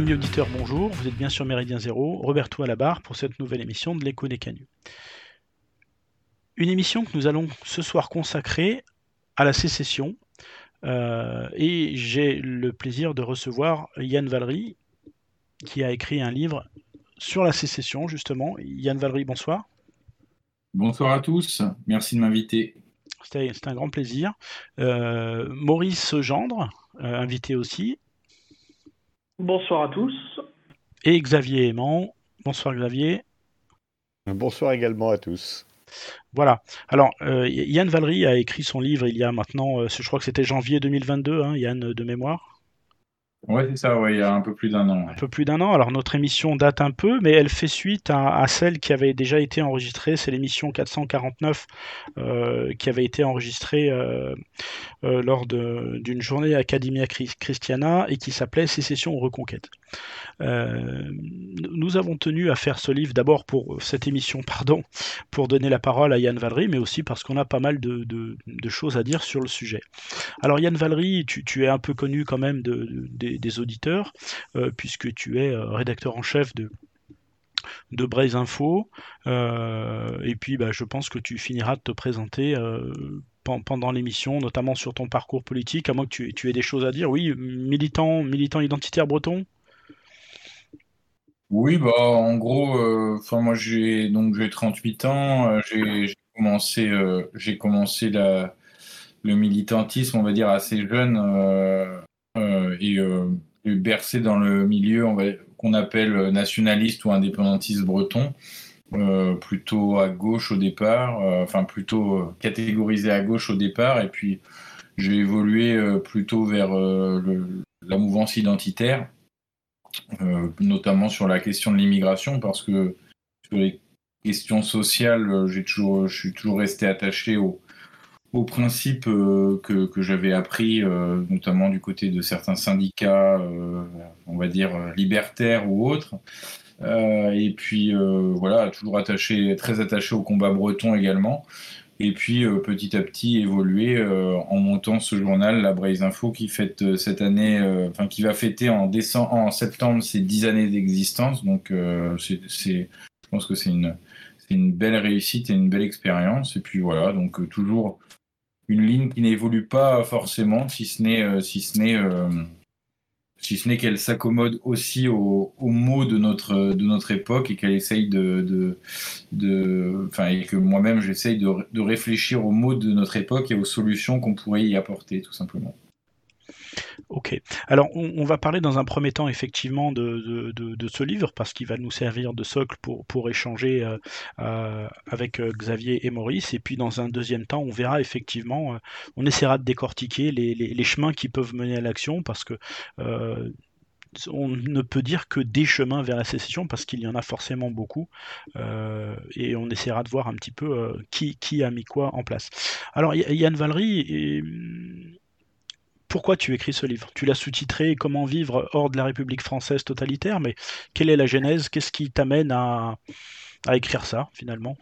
Amis auditeurs, bonjour, vous êtes bien sur Méridien Zéro, Roberto à la barre pour cette nouvelle émission de l'Écho des Canuts. Une émission que nous allons ce soir consacrer à la sécession, et j'ai le plaisir de recevoir Yann Valery, qui a écrit un livre sur la sécession, justement. Yann Valery, bonsoir. Bonsoir à tous, merci de m'inviter. C'était un grand plaisir. Maurice Gendre, invité aussi, Bonsoir à tous. et Xavier Aimant. Bonsoir Xavier. Bonsoir également à tous. Voilà. Alors, Yann Valery a écrit son livre il y a maintenant, je crois que c'était janvier 2022, hein, Yann, de mémoire. Ouais, c'est ça, ouais, il y a un peu plus d'1 an. Un peu plus d'un an. Alors notre émission date un peu, mais elle fait suite à celle qui avait déjà été enregistrée. C'est l'émission 449 qui avait été enregistrée lors d'une journée Academia Christiana et qui s'appelait Sécession ou Reconquête. Nous avons tenu à faire ce livre d'abord pour cette émission, pardon, pour donner la parole à Yann Valery, mais aussi parce qu'on a pas mal de choses à dire sur le sujet. Alors Yann Valery, tu es un peu connu quand même des auditeurs, puisque tu es rédacteur en chef de Braise Info, et puis je pense que tu finiras de te présenter pendant l'émission, notamment sur ton parcours politique, à moins que tu aies des choses à dire. Oui, militant identitaire breton. Oui, bah en gros, moi j'ai 38 ans, j'ai commencé le militantisme, on va dire assez jeune, et bercé dans le milieu qu'on appelle nationaliste ou indépendantiste breton, plutôt à gauche au départ, plutôt catégorisé à gauche au départ, et puis j'ai évolué plutôt vers la mouvance identitaire. Notamment sur la question de l'immigration, parce que sur les questions sociales, je suis toujours resté attaché aux principes que j'avais appris, notamment du côté de certains syndicats, on va dire libertaires ou autres. Et puis voilà, toujours très attaché au combat breton également. Et puis petit à petit évoluer en montant ce journal, la Braise Info, qui fête cette année, qui va fêter en septembre ses 10 années d'existence. Donc je pense que c'est une belle réussite et une belle expérience. Et puis voilà, donc toujours une ligne qui n'évolue pas forcément, si ce n'est qu'elle s'accommode aussi aux mots de notre époque, et qu'elle essaye et que moi-même j'essaye de réfléchir aux mots de notre époque et aux solutions qu'on pourrait y apporter, tout simplement. Ok. Alors, on va parler dans un premier temps effectivement de ce livre, parce qu'il va nous servir de socle pour échanger avec Xavier et Maurice. Et puis, dans un deuxième temps, on verra effectivement, on essaiera de décortiquer les chemins qui peuvent mener à l'action, parce que on ne peut dire que des chemins vers la sécession, parce qu'il y en a forcément beaucoup, et on essaiera de voir un petit peu qui a mis quoi en place. Alors, Yann Valery, pourquoi tu écris ce livre? Tu l'as sous-titré Comment vivre hors de la République française totalitaire, mais quelle est la genèse? Qu'est-ce qui t'amène à écrire ça, finalement?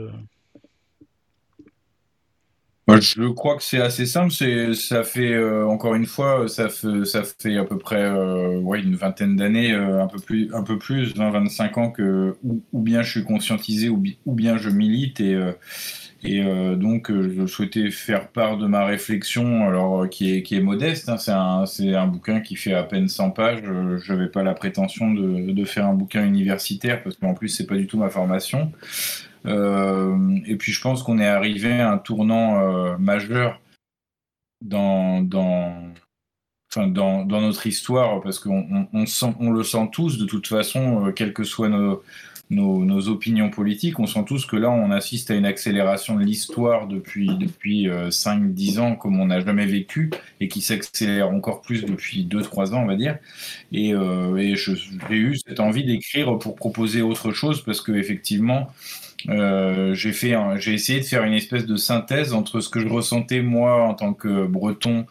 Moi, je crois que c'est assez simple. Ça fait encore une fois, ça fait à peu près une vingtaine d'années, un peu plus, 20-25 ans ou bien je suis conscientisé ou bien je milite, donc je souhaitais faire part de ma réflexion, alors qui est modeste, hein. C'est un bouquin qui fait à peine 100 pages. Je n'avais pas la prétention de faire un bouquin universitaire, parce qu'en plus c'est pas du tout ma formation. Et puis je pense qu'on est arrivé à un tournant majeur dans notre histoire, parce on le sent tous de toute façon, quelles que soient nos opinions politiques. On sent tous que là on assiste à une accélération de l'histoire depuis 5-10 ans comme on n'a jamais vécu, et qui s'accélère encore plus depuis 2-3 ans, on va dire. Et j'ai eu cette envie d'écrire pour proposer autre chose, parce que effectivement j'ai essayé de faire une espèce de synthèse entre ce que je ressentais moi en tant que breton,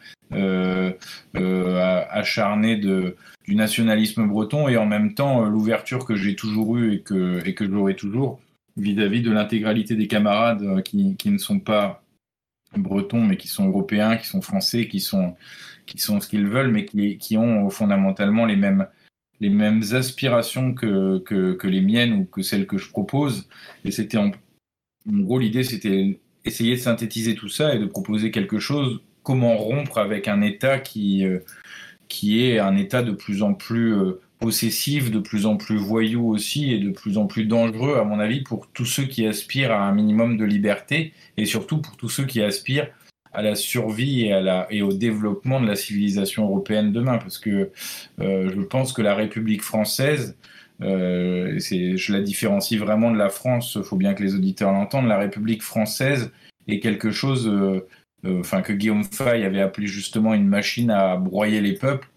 acharné du nationalisme breton, et en même temps l'ouverture que j'ai toujours eue et que j'aurai toujours vis-à-vis de l'intégralité des camarades qui ne sont pas bretons, mais qui sont européens, qui sont français, qui sont ce qu'ils veulent, mais qui ont fondamentalement les mêmes aspirations que les miennes ou que celles que je propose. Et c'était en gros, l'idée, c'était essayer de synthétiser tout ça et de proposer quelque chose, comment rompre avec un État qui est un État de plus en plus possessif, de plus en plus voyou aussi, et de plus en plus dangereux, à mon avis, pour tous ceux qui aspirent à un minimum de liberté, et surtout pour tous ceux qui aspirent à la survie et au développement de la civilisation européenne demain. Parce que je pense que la République française, je la différencie vraiment de la France, il faut bien que les auditeurs l'entendent, la République française est quelque chose... que Guillaume Fay avait appelé justement une machine à broyer les peuples,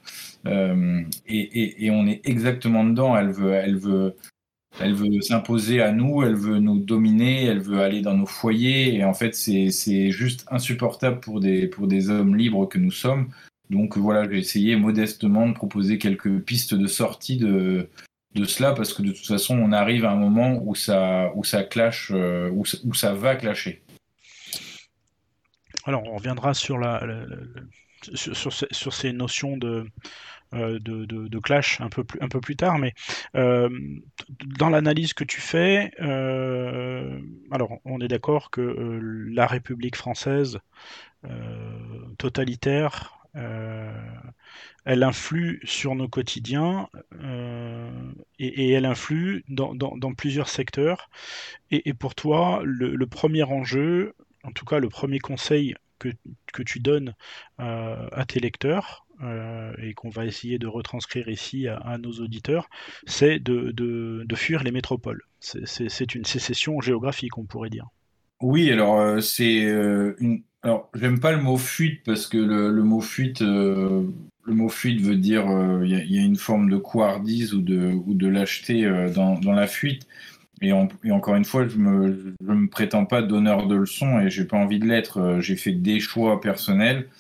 et on est exactement dedans. Elle veut s'imposer à nous, elle veut nous dominer, elle veut aller dans nos foyers, et en fait c'est juste insupportable pour des hommes libres que nous sommes. Donc voilà, j'ai essayé modestement de proposer quelques pistes de sortie de cela, parce que de toute façon on arrive à un moment où ça clash, où ça va clasher. Alors, on reviendra sur sur ces notions de clash un peu plus tard, mais euh, dans l'analyse que tu fais, alors on est d'accord que la République française totalitaire, elle influe sur nos quotidiens, et elle influe dans plusieurs secteurs. Et pour toi, le premier enjeu, en tout cas le premier conseil que tu donnes à tes lecteurs, et qu'on va essayer de retranscrire ici à nos auditeurs, c'est de fuir les métropoles. C'est une sécession géographique, on pourrait dire. Oui, alors c'est une. Alors, j'aime pas le mot fuite parce que le mot fuite veut dire il y a une forme de couardise ou de lâcheté dans la fuite. Et encore une fois, je me prétends pas donneur de leçons et j'ai pas envie de l'être. J'ai fait des choix personnels.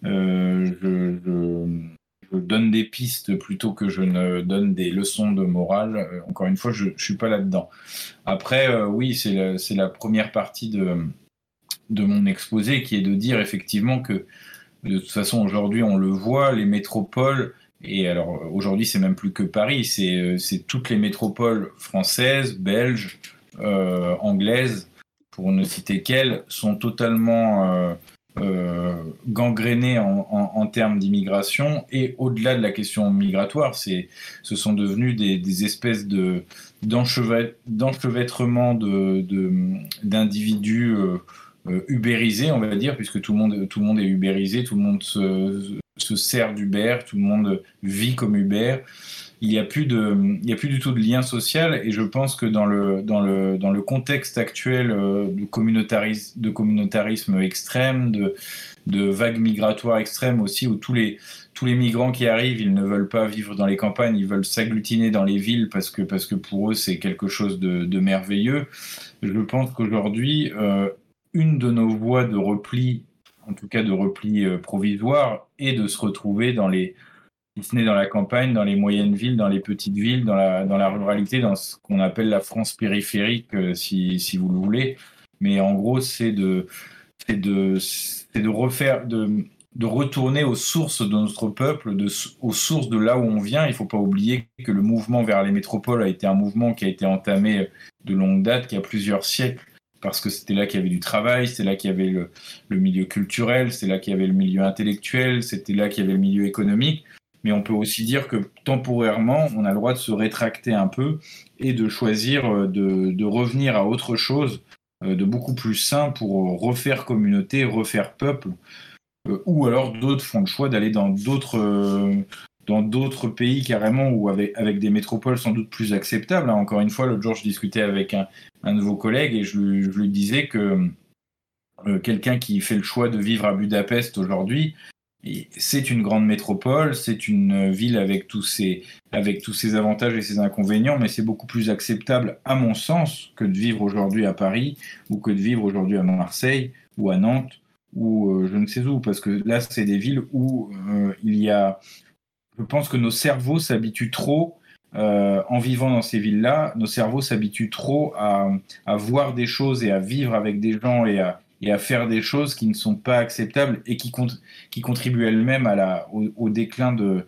Je donne des pistes plutôt que je ne donne des leçons de morale. Encore une fois, je suis pas là-dedans. Après, oui, c'est la première partie de mon exposé qui est de dire effectivement que de toute façon aujourd'hui on le voit, les métropoles, et alors aujourd'hui c'est même plus que Paris, c'est toutes les métropoles françaises, belges, anglaises, pour ne citer qu'elles, sont totalement gangrénées en termes d'immigration, et au-delà de la question migratoire, ce sont devenus des espèces d'enchevêtrement d'individus ubérisé, on va dire, puisque tout le monde est ubérisé, tout le monde se sert d'Uber, tout le monde vit comme Uber. Il n'y a plus du tout de lien social, et je pense que dans le contexte actuel de communautarisme extrême, de vagues migratoires extrêmes aussi, où tous les migrants qui arrivent, ils ne veulent pas vivre dans les campagnes, ils veulent s'agglutiner dans les villes parce que pour eux c'est quelque chose de merveilleux. Je pense qu'aujourd'hui, une de nos voies de repli, en tout cas de repli provisoire, est de se retrouver si ce n'est dans la campagne, dans les moyennes villes, dans les petites villes, dans la ruralité, dans ce qu'on appelle la France périphérique, si vous le voulez. Mais en gros, c'est de retourner aux sources de notre peuple, aux sources de là où on vient. Il ne faut pas oublier que le mouvement vers les métropoles a été un mouvement qui a été entamé de longue date, qui a plusieurs siècles, parce que c'était là qu'il y avait du travail, c'était là qu'il y avait le milieu culturel, c'était là qu'il y avait le milieu intellectuel, c'était là qu'il y avait le milieu économique. Mais on peut aussi dire que temporairement, on a le droit de se rétracter un peu et de choisir de revenir à autre chose, de beaucoup plus sain, pour refaire communauté, refaire peuple. Ou alors d'autres font le choix d'aller dans d'autres pays carrément, ou avec des métropoles sans doute plus acceptables. Encore une fois, l'autre jour, je discutais avec un de vos collègues, et je lui disais que quelqu'un qui fait le choix de vivre à Budapest aujourd'hui, c'est une grande métropole, c'est une ville avec tous ses avantages et ses inconvénients, mais c'est beaucoup plus acceptable, à mon sens, que de vivre aujourd'hui à Paris, ou que de vivre aujourd'hui à Marseille, ou à Nantes, ou je ne sais où, parce que là, c'est des villes où je pense que nos cerveaux s'habituent trop, en vivant dans ces villes-là, nos cerveaux s'habituent trop à voir des choses et à vivre avec des gens et à faire des choses qui ne sont pas acceptables et qui contribuent elles-mêmes au déclin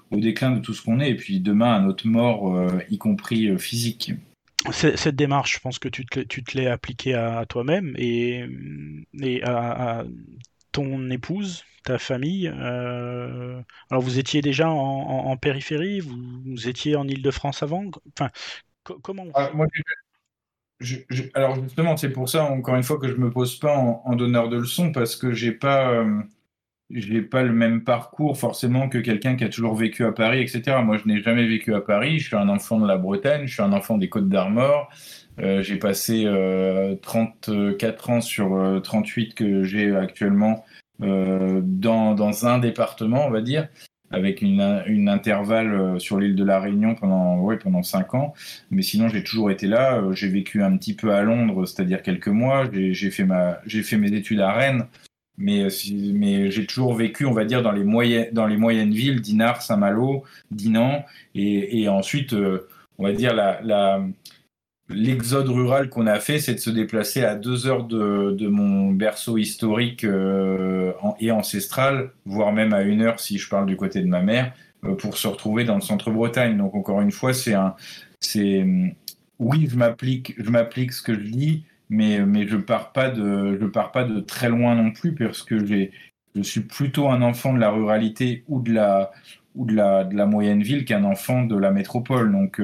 au déclin de tout ce qu'on est, et puis demain à notre mort, y compris physique. Cette démarche, je pense que tu te l'es appliquée à toi-même et à ton épouse, ta famille. Alors vous étiez déjà en périphérie, vous étiez en Île-de-France avant. Enfin, comment on Ah, fait? moi, alors justement, c'est pour ça, encore une fois, que je me pose pas en donneur de leçons, parce que j'ai pas le même parcours forcément que quelqu'un qui a toujours vécu à Paris, etc. Moi, je n'ai jamais vécu à Paris. Je suis un enfant de la Bretagne, je suis un enfant des Côtes-d'Armor. J'ai passé 34 ans sur 38 que j'ai actuellement dans un département, on va dire, avec une intervalle sur l'île de la Réunion pendant 5 ans. Mais sinon, j'ai toujours été là. J'ai vécu un petit peu à Londres, c'est-à-dire quelques mois. J'ai fait mes études à Rennes. Mais j'ai toujours vécu, on va dire, dans les moyennes villes, Dinard, Saint-Malo, Dinan, et ensuite, on va dire, l'exode rural qu'on a fait, c'est de se déplacer à 2 heures de mon berceau historique et ancestral, voire même à 1 heure si je parle du côté de ma mère, pour se retrouver dans le centre-Bretagne. Donc encore une fois, c'est, oui, je m'applique ce que je dis, mais je pars pas de très loin non plus, parce que je suis plutôt un enfant de la ruralité ou de la moyenne ville qu'un enfant de la métropole. Donc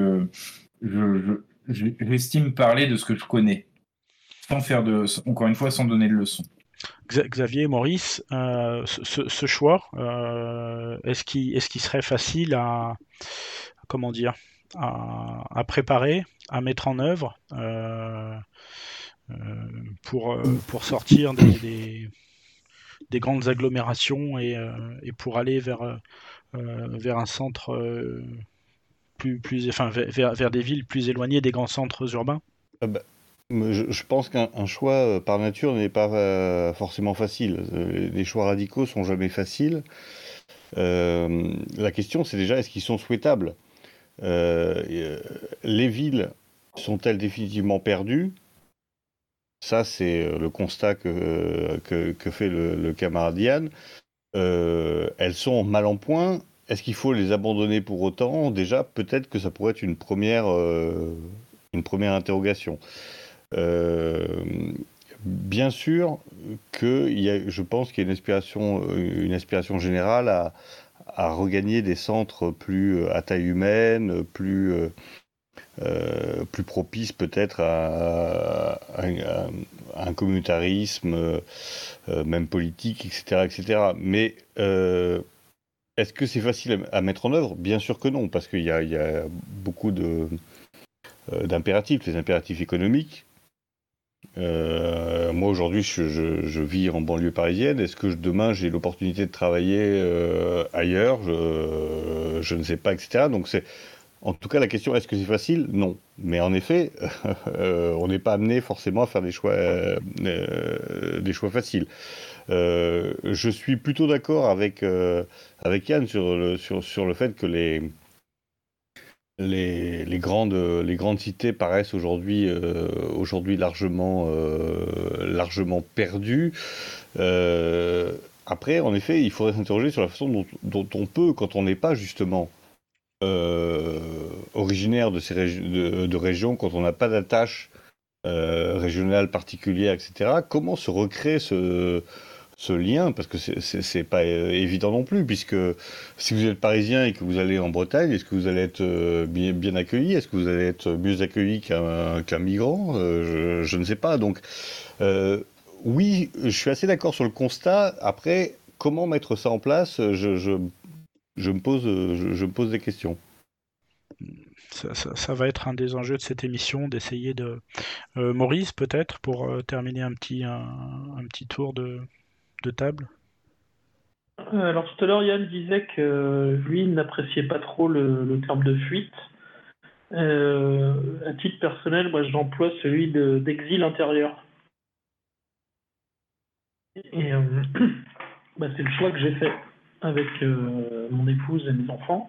j'estime parler de ce que je connais, encore une fois, sans donner de leçons. Xavier, Maurice, ce choix, est-ce qu'il serait facile comment dire, à préparer, à mettre en œuvre euh, pour sortir des grandes agglomérations et pour aller vers un centre enfin, vers des villes plus éloignées des grands centres urbains? Ah bah, je pense qu'un choix par nature n'est pas forcément facile. Les choix radicaux sont jamais faciles. La question, c'est déjà, est-ce qu'ils sont souhaitables? Les villes sont-elles définitivement perdues? Ça, c'est le constat que fait le camarade Yann. Elles sont mal en point. Est-ce qu'il faut les abandonner pour autant? Déjà, peut-être que ça pourrait être une première interrogation. Bien sûr je pense qu'il y a une aspiration générale à regagner des centres plus à taille humaine, plus propices peut-être à un communautarisme, même politique, etc., etc. Mais est-ce que c'est facile à mettre en œuvre? Bien sûr que non, parce qu'il y a beaucoup d'impératifs, les impératifs économiques. Moi aujourd'hui je vis en banlieue parisienne. Est-ce que demain j'ai l'opportunité de travailler ailleurs? Je ne sais pas, etc. Donc en tout cas la question, est-ce que c'est facile? Non. Mais en effet, on n'est pas amené forcément à faire des choix faciles. Je suis plutôt d'accord avec Yann sur le fait que les grandes cités paraissent aujourd'hui largement perdues. Après, en effet, il faudrait s'interroger sur la façon dont on peut, quand on n'est pas justement originaire de régions, quand on n'a pas d'attache régionale particulière, etc., comment se recréer ce lien, parce que c'est pas évident non plus, puisque si vous êtes parisien et que vous allez en Bretagne, est-ce que vous allez être bien accueilli? Est-ce que vous allez être mieux accueilli qu'un migrant? Je ne sais pas. Donc, oui, je suis assez d'accord sur le constat. Après, comment mettre ça en place? Je me pose des questions. Ça va être un des enjeux de cette émission, d'essayer de... Maurice, peut-être, pour terminer un petit tour de table. Alors tout à l'heure, Yann disait que lui, il n'appréciait pas trop le terme de fuite. À titre personnel, moi, j'emploie celui d'exil intérieur. Et bah, c'est le choix que j'ai fait avec mon épouse et mes enfants.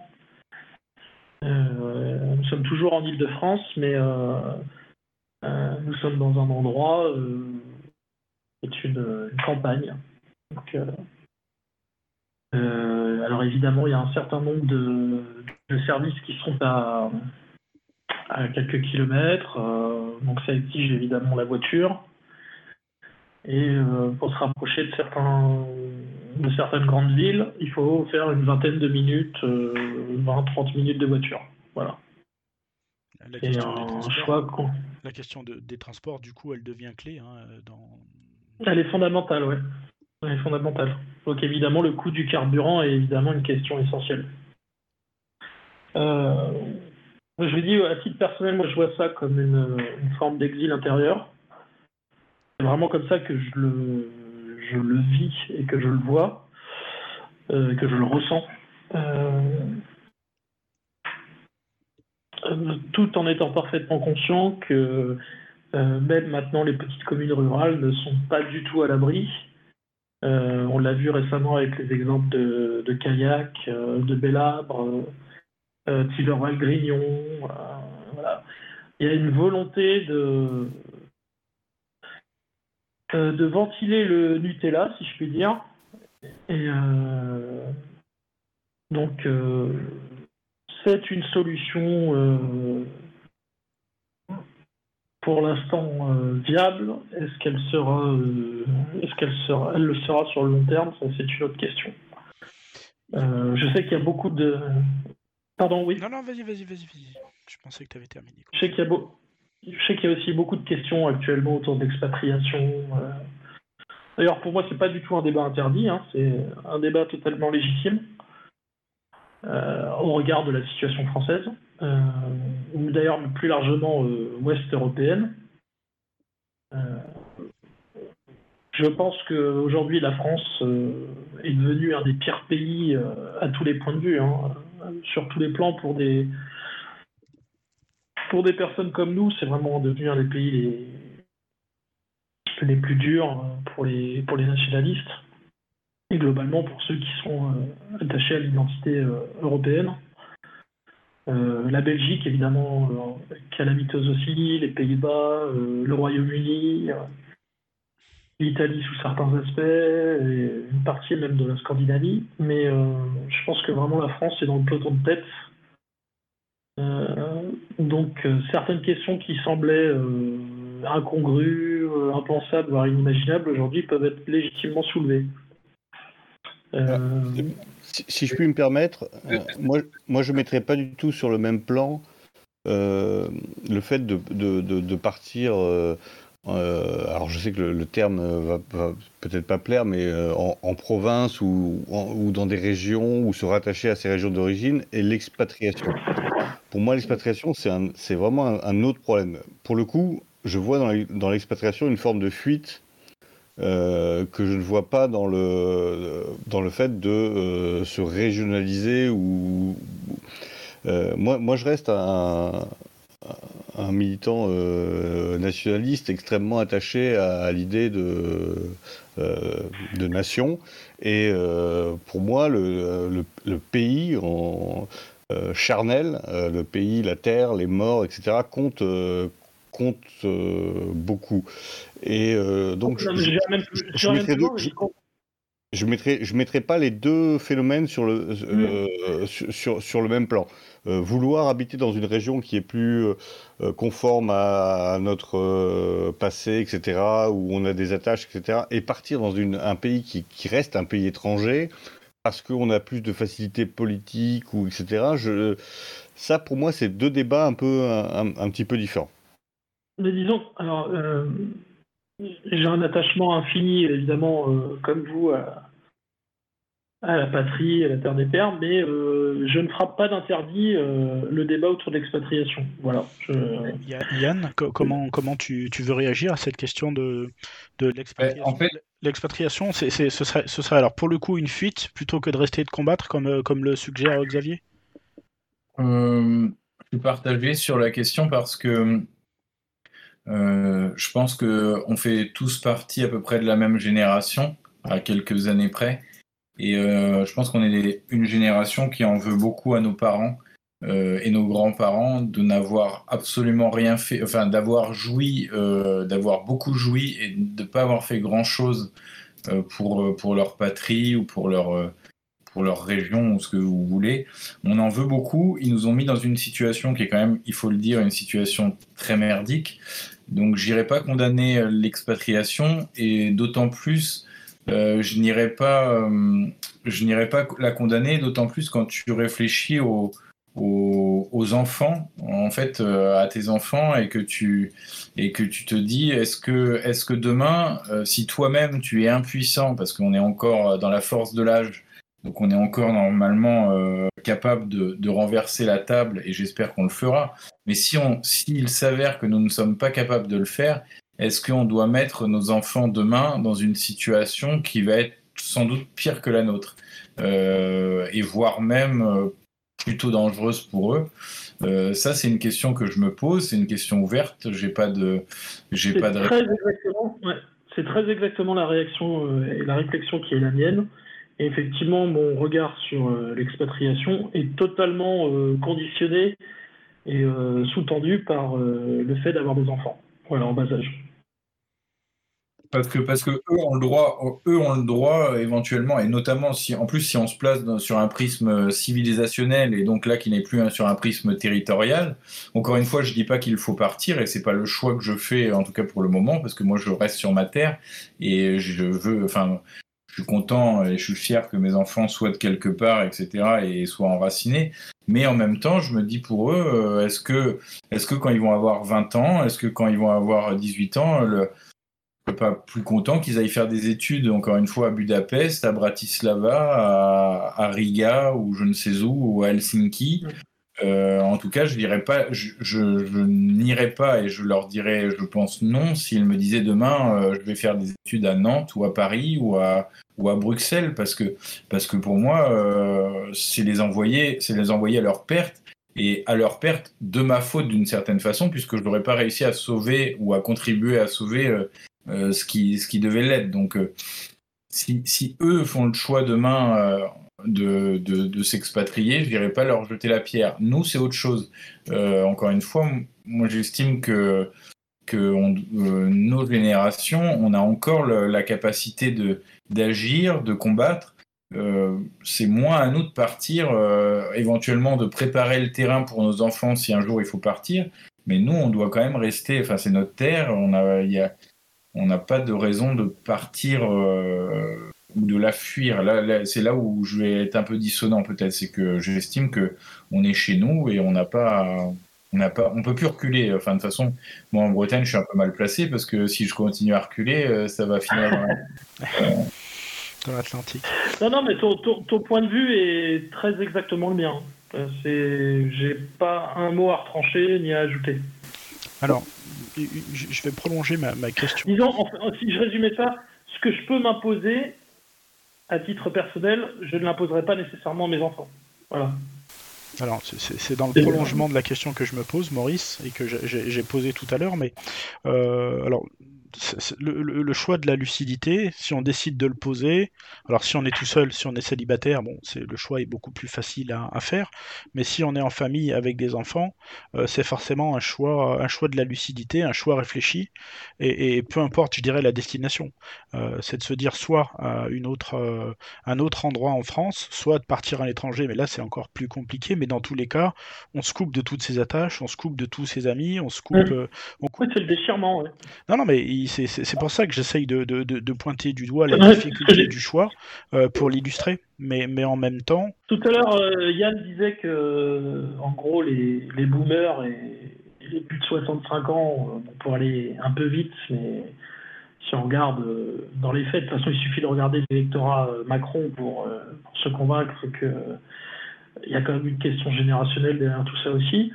Nous sommes toujours en Île-de-France, mais nous sommes dans un endroit qui est une campagne. Donc, Alors évidemment, il y a un certain nombre de services qui sont à quelques kilomètres, donc ça exige évidemment la voiture. Et pour se rapprocher de certaines grandes villes, il faut faire une vingtaine de minutes, 20-30 minutes de voiture. Voilà. La Et question des un transports, choix, la question des transports, du coup, elle devient clé elle est fondamentale, ouais. Elle est fondamentale. Donc évidemment, le coût du carburant est évidemment une question essentielle. Je vous dis, à titre personnel, moi je vois ça comme une forme d'exil intérieur. C'est vraiment comme ça que je le vis et que je le vois, que je le ressens. Tout en étant parfaitement conscient que même maintenant les petites communes rurales ne sont pas du tout à l'abri. On l'a vu récemment avec les exemples de Kayak, de Bellabre, Tiverval-Grignon. Voilà. Il y a une volonté de ventiler le Nutella, si je puis dire. Et donc, c'est une solution pour l'instant viable. Est-ce qu'elle le sera sur le long terme? Ça, c'est une autre question. Je sais qu'il y a beaucoup de... Pardon, oui. Non, vas-y. Je pensais que tu avais terminé. Je sais qu'il y a aussi beaucoup de questions actuellement autour de l'expatriation. D'ailleurs, pour moi, c'est pas du tout un débat interdit, hein. C'est un débat totalement légitime au regard de la situation française, ou d'ailleurs plus largement ouest européenne. Je pense qu'aujourd'hui, la France est devenue un des pires pays à tous les points de vue, hein, sur tous les plans pour des personnes comme nous. C'est vraiment devenu un des pays les plus durs pour les nationalistes et globalement pour ceux qui sont attachés à l'identité européenne. La Belgique, évidemment, calamiteuse aussi, les Pays-Bas, le Royaume-Uni, l'Italie sous certains aspects, et une partie même de la Scandinavie. Mais je pense que vraiment la France est dans le peloton de tête. Donc certaines questions qui semblaient incongrues, impensables, voire inimaginables, aujourd'hui peuvent être légitimement soulevées. Si je puis me permettre, moi je ne mettrais pas du tout sur le même plan le fait de partir. Alors je sais que le terme va peut-être pas plaire, mais en province ou dans des régions ou se rattacher à ces régions d'origine, et l'expatriation. Pour moi, l'expatriation, c'est vraiment un autre problème. Pour le coup, je vois dans l'expatriation une forme de fuite que je ne vois pas dans le fait de se régionaliser moi, je reste un militant nationaliste extrêmement attaché à l'idée de nation. Et pour moi, le pays charnel, le pays, la terre, les morts, etc., compte beaucoup. Et donc, je mettrais pas les deux phénomènes sur le même plan. Vouloir habiter dans une région qui est plus conforme à notre passé, etc., où on a des attaches, etc., et partir dans un pays qui reste un pays étranger parce qu'on a plus de facilité politique, etc. Ça, pour moi, c'est deux débats un petit peu différents. Mais disons, alors, j'ai un attachement infini, évidemment, comme vous, à la patrie, à la terre des pères, mais je ne frappe pas d'interdit le débat autour de l'expatriation. Voilà. Yann, comment tu veux réagir à cette question de l'expatriation? En fait, l'expatriation, ce serait alors pour le coup une fuite plutôt que de rester et de combattre, comme le suggère Xavier? Je suis partagé sur la question parce que je pense qu'on fait tous partie à peu près de la même génération, à quelques années près. Et je pense qu'on est une génération qui en veut beaucoup à nos parents et nos grands-parents de n'avoir absolument rien fait, enfin d'avoir joui, d'avoir beaucoup joui et de ne pas avoir fait grand-chose pour leur patrie ou pour leur pour leur région ou ce que vous voulez. On en veut beaucoup. Ils nous ont mis dans une situation qui est quand même, il faut le dire, une situation très merdique. Donc, j'irai pas condamner l'expatriation et d'autant plus, je n'irai pas la condamner, d'autant plus quand tu réfléchis aux enfants, en fait, à tes enfants et que tu te dis, est-ce que demain, si toi-même tu es impuissant, parce qu'on est encore dans la force de l'âge, donc on est encore normalement capable de renverser la table, et j'espère qu'on le fera, mais s'il s'avère que nous ne sommes pas capables de le faire, est-ce qu'on doit mettre nos enfants demain dans une situation qui va être sans doute pire que la nôtre, et voire même plutôt dangereuse pour eux? Ça, c'est une question que je me pose, c'est une question ouverte. J'ai pas de C'est très exactement la réaction et la réflexion qui est la mienne. Et effectivement, mon regard sur l'expatriation est totalement conditionné et sous-tendu par le fait d'avoir des enfants, voilà, en bas âge. Parce que eux ont le droit éventuellement, et notamment si on se place sur un prisme civilisationnel, et donc là qui n'est plus sur un prisme territorial. Encore une fois, je dis pas qu'il faut partir, et c'est pas le choix que je fais, en tout cas pour le moment, parce que moi je reste sur ma terre et je suis content et je suis fier que mes enfants soient de quelque part, etc., et soient enracinés. Mais en même temps, je me dis pour eux, est-ce que quand ils vont avoir 20 ans, est-ce que quand ils vont avoir 18 ans, pas plus content qu'ils aillent faire des études, encore une fois, à Budapest, à Bratislava, à Riga, ou je ne sais où, ou à Helsinki. En tout cas, je n'irai pas, et je leur dirais, je pense, non, s'ils me disaient demain, je vais faire des études à Nantes, ou à Paris, ou à Bruxelles, parce que pour moi, c'est les envoyer à leur perte, et à leur perte de ma faute d'une certaine façon, puisque je n'aurais pas réussi à sauver ou à contribuer à sauver ce qui devait l'être. Donc, si eux font le choix demain de s'expatrier, je dirais pas leur jeter la pierre. Nous, c'est autre chose. Encore une fois, moi, j'estime que nos générations, on a encore la capacité d'agir, de combattre. C'est moins à nous de partir, éventuellement de préparer le terrain pour nos enfants si un jour il faut partir. Mais nous, on doit quand même rester. Enfin, c'est notre terre. On n'a pas de raison de partir ou de la fuir. Là, c'est là où je vais être un peu dissonant peut-être, c'est que j'estime que on est chez nous et on peut plus reculer. Enfin, de toute façon, moi en Bretagne, je suis un peu mal placé parce que si je continue à reculer, ça va finir dans l'Atlantique. Non, mais ton point de vue est très exactement le mien. J'ai pas un mot à retrancher ni à ajouter. Alors, je vais prolonger ma question. Disons, si je résumais ça, ce que je peux m'imposer à titre personnel, je ne l'imposerai pas nécessairement à mes enfants. Voilà. Alors, c'est dans le prolongement de la question que je me pose, Maurice, et que j'ai posé tout à l'heure, mais alors, le choix de la lucidité, si on décide de le poser, alors si on est tout seul, si on est célibataire, bon, le choix est beaucoup plus facile à faire, mais si on est en famille avec des enfants, c'est forcément un choix de la lucidité, un choix réfléchi, et peu importe, je dirais, la destination. C'est de se dire soit à un autre endroit en France, soit de partir à l'étranger, mais là c'est encore plus compliqué, mais dans tous les cas, on se coupe de toutes ses attaches, on se coupe de tous ses amis, on se coupe... Oui, c'est le déchirement, ouais. Non, mais c'est pour ça que j'essaye de pointer du doigt la difficulté du choix pour l'illustrer, mais en même temps... Tout à l'heure, Yann disait que, en gros, les boomers et les plus de 65 ans, pour aller un peu vite, mais si on regarde dans les faits, de toute façon, il suffit de regarder l'électorat Macron pour se convaincre qu'il y a quand même une question générationnelle derrière tout ça aussi.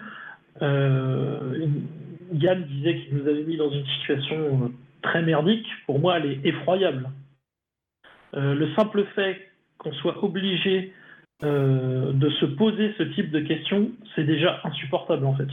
Yann disait qu'il nous avait mis dans une situation très merdique. Pour moi, elle est effroyable. Le simple fait qu'on soit obligé de se poser ce type de questions, c'est déjà insupportable en fait.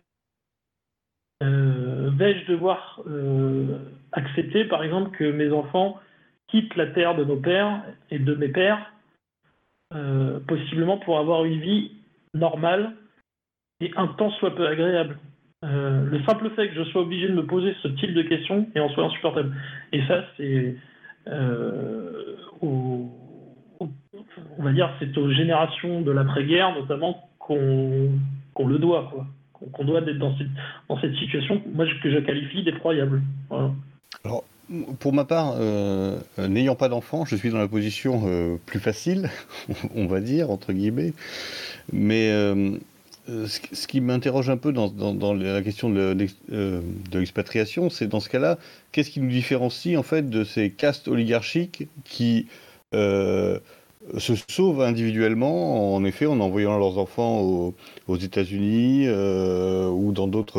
Vais-je devoir accepter, par exemple, que mes enfants quittent la terre de nos pères et de mes pères, possiblement pour avoir une vie normale et un tant soit peu agréable. Le simple fait que je sois obligé de me poser ce type de questions est en soi insupportable. Et ça, c'est on va dire, c'est aux générations de l'après-guerre, notamment, qu'on le doit, quoi. Qu'on doit être dans cette situation, moi, que je qualifie d'effroyable. Voilà. Alors, pour ma part, n'ayant pas d'enfant, je suis dans la position plus facile, on va dire, entre guillemets. Mais ce qui m'interroge un peu dans la question de l'expatriation, c'est dans ce cas-là, qu'est-ce qui nous différencie en fait de ces castes oligarchiques qui se sauvent individuellement, en effet, en envoyant leurs enfants aux États-Unis ou dans d'autres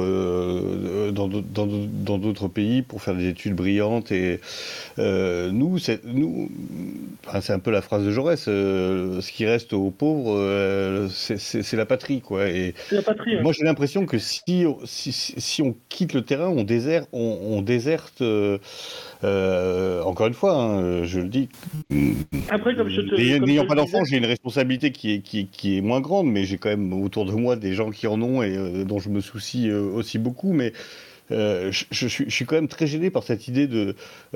pays pour faire des études brillantes. Et c'est un peu la phrase de Jaurès. Ce qui reste aux pauvres, c'est la patrie, quoi. Et c'est la patrie. Moi, j'ai l'impression que si on quitte le terrain, on déserte. Encore une fois, hein, je le dis. Après, N'ayant pas d'enfant, j'ai une responsabilité qui est moins grande, mais j'ai quand même autour de moi des gens qui en ont et dont je me soucie aussi beaucoup. Mais je suis quand même très gêné par cette idée de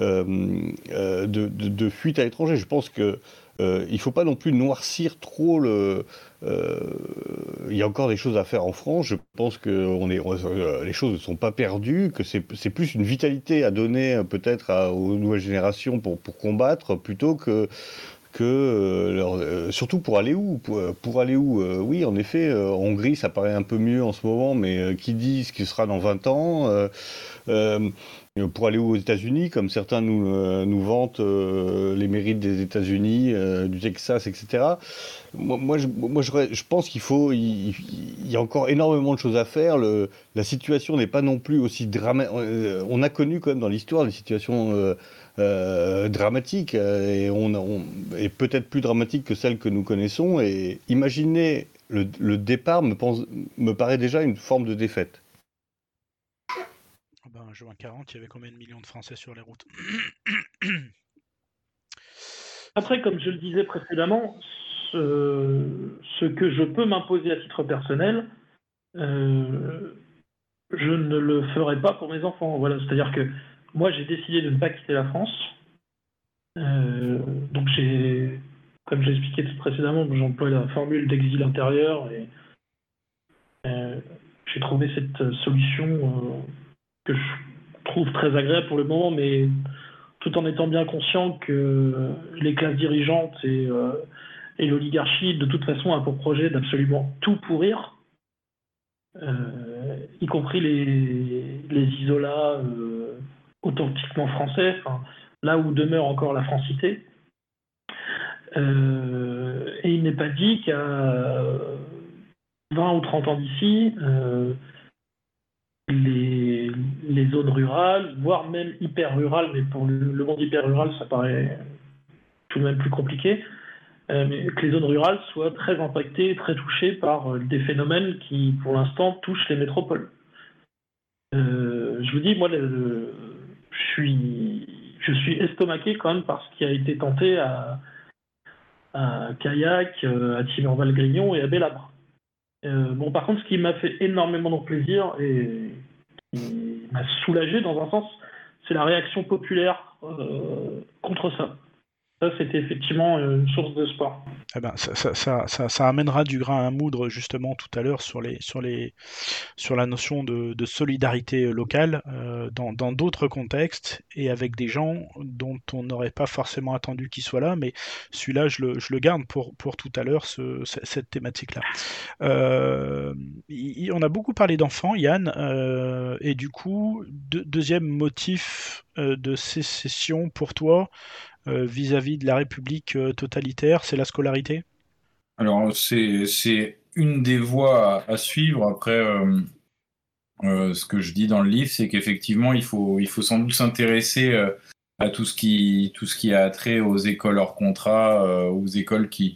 fuite à l'étranger. Je pense que il ne faut pas non plus noircir trop il y a encore des choses à faire en France. Je pense que les choses ne sont pas perdues, que c'est plus une vitalité à donner peut-être aux nouvelles générations pour combattre, plutôt que surtout pour aller où pour aller où oui, en effet, en Hongrie, ça paraît un peu mieux en ce moment, mais qui dit ce qui sera dans 20 ans pour aller aux États-Unis, comme certains nous vantent les mérites des États-Unis, du Texas, etc. Moi, je pense il y a encore énormément de choses à faire. La situation n'est pas non plus aussi dramatique. On a connu quand même dans l'histoire des situations dramatiques et peut-être plus dramatiques que celles que nous connaissons. Et imaginer le départ me paraît déjà une forme de défaite. En juin 40, il y avait combien de millions de Français sur les routes? Après, comme je le disais précédemment, ce que je peux m'imposer à titre personnel, je ne le ferai pas pour mes enfants. Voilà, c'est-à-dire que moi, j'ai décidé de ne pas quitter la France. Donc, comme j'ai expliqué précédemment, j'emploie la formule d'exil intérieur et j'ai trouvé cette solution que je trouve très agréable pour le moment, mais tout en étant bien conscient que les classes dirigeantes et l'oligarchie, de toute façon, a pour projet d'absolument tout pourrir, y compris les isolats authentiquement français, là où demeure encore la francité. Et il n'est pas dit qu'à 20 ou 30 ans d'ici, les zones rurales, voire même hyper rurales, mais pour le monde hyper rural, ça paraît tout de même plus compliqué, mais que les zones rurales soient très impactées, très touchées par des phénomènes qui, pour l'instant, touchent les métropoles. Je vous dis, moi, je suis estomaqué quand même par ce qui a été tenté à Caillac, à Timerval-Grignon et à Bellabre. Bon, par contre, ce qui m'a fait énormément de plaisir et qui m'a soulagé dans un sens, c'est la réaction populaire contre ça. Ça, c'était effectivement une source d'espoir. Eh ben, ça amènera du grain à moudre justement tout à l'heure sur la notion de solidarité locale dans d'autres contextes et avec des gens dont on n'aurait pas forcément attendu qu'ils soient là, mais celui-là je le garde pour tout à l'heure, cette thématique-là. On a beaucoup parlé d'enfants, Yann, et du coup, deuxième motif de sécession pour toi, vis-à-vis de la République totalitaire, c'est la scolarité? Alors, c'est une des voies à suivre. Après, ce que je dis dans le livre, c'est qu'effectivement, il faut sans doute s'intéresser à tout ce qui a trait aux écoles hors contrat, aux écoles qui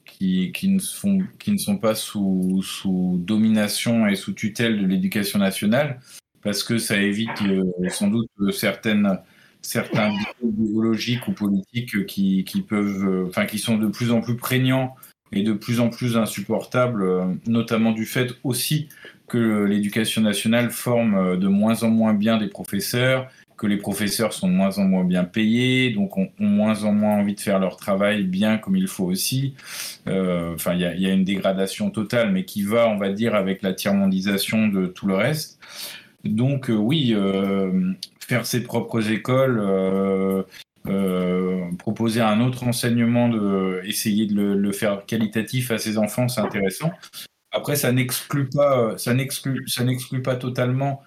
ne sont pas sous domination et sous tutelle de l'éducation nationale, parce que ça évite sans doute certains biais idéologiques ou politiques qui sont de plus en plus prégnants et de plus en plus insupportables, notamment du fait aussi que l'éducation nationale forme de moins en moins bien des professeurs, que les professeurs sont de moins en moins bien payés, donc ont moins en moins envie de faire leur travail bien comme il faut aussi. Enfin, il y a une dégradation totale, mais qui va, on va dire, avec la tiers-mondisation de tout le reste. Donc oui, faire ses propres écoles, proposer un autre enseignement, essayer de le faire qualitatif à ses enfants, c'est intéressant. Après, ça n'exclut pas totalement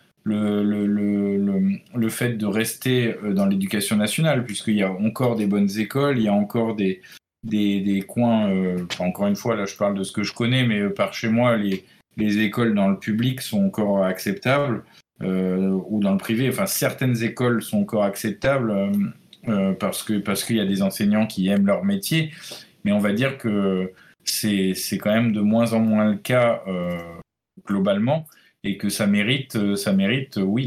le fait de rester dans l'éducation nationale, puisqu'il y a encore des bonnes écoles, il y a encore des coins, encore une fois, là je parle de ce que je connais, mais par chez moi, les écoles dans le public sont encore acceptables, ou dans le privé, enfin certaines écoles sont encore acceptables, parce qu'il y a des enseignants qui aiment leur métier, mais on va dire que c'est quand même de moins en moins le cas globalement, et que ça mérite, oui,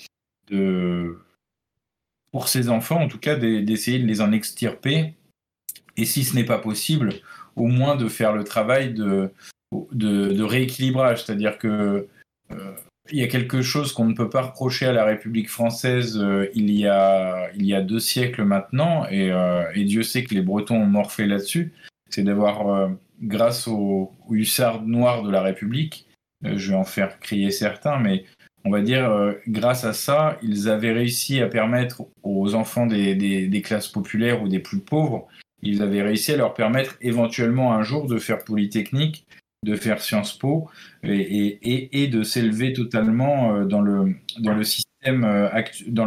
pour ces enfants, en tout cas, d'essayer de les en extirper, et si ce n'est pas possible, au moins de faire le travail de rééquilibrage, c'est-à-dire que il y a quelque chose qu'on ne peut pas reprocher à la République française il y a 2 siècles maintenant, et Dieu sait que les Bretons ont morflé là-dessus, c'est d'avoir, grâce aux hussards noirs de la République, je vais en faire crier certains, mais on va dire, grâce à ça, ils avaient réussi à permettre aux enfants des classes populaires ou des plus pauvres, ils avaient réussi à leur permettre éventuellement un jour de faire Polytechnique, de faire Sciences Po, et de s'élever totalement dans le système, dans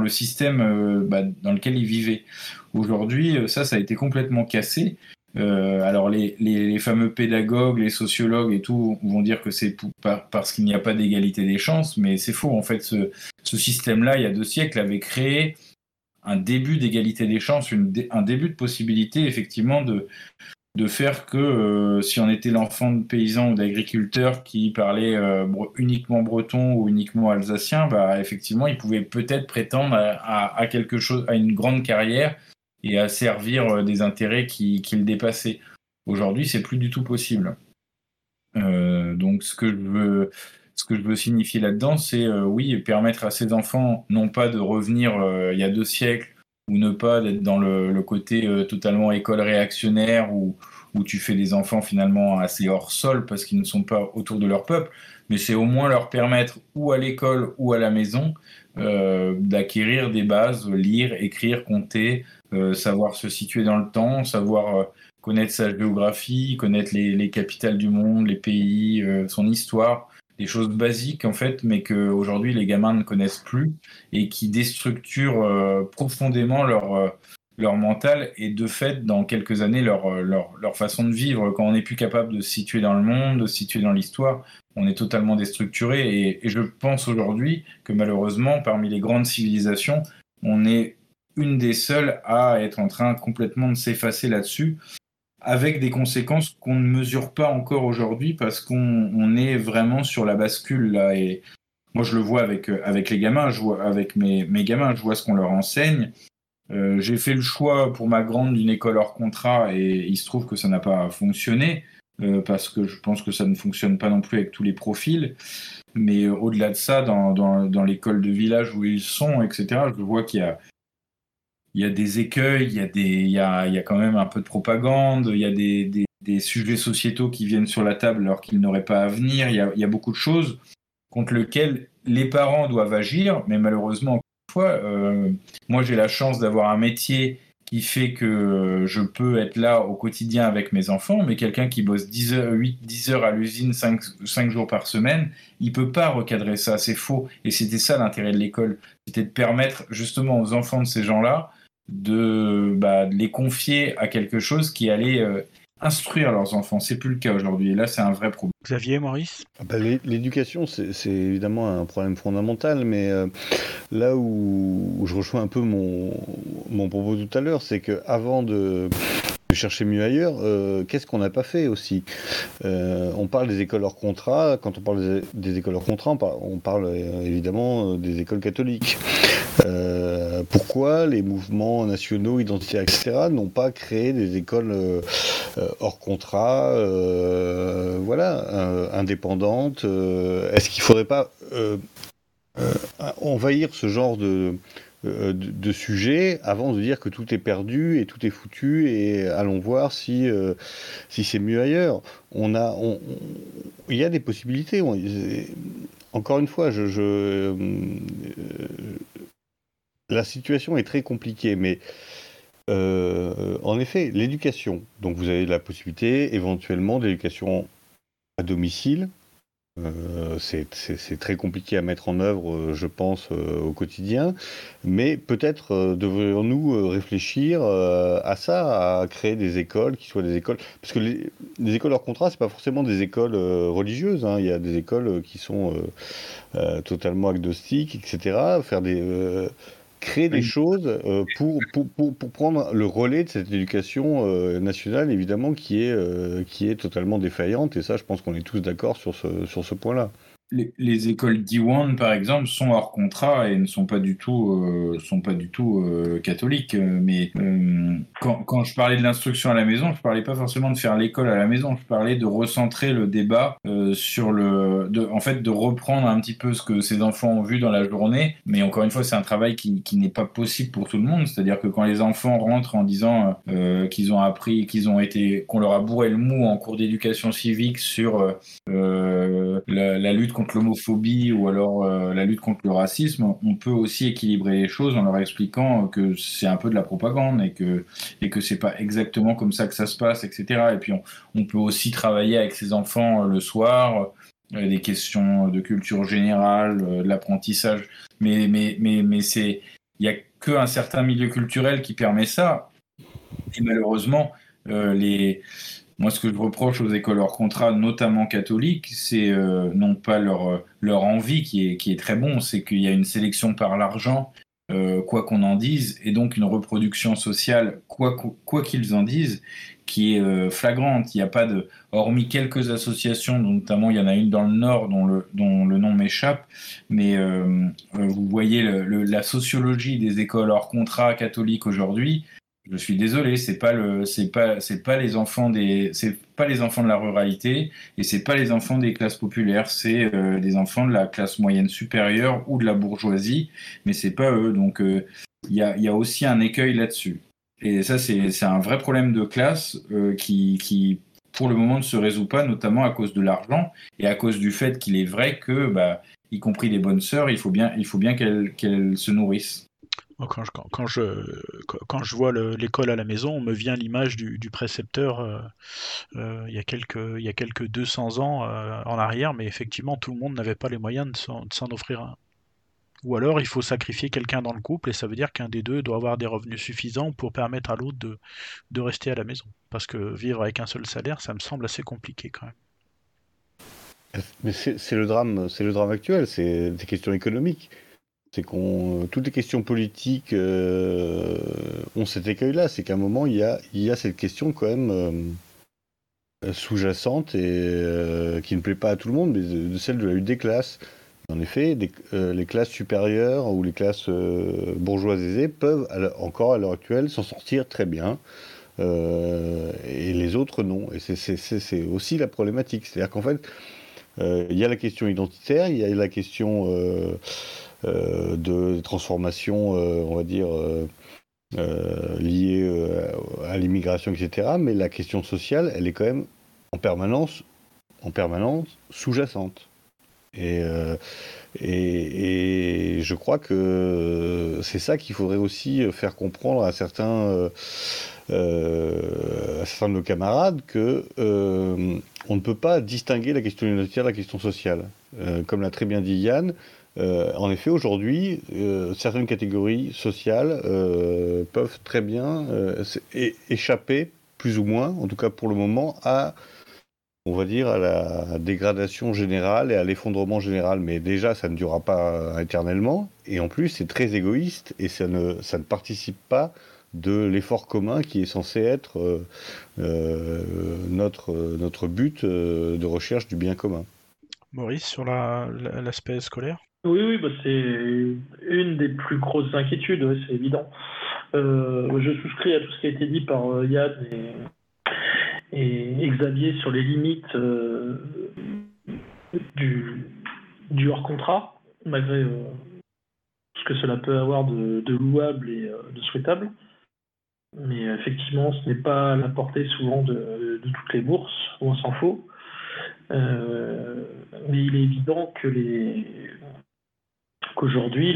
lequel ils vivaient. Aujourd'hui, ça a été complètement cassé. Alors les fameux pédagogues, les sociologues et tout vont dire que c'est parce qu'il n'y a pas d'égalité des chances, mais c'est faux. En fait, ce système-là, il y a 2 siècles, avait créé un début d'égalité des chances, un début de possibilité effectivement de faire que si on était l'enfant de paysan ou d'agriculteur qui parlait uniquement breton ou uniquement alsacien, bah effectivement, il pouvait peut-être prétendre à quelque chose, à une grande carrière et à servir des intérêts qui le dépassaient. Aujourd'hui, c'est plus du tout possible. Donc, ce que je veux signifier là-dedans, c'est oui, permettre à ces enfants, non pas de revenir il y a 2 siècles, ou ne pas d'être dans le côté totalement école réactionnaire, où tu fais des enfants finalement assez hors sol parce qu'ils ne sont pas autour de leur peuple, mais c'est au moins leur permettre, ou à l'école ou à la maison, d'acquérir des bases, lire, écrire, compter, savoir se situer dans le temps, savoir connaître sa géographie, connaître les capitales du monde, les pays, son histoire, des choses basiques en fait, mais qu'aujourd'hui les gamins ne connaissent plus et qui déstructurent profondément leur mental et de fait dans quelques années leur façon de vivre. Quand on n'est plus capable de se situer dans le monde, de se situer dans l'histoire, on est totalement déstructuré, et je pense aujourd'hui que malheureusement parmi les grandes civilisations, on est une des seules à être en train complètement de s'effacer là-dessus, avec des conséquences qu'on ne mesure pas encore aujourd'hui parce qu'on est vraiment sur la bascule là. Et moi je le vois avec les gamins, je vois avec mes gamins, je vois ce qu'on leur enseigne. J'ai fait le choix pour ma grande d'une école hors contrat et il se trouve que ça n'a pas fonctionné parce que je pense que ça ne fonctionne pas non plus avec tous les profils. Mais au-delà de ça, dans l'école de village où ils sont, etc., je vois qu'il y a des écueils, il y a quand même un peu de propagande, il y a des sujets sociétaux qui viennent sur la table alors qu'ils n'auraient pas à venir, il y a beaucoup de choses contre lesquelles les parents doivent agir, mais malheureusement, encore une fois, moi j'ai la chance d'avoir un métier qui fait que je peux être là au quotidien avec mes enfants, mais quelqu'un qui bosse 10 heures à l'usine 5 jours par semaine, il ne peut pas recadrer ça, c'est faux. Et c'était ça l'intérêt de l'école, c'était de permettre justement aux enfants de ces gens-là de les confier à quelque chose qui allait instruire leurs enfants. C'est plus le cas aujourd'hui. Et là, c'est un vrai problème. Xavier, Maurice ? L'éducation, c'est évidemment un problème fondamental, mais là où je rejoins un peu mon propos tout à l'heure, c'est qu'avant de chercher mieux ailleurs, qu'est-ce qu'on n'a pas fait aussi ? On parle des écoles hors contrat. Quand on parle des écoles hors contrat, on parle évidemment des écoles catholiques. Pourquoi les mouvements nationaux, identitaires, etc., n'ont pas créé des écoles hors contrat, indépendantes ? Est-ce qu'il ne faudrait pas envahir ce genre de de sujets avant de dire que tout est perdu et tout est foutu et allons voir si c'est mieux ailleurs. Il y a des possibilités. Encore une fois, la situation est très compliquée, mais en effet, l'éducation. Donc vous avez la possibilité éventuellement d'éducation à domicile. C'est très compliqué à mettre en œuvre, je pense, au quotidien. Mais peut-être devrions-nous réfléchir à ça, à créer des écoles qui soient des écoles. Parce que les écoles hors contrat, c'est pas forcément des écoles religieuses. Hein. Il y a des écoles qui sont totalement agnostiques, etc. Créer des choses pour prendre le relais de cette éducation nationale, évidemment, qui est totalement défaillante. Et ça, je pense qu'on est tous d'accord sur ce point-là. Les écoles D1, par exemple, sont hors contrat et ne sont pas du tout, catholiques. Mais quand je parlais de l'instruction à la maison, je parlais pas forcément de faire l'école à la maison. Je parlais de recentrer le débat sur de reprendre un petit peu ce que ces enfants ont vu dans la journée. Mais encore une fois, c'est un travail qui n'est pas possible pour tout le monde. C'est-à-dire que quand les enfants rentrent en disant qu'ils ont appris, qu'on leur a bourré le mou en cours d'éducation civique sur la lutte contre l'homophobie ou alors la lutte contre le racisme, on peut aussi équilibrer les choses en leur expliquant que c'est un peu de la propagande et que c'est pas exactement comme ça que ça se passe, etc. Et puis on peut aussi travailler avec ses enfants le soir, des questions de culture générale, de l'apprentissage. Mais il y a qu'un certain milieu culturel qui permet ça. Et malheureusement, moi, ce que je reproche aux écoles hors contrat, notamment catholiques, c'est non pas leur envie qui est très bon, c'est qu'il y a une sélection par l'argent, quoi qu'on en dise, et donc une reproduction sociale, quoi qu'ils en disent, qui est flagrante. Il n'y a pas hormis quelques associations, dont notamment il y en a une dans le Nord dont le nom m'échappe, mais vous voyez la sociologie des écoles hors contrat catholiques aujourd'hui. Je suis désolé, c'est pas les enfants de la ruralité et c'est pas les enfants des classes populaires, c'est des enfants de la classe moyenne supérieure ou de la bourgeoisie, mais c'est pas eux. Donc il y a aussi un écueil là-dessus. Et ça c'est un vrai problème de classe qui pour le moment ne se résout pas, notamment à cause de l'argent et à cause du fait qu'il est vrai que y compris les bonnes sœurs, il faut bien qu'elles se nourrissent. Quand je vois l'école à la maison, on me vient l'image du précepteur il y a quelques 200 ans en arrière, mais effectivement, tout le monde n'avait pas les moyens de s'en offrir un. Ou alors, il faut sacrifier quelqu'un dans le couple, et ça veut dire qu'un des deux doit avoir des revenus suffisants pour permettre à l'autre de rester à la maison. Parce que vivre avec un seul salaire, ça me semble assez compliqué quand même. Mais c'est le drame actuel, c'est des questions économiques. C'est toutes les questions politiques ont cet écueil-là. C'est qu'à un moment, il y a cette question quand même sous-jacente et qui ne plaît pas à tout le monde, mais de celle de la lutte des classes. En effet, les classes supérieures ou les classes bourgeoises aisées peuvent encore à l'heure actuelle s'en sortir très bien. Et les autres non. Et c'est aussi la problématique. C'est-à-dire qu'en fait, il y a la question identitaire, il y a la question de transformation, on va dire, liée à l'immigration, etc. Mais la question sociale, elle est quand même en permanence sous-jacente. Et je crois que c'est ça qu'il faudrait aussi faire comprendre à certains de nos camarades que on ne peut pas distinguer la question identitaire de la question sociale. Comme l'a très bien dit Yann, en effet, aujourd'hui, certaines catégories sociales peuvent très bien échapper, plus ou moins, en tout cas pour le moment, on va dire, à la dégradation générale et à l'effondrement général. Mais déjà, ça ne durera pas éternellement. Et en plus, c'est très égoïste et ça ne participe pas de l'effort commun qui est censé être notre but de recherche du bien commun. Maurice, sur l'aspect scolaire ? Oui, c'est une des plus grosses inquiétudes, c'est évident. Je souscris à tout ce qui a été dit par Yann et Xavier sur les limites du hors-contrat, malgré ce que cela peut avoir de louable et de souhaitable. Mais effectivement, ce n'est pas à la portée souvent de toutes les bourses, on s'en faut. Mais il est évident qu'aujourd'hui,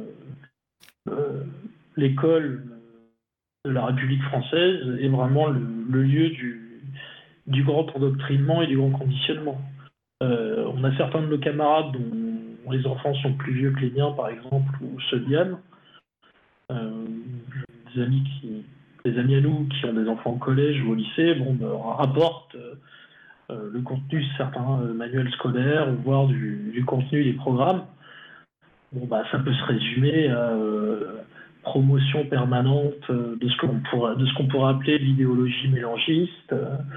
l'école de la République française est vraiment le lieu du grand endoctrinement et du grand conditionnement. On a certains de nos camarades dont les enfants sont plus vieux que les miens, par exemple, ou ceux d'Yann. Des amis à nous qui ont des enfants au collège ou au lycée, rapportent le contenu de certains manuels scolaires, ou voire du contenu des programmes. Ça peut se résumer à promotion permanente de ce qu'on pourrait appeler l'idéologie mélangiste.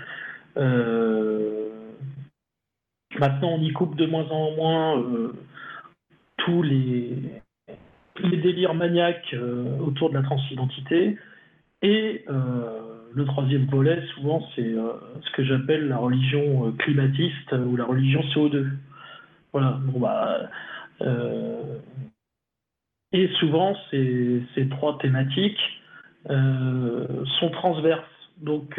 Maintenant, on y coupe de moins en moins tous les délires maniaques autour de la transidentité. Et le troisième volet, souvent, c'est ce que j'appelle la religion climatiste ou la religion CO2. Voilà. Et souvent, ces trois thématiques sont transverses. Donc,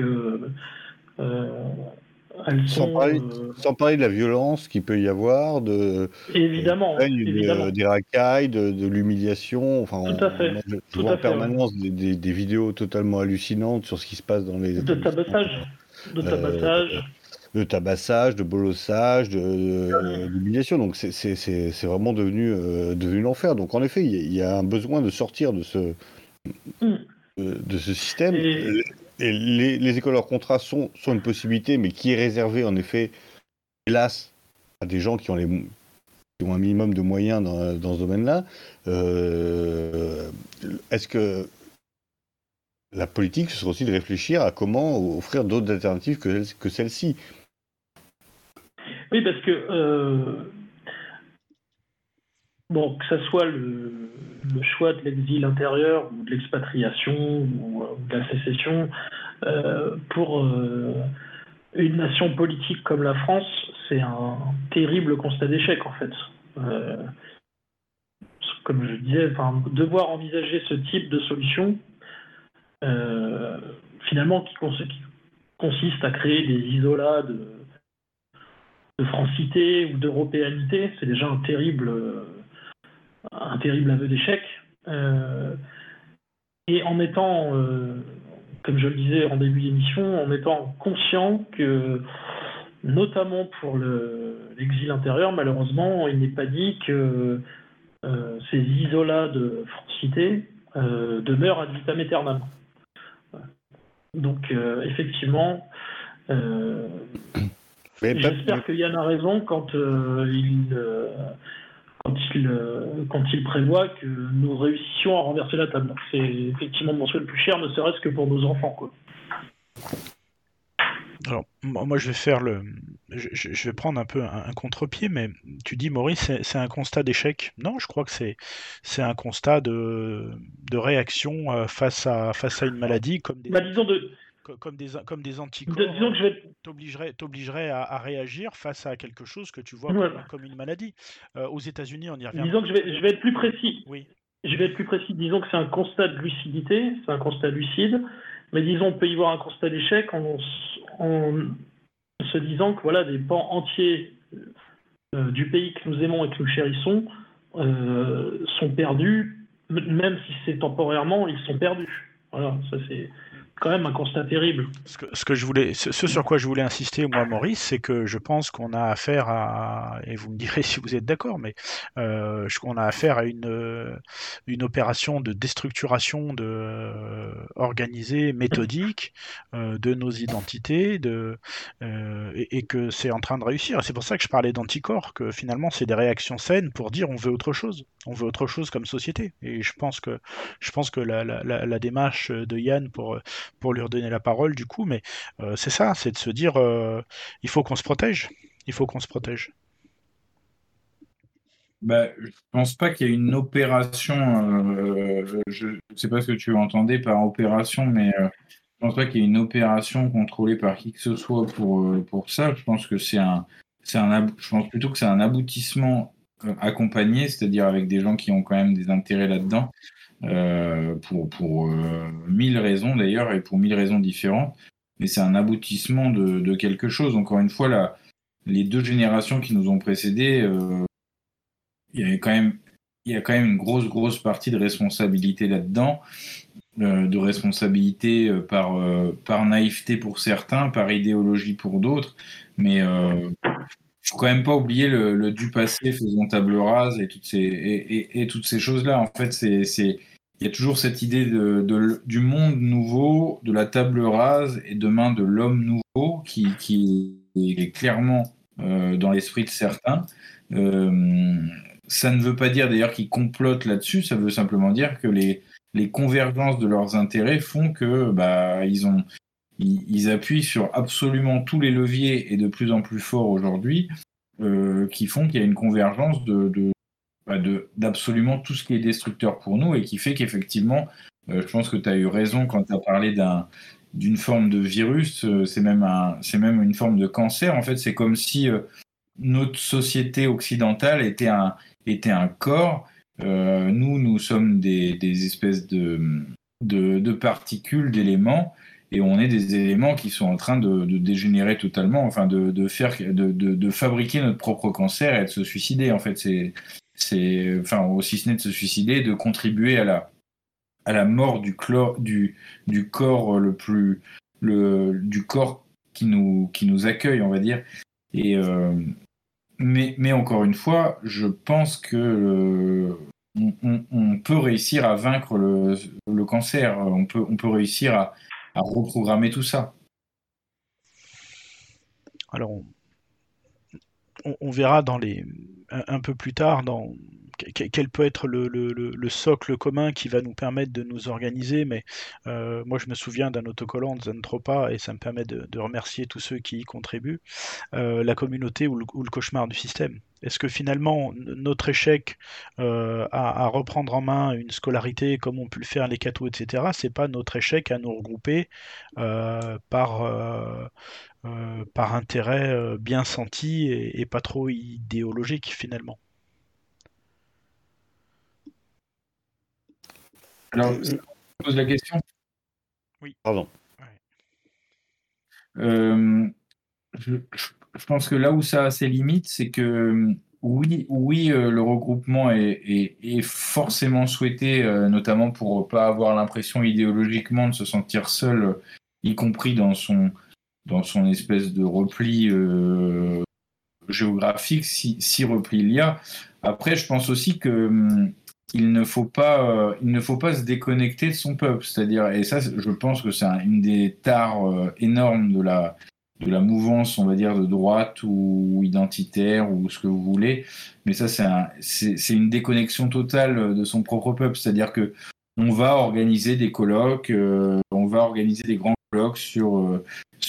elles sans parler de la violence qu'il peut y avoir, évidemment. Des racailles, de l'humiliation. Enfin, tout à fait. Je vois en permanence des vidéos totalement hallucinantes sur ce qui se passe dans les tabassage. De tabassage, de bolossage, d'humiliation. Donc c'est vraiment devenu l'enfer. Donc en effet, il y a un besoin de sortir de ce système. Et les écoles hors contrat sont une possibilité, mais qui est réservée en effet, hélas, à des gens qui ont un minimum de moyens dans ce domaine-là. Est-ce que la politique, ce serait aussi de réfléchir à comment offrir d'autres alternatives que celle-ci? Oui, parce que que ça soit le choix de l'exil intérieur ou de l'expatriation ou de la sécession, pour une nation politique comme la France, c'est un terrible constat d'échec en fait. Comme je disais, devoir envisager ce type de solution, finalement, qui consiste à créer des isolats de francité ou d'européanité, c'est déjà un terrible aveu d'échec. Et en étant, comme je le disais en début d'émission, en étant conscient que, notamment pour l'exil intérieur, malheureusement, il n'est pas dit que ces isolats de francité demeurent ad vitam aeternam. Donc, effectivement, j'espère que Yann a raison quand il prévoit que nous réussissions à renverser la table. C'est effectivement mon souhait le plus cher, ne serait-ce que pour nos enfants, quoi. Alors, moi, je vais prendre un peu un contre-pied, mais tu dis, Maurice, c'est un constat d'échec. Non, je crois que c'est un constat de réaction face à une maladie, comme des anticorps t'obligeraient à réagir face à quelque chose que tu vois comme une maladie. Aux États-Unis, on y revient. Disons que je vais être plus précis. Oui. Je vais être plus précis. Disons que c'est un constat de lucidité, c'est un constat lucide, mais disons on peut y voir un constat d'échec en se disant que voilà, des pans entiers du pays que nous aimons et que nous chérissons sont perdus, même si c'est temporairement, ils sont perdus. Voilà, ça c'est quand même un constat terrible. Ce sur quoi je voulais insister, moi, Maurice, c'est que je pense qu'on a affaire à, et vous me direz si vous êtes d'accord, mais on a affaire à une opération de déstructuration organisée, méthodique, de nos identités, et que c'est en train de réussir. C'est pour ça que je parlais d'anticorps, que finalement c'est des réactions saines pour dire on veut autre chose. On veut autre chose comme société. Et je pense que la démarche de Yann pour lui redonner la parole du coup, mais c'est ça, c'est de se dire il faut qu'on se protège. Il faut qu'on se protège. Je pense pas qu'il y ait une opération, je ne sais pas ce que tu entendais par opération, mais je pense pas qu'il y ait une opération contrôlée par qui que ce soit pour ça. Je pense que je pense plutôt que c'est un aboutissement accompagné, c'est-à-dire avec des gens qui ont quand même des intérêts là-dedans, pour 1000 raisons d'ailleurs, et pour 1000 raisons différentes. Mais c'est un aboutissement de quelque chose. Encore une fois, les 2 générations qui nous ont précédés, il y a quand même une grosse partie de responsabilité là-dedans, de responsabilité par naïveté pour certains, par idéologie pour d'autres, mais faut quand même pas oublier le du passé, faisons table rase et toutes ces choses-là. En fait, il y a toujours cette idée du monde nouveau, de la table rase et demain de l'homme nouveau qui est clairement dans l'esprit de certains. Ça ne veut pas dire d'ailleurs qu'ils complotent là-dessus, ça veut simplement dire que les convergences de leurs intérêts font que ils appuient sur absolument tous les leviers et de plus en plus fort aujourd'hui, qui font qu'il y a une convergence d'absolument tout ce qui est destructeur pour nous, et qui fait qu'effectivement, je pense que tu as eu raison quand tu as parlé d'une forme de virus, c'est même une forme de cancer. En fait, c'est comme si notre société occidentale était un corps. Nous sommes des espèces de particules, d'éléments, et on est des éléments qui sont en train de dégénérer totalement, enfin de fabriquer notre propre cancer et de se suicider. En fait, enfin, aussi ce n'est de se suicider, de contribuer à la mort du corps du corps qui nous accueille, on va dire. Et mais encore une fois, je pense que on peut réussir à vaincre le cancer. On peut réussir à reprogrammer tout ça. Alors, on verra un peu plus tard quel peut être le socle commun qui va nous permettre de nous organiser, mais moi je me souviens d'un autocollant de Zentropa, et ça me permet de remercier tous ceux qui y contribuent, la communauté ou le cauchemar du système. Est-ce que finalement notre échec à reprendre en main une scolarité comme ont pu le faire les cathos, etc., c'est pas notre échec à nous regrouper par intérêt bien senti et pas trop idéologique finalement? Alors, je pose la question. Oui. Pardon. Je pense que là où ça a ses limites, c'est que oui, le regroupement est forcément souhaité, notamment pour pas avoir l'impression idéologiquement de se sentir seul, y compris dans son espèce de repli géographique, si repli il y a. Après, je pense aussi que il ne faut pas se déconnecter de son peuple, c'est-à-dire, et ça, je pense que c'est une des tares énormes de la mouvance, on va dire, de droite ou identitaire ou ce que vous voulez, mais ça, c'est une déconnexion totale de son propre peuple, c'est-à-dire que on va organiser des colloques, on va organiser des grands colloques sur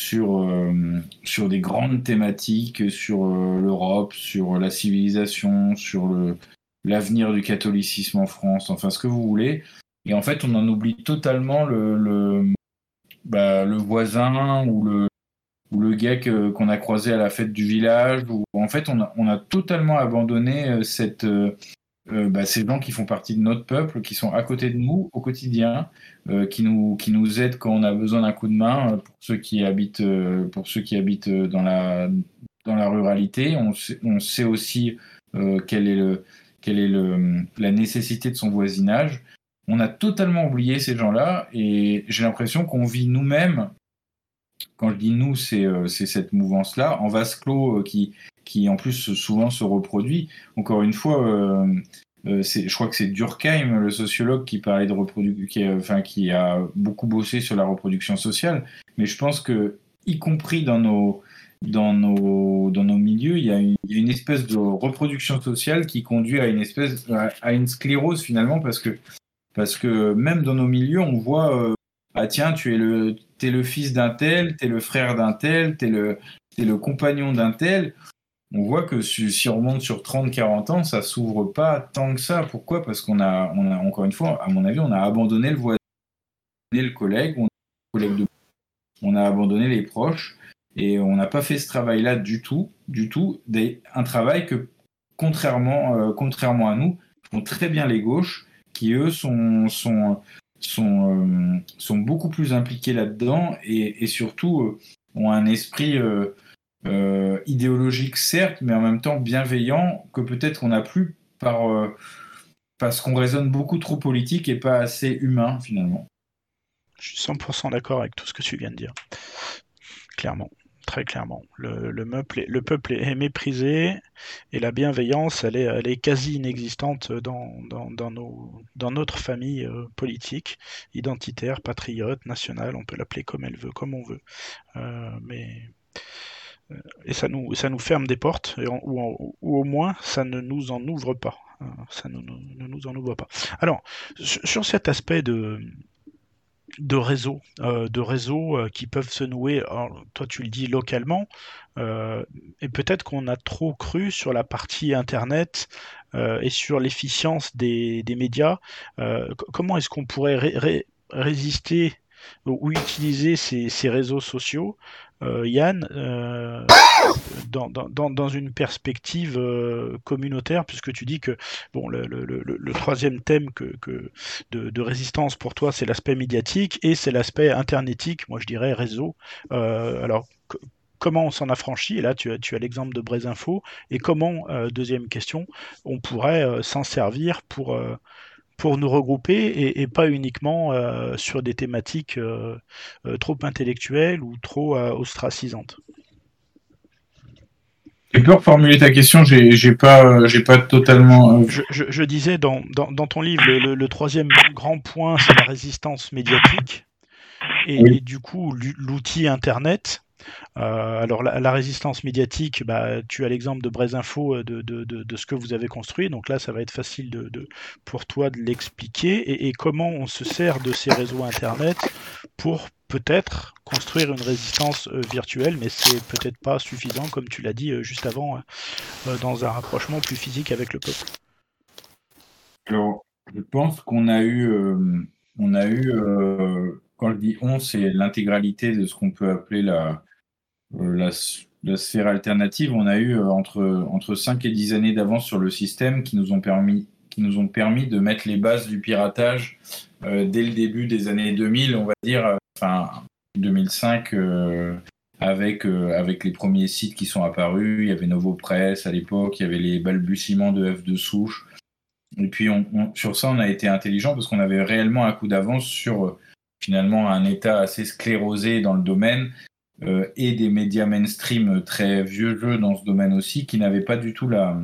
des grandes thématiques, sur l'Europe, sur la civilisation, sur l'avenir du catholicisme en France, enfin ce que vous voulez. Et en fait, on en oublie totalement le voisin ou le gars qu'on a croisé à la fête du village. En fait, on a totalement abandonné ces gens qui font partie de notre peuple, qui sont à côté de nous au quotidien, qui nous aident quand on a besoin d'un coup de main, pour ceux qui habitent dans la ruralité. On sait aussi quelle est la nécessité de son voisinage. On a totalement oublié ces gens-là, et j'ai l'impression qu'on vit nous-mêmes. Quand je dis nous, c'est cette mouvance-là, en vase clos, qui en plus souvent se reproduit. Encore une fois, je crois que c'est Durkheim, le sociologue, qui parlait de qui a beaucoup bossé sur la reproduction sociale. Mais je pense que, y compris dans nos milieux, il y a une espèce de reproduction sociale qui conduit à une sclérose finalement, parce que même dans nos milieux, on voit ah tiens, t'es le fils d'un tel, t'es le frère d'un tel, t'es le compagnon d'un tel. On voit que si on remonte sur 30-40 ans, ça s'ouvre pas tant que ça. Pourquoi ? Parce qu'on a encore une fois, à mon avis, on a abandonné le voisin, le collègue, on a abandonné les proches, et on n'a pas fait ce travail-là du tout. Un travail que contrairement à nous, font très bien les gauches, qui eux sont beaucoup plus impliqués là-dedans et surtout ont un esprit idéologique certes, mais en même temps bienveillant que peut-être on n'a plus parce qu'on raisonne beaucoup trop politique et pas assez humain finalement. Je suis 100% d'accord avec tout ce que tu viens de dire. Clairement, très clairement. Le peuple est méprisé et la bienveillance, elle est quasi inexistante dans notre famille politique, identitaire, patriote, nationale, on peut l'appeler comme elle veut, comme on veut. Et ça nous ferme des portes, ou au moins ça ne nous en ouvre pas. Ça ne nous en ouvre pas. Alors, sur cet aspect de réseaux qui peuvent se nouer, alors, toi tu le dis localement, et peut-être qu'on a trop cru sur la partie Internet et sur l'efficience des médias. Comment est-ce qu'on pourrait résister ou utiliser ces réseaux sociaux, Yann, dans une perspective communautaire, puisque tu dis que bon, le troisième thème de résistance pour toi, c'est l'aspect médiatique et c'est l'aspect internetique, moi je dirais réseau. Alors, comment on s'en affranchit? Et là, tu as l'exemple de Brésinfo. Et comment, deuxième question, on pourrait s'en servir pour nous regrouper et pas uniquement sur des thématiques trop intellectuelles ou trop ostracisantes. Tu peux reformuler ta question, j'ai pas totalement. Je disais dans ton livre, le troisième grand point, c'est la résistance médiatique et du coup l'outil Internet. Alors la résistance médiatique, tu as l'exemple de Brésinfo de ce que vous avez construit, donc là ça va être facile pour toi de l'expliquer et comment on se sert de ces réseaux Internet pour peut-être construire une résistance virtuelle, mais c'est peut-être pas suffisant, comme tu l'as dit juste avant, dans un rapprochement plus physique avec le peuple. Alors, je pense qu'on a eu, quand je dis on, c'est l'intégralité de ce qu'on peut appeler la sphère alternative. On a eu entre 5 et 10 années d'avance sur le système qui nous ont permis de mettre les bases du piratage dès le début des années 2000, on va dire, 2005, avec les premiers sites qui sont apparus. Il y avait Novopress à l'époque, il y avait les balbutiements de F de souche. Et puis sur ça, on a été intelligent parce qu'on avait réellement un coup d'avance sur finalement un état assez sclérosé dans le domaine et des médias mainstream très vieux jeux dans ce domaine aussi qui n'avaient pas du tout la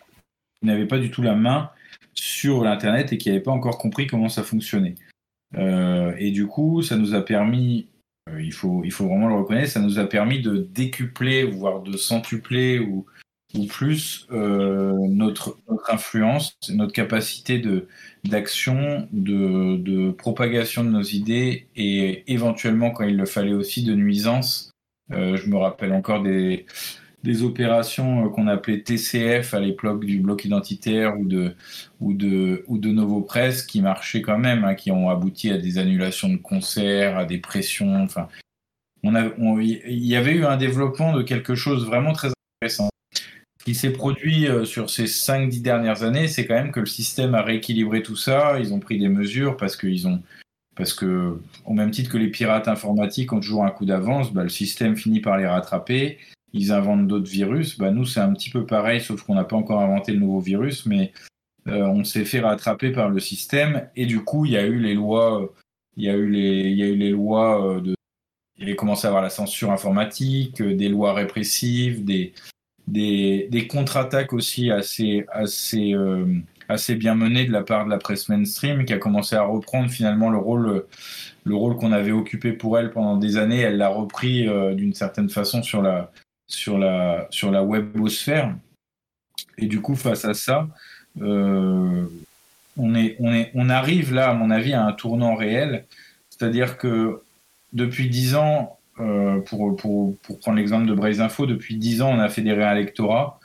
main sur l'Internet et qui n'avaient pas encore compris comment ça fonctionnait. Et du coup, ça nous a permis, il faut vraiment le reconnaître, ça nous a permis de décupler, voire de centupler ou plus notre influence, notre capacité d'action, de propagation de nos idées et éventuellement, quand il le fallait aussi, de nuisance. Je me rappelle encore des opérations qu'on appelait TCF à l'époque du bloc identitaire ou de Novopress qui marchaient quand même, qui ont abouti à des annulations de concerts, à des pressions. Enfin, il y avait eu un développement de quelque chose vraiment très intéressant. Ce qui s'est produit sur ces 5-10 dernières années, c'est quand même que le système a rééquilibré tout ça. Ils ont pris des mesures parce que, au même titre que les pirates informatiques ont toujours un coup d'avance, le système finit par les rattraper. Ils inventent d'autres virus. Nous, c'est un petit peu pareil, sauf qu'on n'a pas encore inventé le nouveau virus, mais on s'est fait rattraper par le système. Et du coup, il y a eu les lois. Il y a eu les lois il y avait commencé à avoir la censure informatique, des lois répressives, des contre-attaques aussi assez bien menées de la part de la presse mainstream qui a commencé à reprendre finalement le rôle qu'on avait occupé pour elle pendant des années. Elle l'a repris d'une certaine façon sur la webosphère. Et du coup, face à ça, on arrive là, à mon avis, à un tournant réel. C'est-à-dire que depuis 10 ans, pour prendre l'exemple de Brésinfo, depuis 10 ans, on a fédéré un lectorat.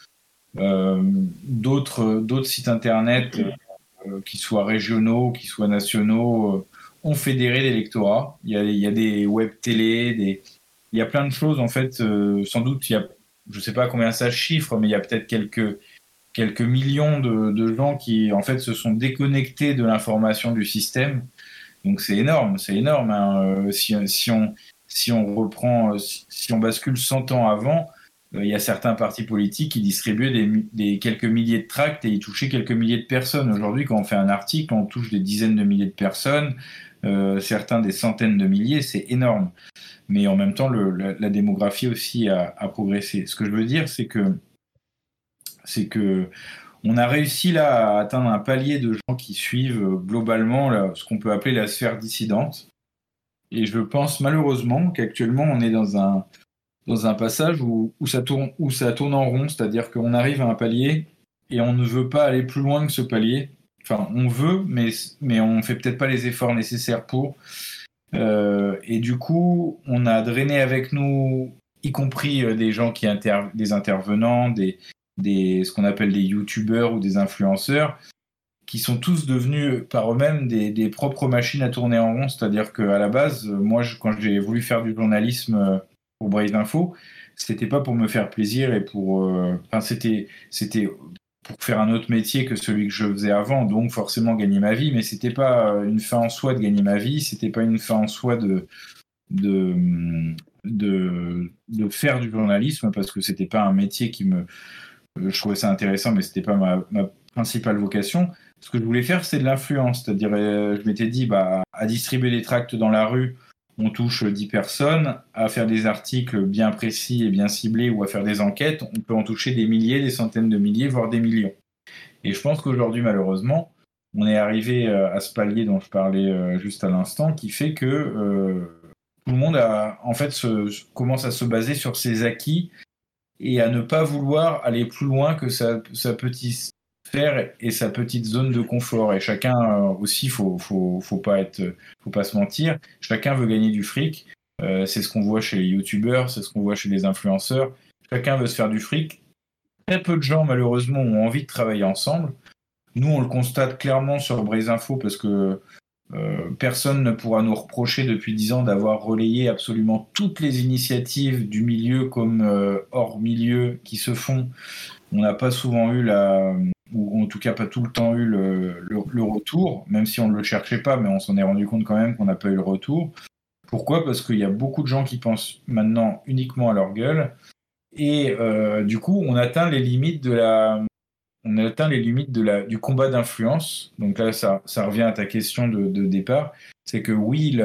D'autres sites internet, qui soient régionaux, qui soient nationaux, ont fédéré des lectorats. Il y a des web télé, il y a plein de choses en fait. Sans doute, je ne sais pas combien ça chiffre, mais il y a peut-être quelques quelques millions de gens qui, en fait, se sont déconnectés de l'information du système. Donc c'est énorme. Hein. Si on bascule 100 ans avant, il y a certains partis politiques qui distribuaient des quelques milliers de tracts et ils touchaient quelques milliers de personnes. Aujourd'hui, quand on fait un article, on touche des dizaines de milliers de personnes, certains des centaines de milliers, c'est énorme. Mais en même temps, la démographie aussi a progressé. Ce que je veux dire, c'est que on a réussi là à atteindre un palier de gens qui suivent globalement là, ce qu'on peut appeler la sphère dissidente. Et je pense malheureusement qu'actuellement on est dans un passage où ça tourne en rond, c'est-à-dire qu'on arrive à un palier et on ne veut pas aller plus loin que ce palier. Enfin, on veut, mais on ne fait peut-être pas les efforts nécessaires pour. Et du coup, on a drainé avec nous, y compris des gens des intervenants, ce qu'on appelle des youtubeurs ou des influenceurs, qui sont tous devenus par eux-mêmes des propres machines à tourner en rond. C'est-à-dire qu'à la base, moi, quand j'ai voulu faire du journalisme pour Brave Info, c'était pas pour me faire plaisir et c'était pour faire un autre métier que celui que je faisais avant, donc forcément gagner ma vie, mais c'était pas une fin en soi de gagner ma vie, c'était pas une fin en soi de faire du journalisme, parce que c'était pas un métier je trouvais ça intéressant, mais c'était pas ma principale vocation. Ce que je voulais faire, c'est de l'influence, c'est-à-dire, je m'étais dit, à distribuer des tracts dans la rue, on touche 10 personnes, à faire des articles bien précis et bien ciblés ou à faire des enquêtes, on peut en toucher des milliers, des centaines de milliers, voire des millions. Et je pense qu'aujourd'hui, malheureusement, on est arrivé à ce palier dont je parlais juste à l'instant, qui fait que tout le monde commence à se baser sur ses acquis et à ne pas vouloir aller plus loin que sa petite sphère et sa petite zone de confort. Et chacun aussi, faut pas se mentir, chacun veut gagner du fric. C'est ce qu'on voit chez les youtubeurs, c'est ce qu'on voit chez les influenceurs. Chacun veut se faire du fric. Très peu de gens, malheureusement, ont envie de travailler ensemble. Nous, on le constate clairement sur Braise Info, parce que personne ne pourra nous reprocher depuis 10 ans d'avoir relayé absolument toutes les initiatives du milieu comme hors milieu qui se font. On n'a pas souvent eu ou en tout cas pas tout le temps eu le retour, même si on ne le cherchait pas, mais on s'en est rendu compte quand même qu'on n'a pas eu le retour. Pourquoi ? Parce qu'il y a beaucoup de gens qui pensent maintenant uniquement à leur gueule, et du coup on atteint les limites du combat d'influence. Donc là, ça revient à ta question de départ. C'est que oui,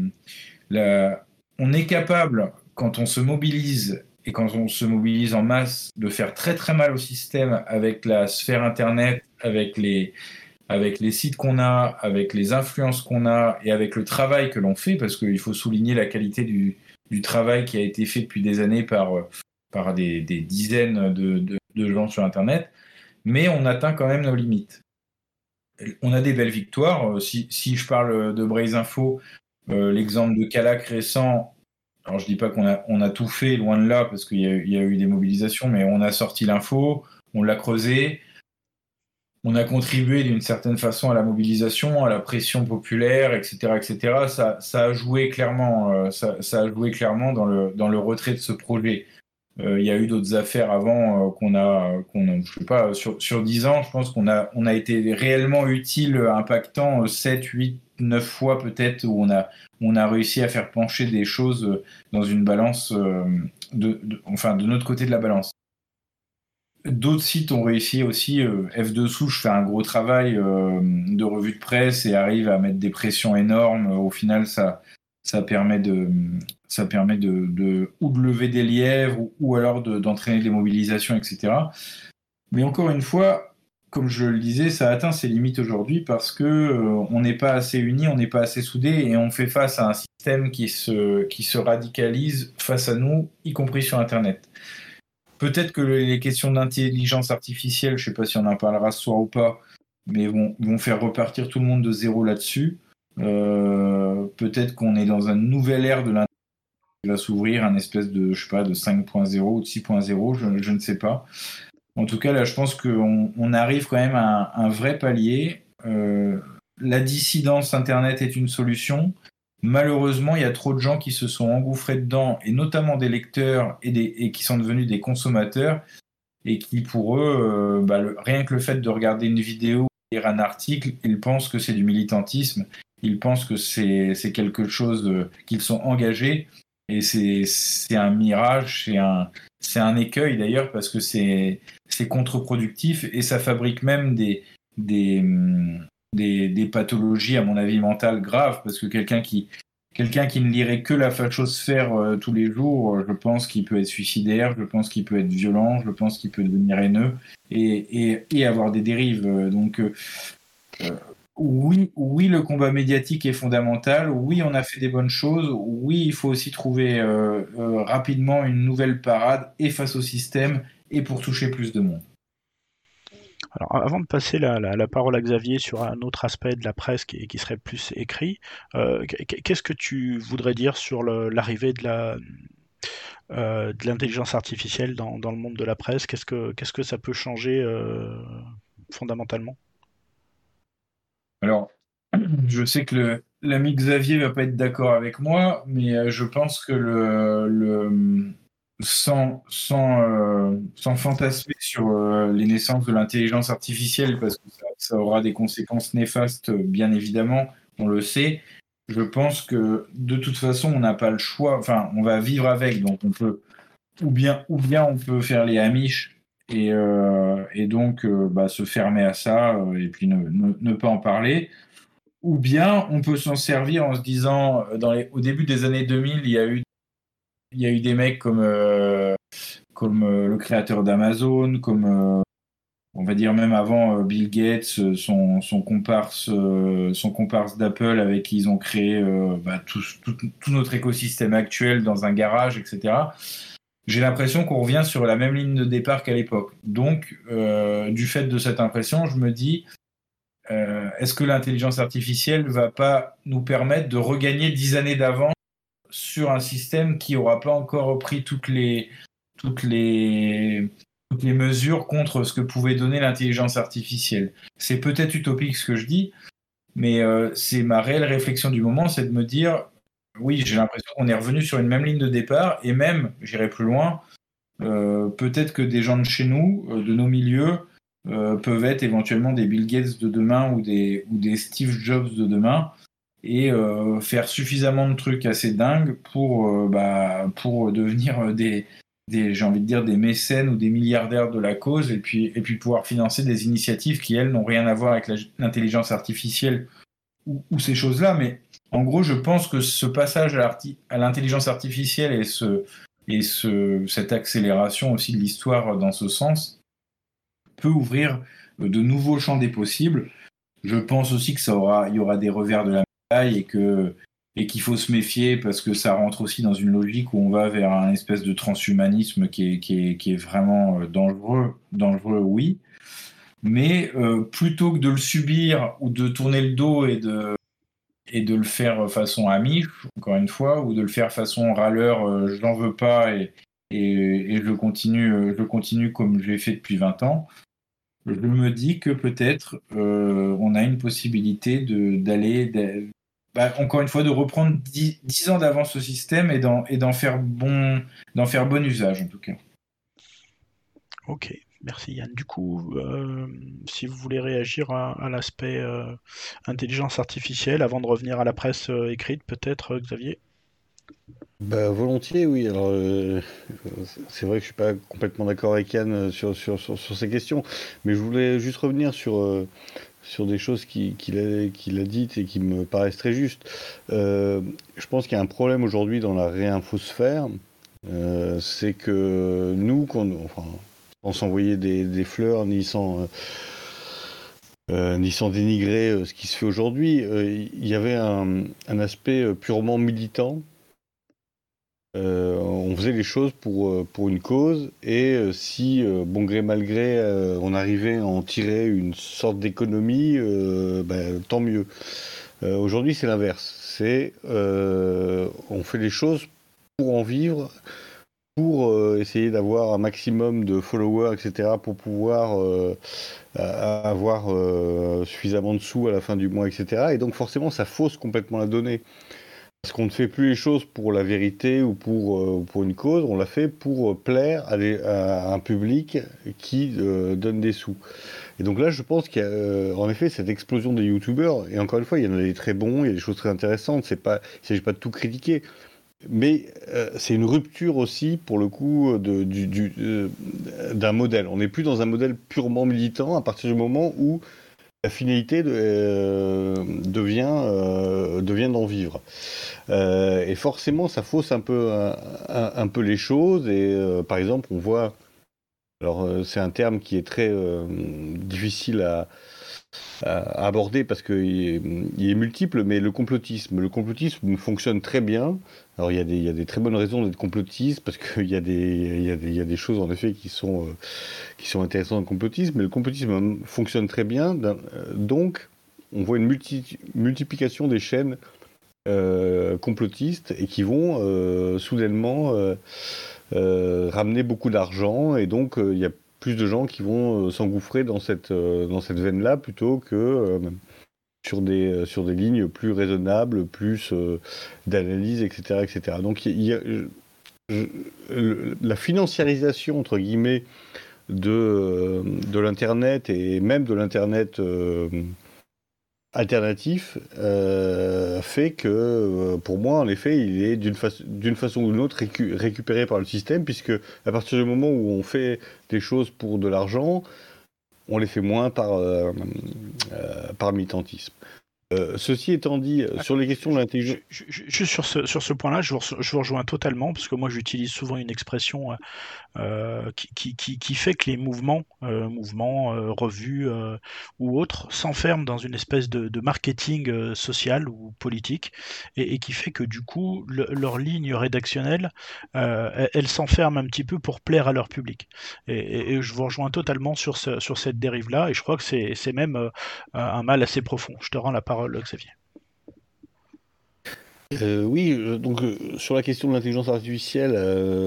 on est capable, quand on se mobilise, et quand on se mobilise en masse, de faire très très mal au système avec la sphère Internet, avec les sites qu'on a, avec les influences qu'on a, et avec le travail que l'on fait, parce qu'il faut souligner la qualité du travail qui a été fait depuis des années par des dizaines de gens sur Internet. Mais on atteint quand même nos limites. On a des belles victoires. Si je parle de Braise Info, l'exemple de Calac récent, alors je dis pas qu'on a tout fait, loin de là, parce qu'il y a eu des mobilisations, mais on a sorti l'info, on l'a creusé, on a contribué d'une certaine façon à la mobilisation, à la pression populaire, etc., etc. Ça a joué clairement, ça a joué clairement dans le retrait de ce projet. Il y a eu d'autres affaires avant je sais pas, sur 10 ans, je pense qu'on a été réellement utile, impactant 7, 8, 9 fois peut-être, où on a réussi à faire pencher des choses dans une balance, de notre côté de la balance. D'autres sites ont réussi aussi, F2 Souche fait un gros travail de revue de presse et arrive à mettre des pressions énormes. Au final, ça permet de lever des lièvres ou alors d'entraîner des mobilisations, etc. Mais encore une fois, comme je le disais, ça atteint ses limites aujourd'hui parce que on n'est pas assez unis, on n'est pas assez soudés, et on fait face à un système qui se radicalise face à nous, y compris sur Internet. Peut-être que les questions d'intelligence artificielle, je ne sais pas si on en parlera ce soir ou pas, mais vont faire repartir tout le monde de zéro là-dessus. Peut-être qu'on est dans une nouvelle ère de l'intelligence qui va s'ouvrir, un espèce de 5.0 ou de 6.0, je ne sais pas. En tout cas, là, je pense qu'on arrive quand même à un vrai palier. La dissidence Internet est une solution. Malheureusement, il y a trop de gens qui se sont engouffrés dedans, et notamment des lecteurs et qui sont devenus des consommateurs, et qui pour eux, rien que le fait de regarder une vidéo, lire un article, ils pensent que c'est du militantisme, ils pensent que c'est quelque chose qu'ils sont engagés, et c'est un mirage, c'est un écueil d'ailleurs, parce que c'est contre-productif, et ça fabrique même des pathologies, à mon avis, mentales graves, parce que quelqu'un qui ne lirait que la fachosphère tous les jours, je pense qu'il peut être suicidaire, je pense qu'il peut être violent, je pense qu'il peut devenir haineux et avoir des dérives. Oui, le combat médiatique est fondamental. Oui, on a fait des bonnes choses. Oui, il faut aussi trouver rapidement une nouvelle parade et face au système et pour toucher plus de monde. Alors, avant de passer la parole à Xavier sur un autre aspect de la presse qui serait plus écrit, qu'est-ce que tu voudrais dire sur l'arrivée de l'intelligence artificielle dans le monde de la presse? Qu'est-ce que ça peut changer fondamentalement? Alors, je sais que l'ami Xavier va pas être d'accord avec moi, mais je pense que sans fantasmer sur les naissances de l'intelligence artificielle, parce que ça aura des conséquences néfastes, bien évidemment, on le sait. Je pense que de toute façon, on n'a pas le choix. Enfin, on va vivre avec, donc on peut ou bien on peut faire les Amish et donc se fermer à ça et puis ne pas en parler. Ou bien on peut s'en servir en se disant, au début des années 2000, il y a eu des mecs comme le créateur d'Amazon, comme on va dire même avant Bill Gates, son comparse d'Apple avec qui ils ont créé tout notre écosystème actuel dans un garage, etc. J'ai l'impression qu'on revient sur la même ligne de départ qu'à l'époque. Donc, du fait de cette impression, je me dis, est-ce que l'intelligence artificielle va pas nous permettre de regagner 10 années d'avance sur un système qui n'aura pas encore pris toutes les mesures contre ce que pouvait donner l'intelligence artificielle? C'est peut-être utopique ce que je dis, mais c'est ma réelle réflexion du moment, c'est de me dire, oui, j'ai l'impression qu'on est revenu sur une même ligne de départ, et même, j'irai plus loin, peut-être que des gens de chez nous, de nos milieux, peuvent être éventuellement des Bill Gates de demain ou des Steve Jobs de demain, et faire suffisamment de trucs assez dingues pour devenir j'ai envie de dire, des mécènes ou des milliardaires de la cause, et puis pouvoir financer des initiatives qui, elles, n'ont rien à voir avec l'intelligence artificielle ou ces choses-là. Mais en gros, je pense que ce passage à l'intelligence artificielle et cette accélération aussi de l'histoire dans ce sens peut ouvrir de nouveaux champs des possibles. Je pense aussi que il y aura des revers de la médaille et qu'il faut se méfier parce que ça rentre aussi dans une logique où on va vers un espèce de transhumanisme qui est vraiment dangereux, oui. Mais plutôt que de le subir ou de tourner le dos et de le faire façon amiche, encore une fois, ou de le faire façon râleur, je n'en veux pas et je continue comme je l'ai fait depuis 20 ans, je me dis que peut-être on a une possibilité encore une fois, de reprendre 10 ans d'avance ce système et d'en faire bon usage, en tout cas. Ok, merci Yann. Du coup, si vous voulez réagir à l'aspect intelligence artificielle, avant de revenir à la presse écrite, peut-être, Xavier? Volontiers, oui. Alors, c'est vrai que je suis pas complètement d'accord avec Yann sur ces questions, mais je voulais juste revenir sur des choses qu'il a dites et qui me paraissent très justes. Je pense qu'il y a un problème aujourd'hui dans la réinfosphère, c'est que nous, sans s'envoyer des fleurs, ni sans dénigrer ce qui se fait aujourd'hui, il y avait un aspect purement militant. On faisait les choses pour une cause, et si, bon gré mal gré, on arrivait à en tirer une sorte d'économie, tant mieux. Aujourd'hui, c'est l'inverse. On fait les choses pour en vivre, pour essayer d'avoir un maximum de followers, etc., pour pouvoir avoir suffisamment de sous à la fin du mois, etc. Et donc forcément, ça fausse complètement la donnée. Parce qu'on ne fait plus les choses pour la vérité ou pour une cause, on l'a fait pour plaire à un public qui donne des sous. Et donc là, je pense qu'il y a en effet cette explosion des youtubeurs, et encore une fois, il y en a des très bons, il y a des choses très intéressantes, il ne s'agit pas de tout critiquer, mais c'est une rupture aussi, pour le coup, d'un modèle. On n'est plus dans un modèle purement militant à partir du moment où la finalité devient d'en vivre. Et forcément, ça fausse un peu les choses. Et par exemple, on voit, alors c'est un terme qui est très difficile à aborder parce qu'il est multiple, mais le complotisme. Le complotisme fonctionne très bien. Alors il y a des très bonnes raisons d'être complotiste parce qu'il y a des choses en effet qui sont intéressantes dans le complotisme, mais le complotisme fonctionne très bien. Donc on voit une multiplication des chaînes complotistes et qui vont soudainement ramener beaucoup d'argent, et donc il y a plus de gens qui vont s'engouffrer dans cette veine-là plutôt que sur des lignes plus raisonnables, plus d'analyse, etc., etc. Donc la financiarisation, entre guillemets, de l'Internet, et même de l'Internet alternatif, fait que, pour moi, en effet, il est d'une façon ou d'une autre récupéré par le système, puisque à partir du moment où on fait des choses pour de l'argent, on les fait moins par militantisme. Ceci étant dit, sur les questions de l'intelligence... Juste sur ce point-là, je vous rejoins totalement, parce que moi j'utilise souvent une expression qui fait que les mouvements, revues ou autres, s'enferment dans une espèce de marketing social ou politique, et qui fait que du coup, leur ligne rédactionnelle, elle s'enferme un petit peu pour plaire à leur public. Et je vous rejoins totalement sur cette dérive-là, et je crois que c'est même un mal assez profond. Je te rends la parole, Xavier. Oui, donc sur la question de l'intelligence artificielle,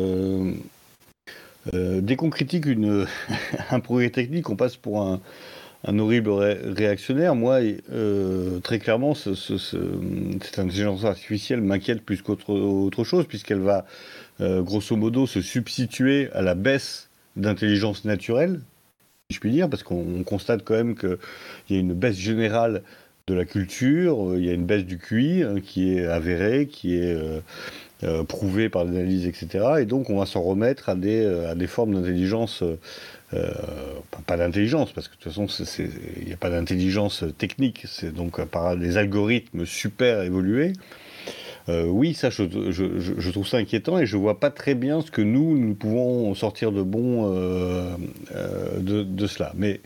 dès qu'on critique un progrès technique, on passe pour un horrible réactionnaire. Moi, très clairement, cette intelligence artificielle m'inquiète plus qu'autre chose, puisqu'elle va, grosso modo, se substituer à la baisse d'intelligence naturelle, si je puis dire, parce qu'on constate quand même qu'il y a une baisse générale de la culture, il y a une baisse du QI qui est avérée, qui est prouvée par l'analyse, etc. Et donc on va s'en remettre à des formes d'intelligence, pas d'intelligence, parce que de toute façon il n'y a pas d'intelligence technique, c'est donc par des algorithmes super évolués. Oui, ça je trouve ça inquiétant, et je vois pas très bien ce que nous pouvons sortir de bon de cela. Mais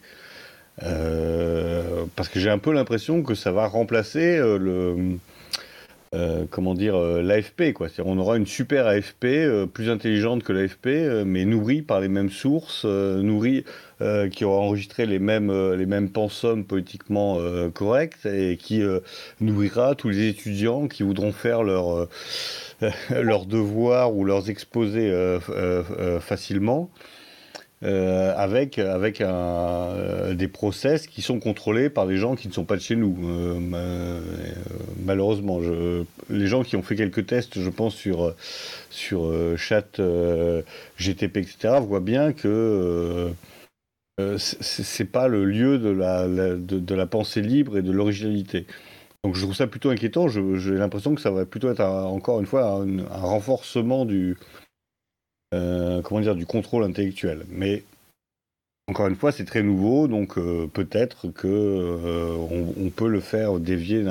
parce que j'ai un peu l'impression que ça va remplacer l'AFP, quoi. C'est-à-dire, on aura une super AFP, plus intelligente que l'AFP, mais nourrie par les mêmes sources, qui aura enregistré les mêmes pensums politiquement corrects, et qui nourrira tous les étudiants qui voudront faire leurs devoirs ou leurs exposés facilement. Avec des process qui sont contrôlés par des gens qui ne sont pas de chez nous. Malheureusement, les gens qui ont fait quelques tests, je pense, sur chat, GTP, etc., voient bien que c'est pas le lieu de la pensée libre et de l'originalité. Donc je trouve ça plutôt inquiétant. J'ai l'impression que ça va plutôt être, encore une fois, un renforcement du contrôle intellectuel. Mais encore une fois, c'est très nouveau, donc peut-être que on peut le faire dévier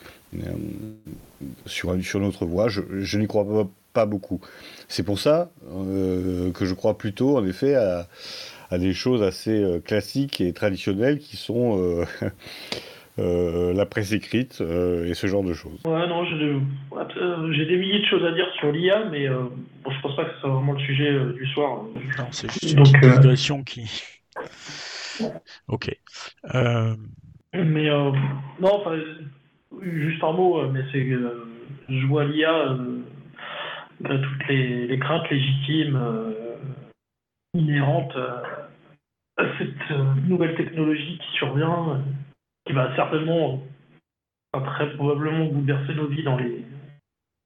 sur notre voie. Je n'y crois pas beaucoup. C'est pour ça que je crois plutôt, en effet, à des choses assez classiques et traditionnelles qui sont la presse écrite et ce genre de choses. Ouais, non, j'ai des milliers de choses à dire sur l'IA, mais bon, je pense pas que ce soit vraiment le sujet du soir. Non, c'est juste une petite digression qui... Ok. Mais non, enfin, juste un mot, mais c'est que je vois l'IA, toutes les craintes légitimes inhérentes à cette nouvelle technologie qui survient, qui va certainement, très probablement bouleverser nos vies dans les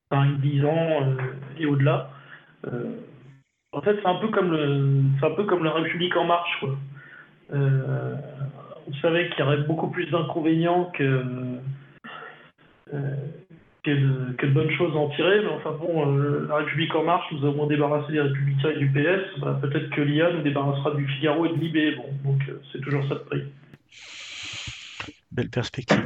5-10 ans et au-delà. En fait, c'est un peu comme la République en marche, quoi. Euh, on savait qu'il y aurait beaucoup plus d'inconvénients euh, que de bonnes choses à en tirer, mais enfin bon, la République en marche nous a au moins débarrassé des Républicains et du PS. Bah, peut-être que l'IA nous débarrassera du Figaro et de Libé. Bon, donc c'est toujours ça de prix. Belle perspective.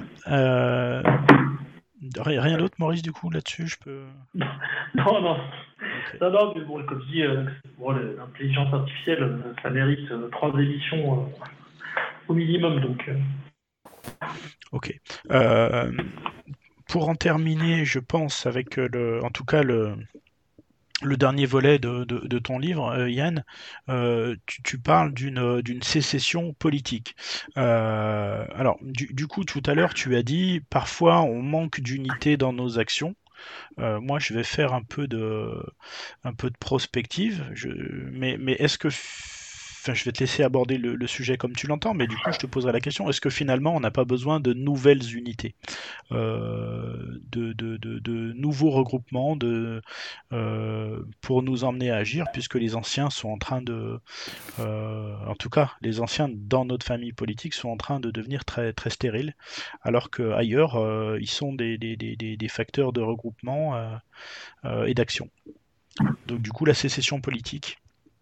Rien d'autre, Maurice, du coup, là-dessus, je peux. Non, non. Ok. Non, non, mais bon, comme je dis, bon, l'intelligence artificielle, ça mérite 3 émissions au minimum, donc. Ok. Pour en terminer, je pense, avec en tout cas le dernier volet de ton livre, Yann, tu parles d'une sécession politique. Alors, du coup, tout à l'heure, tu as dit, parfois, on manque d'unité dans nos actions. Moi, je vais faire un peu de prospective, mais est-ce que, enfin, je vais te laisser aborder le sujet comme tu l'entends, mais du coup, je te poserai la question, est-ce que finalement, on n'a pas besoin de nouvelles unités, de nouveaux regroupements, pour nous emmener à agir, puisque les anciens sont en train en tout cas, les anciens dans notre famille politique sont en train de devenir très, très stériles, alors qu'ailleurs, ils sont des facteurs de regroupement et d'action. Donc du coup, la sécession politique.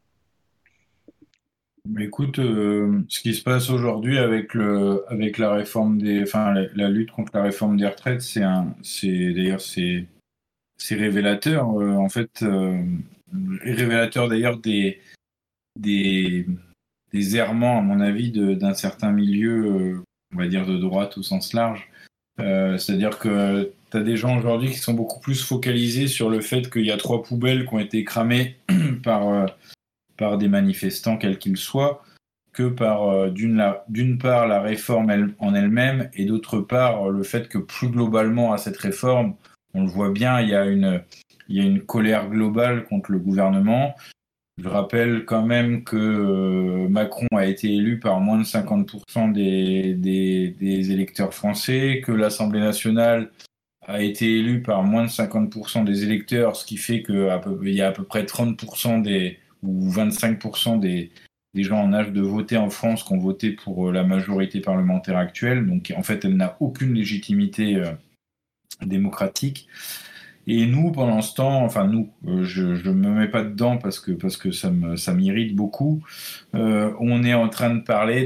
Mais écoute, ce qui se passe aujourd'hui avec la réforme enfin, la lutte contre la réforme des retraites, d'ailleurs, c'est révélateur, en fait, révélateur d'ailleurs des, des errements, à mon avis, d'un certain milieu, on va dire de droite au sens large. C'est-à-dire que tu as des gens aujourd'hui qui sont beaucoup plus focalisés sur le fait qu'il y a 3 poubelles qui ont été cramées par des manifestants, quels qu'ils soient, que par d'une part la réforme en elle-même, et d'autre part le fait que plus globalement à cette réforme, on le voit bien, il y a une colère globale contre le gouvernement. Je rappelle quand même que Macron a été élu par moins de 50% des électeurs français, que l'Assemblée nationale a été élue par moins de 50% des électeurs, ce qui fait qu'il y a à peu près 30% ou 25% des gens en âge de voter en France qui ont voté pour la majorité parlementaire actuelle. Donc en fait, elle n'a aucune légitimité démocratique. Et nous, pendant ce temps, enfin nous, je ne me mets pas dedans parce que ça m'irrite beaucoup. On est en train de parler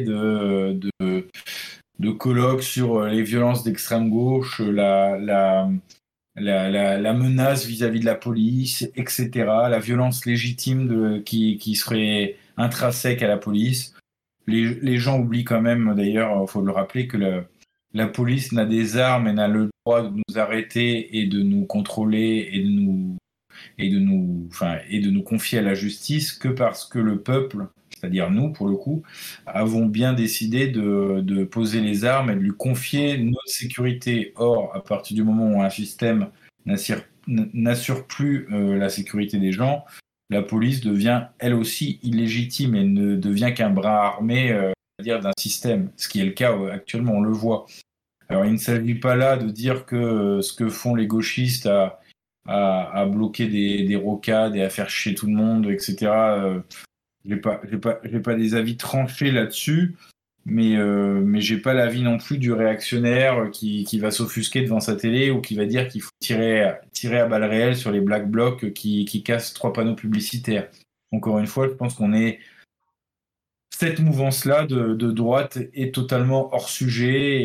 de colloques sur les violences d'extrême gauche, la menace vis-à-vis de la police, etc. La violence légitime qui serait intrinsèque à la police. Les gens oublient quand même, d'ailleurs, il faut le rappeler, que la police n'a des armes et n'a le droit de nous arrêter et de nous contrôler et de nous confier à la justice que parce que le peuple, c'est-à-dire nous pour le coup, avons bien décidé de poser les armes et de lui confier notre sécurité. Or, à partir du moment où un système n'assure plus la sécurité des gens, la police devient elle aussi illégitime et ne devient qu'un bras armé d'un système, ce qui est le cas actuellement, on le voit. Alors il ne s'agit pas là de dire que ce que font les gauchistes à bloquer des rocades et à faire chier tout le monde, etc. J'ai pas des avis tranchés là-dessus, mais j'ai pas l'avis non plus du réactionnaire qui va s'offusquer devant sa télé ou qui va dire qu'il faut tirer à balles réelles sur les black blocs qui cassent 3 panneaux publicitaires. Encore une fois, je pense qu'on est cette mouvance-là de droite est totalement hors sujet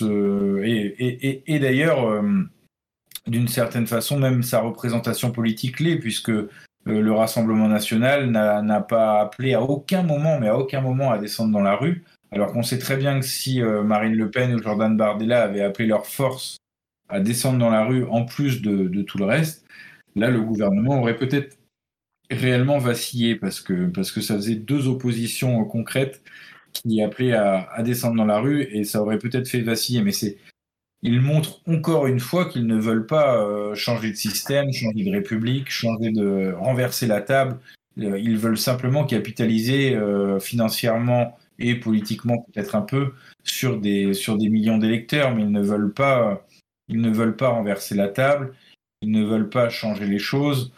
et d'ailleurs, d'une certaine façon, même sa représentation politique l'est, puisque le Rassemblement national n'a pas appelé à aucun moment, mais à aucun moment, à descendre dans la rue, alors qu'on sait très bien que si Marine Le Pen ou Jordan Bardella avaient appelé leur force à descendre dans la rue, en plus de tout le reste, là, le gouvernement aurait peut-être réellement vacillé parce que ça faisait 2 oppositions concrètes qui appelaient à descendre dans la rue et ça aurait peut-être fait vaciller. Mais ils montrent encore une fois qu'ils ne veulent pas changer de système, changer de république, renverser la table. Ils veulent simplement capitaliser financièrement et politiquement peut-être un peu sur des millions d'électeurs, mais ils ne veulent pas renverser la table. ne veulent pas changer les choses.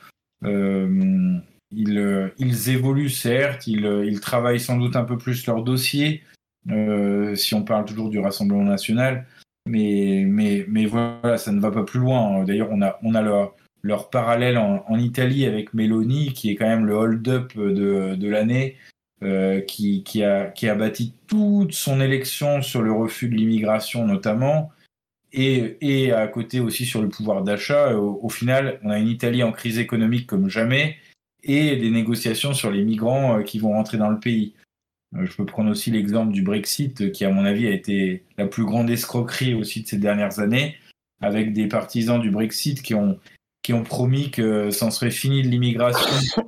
Ils évoluent certes, ils travaillent sans doute un peu plus leur dossier, si on parle toujours du Rassemblement national, mais voilà, ça ne va pas plus loin. D'ailleurs, on a leur parallèle en Italie avec Meloni, qui est quand même le hold-up de l'année, qui a bâti toute son élection sur le refus de l'immigration notamment, et à côté aussi sur le pouvoir d'achat. Au final, on a une Italie en crise économique comme jamais, et des négociations sur les migrants qui vont rentrer dans le pays. Je peux prendre aussi l'exemple du Brexit, qui à mon avis a été la plus grande escroquerie aussi de ces dernières années, avec des partisans du Brexit qui ont promis que c'en serait fini de l'immigration,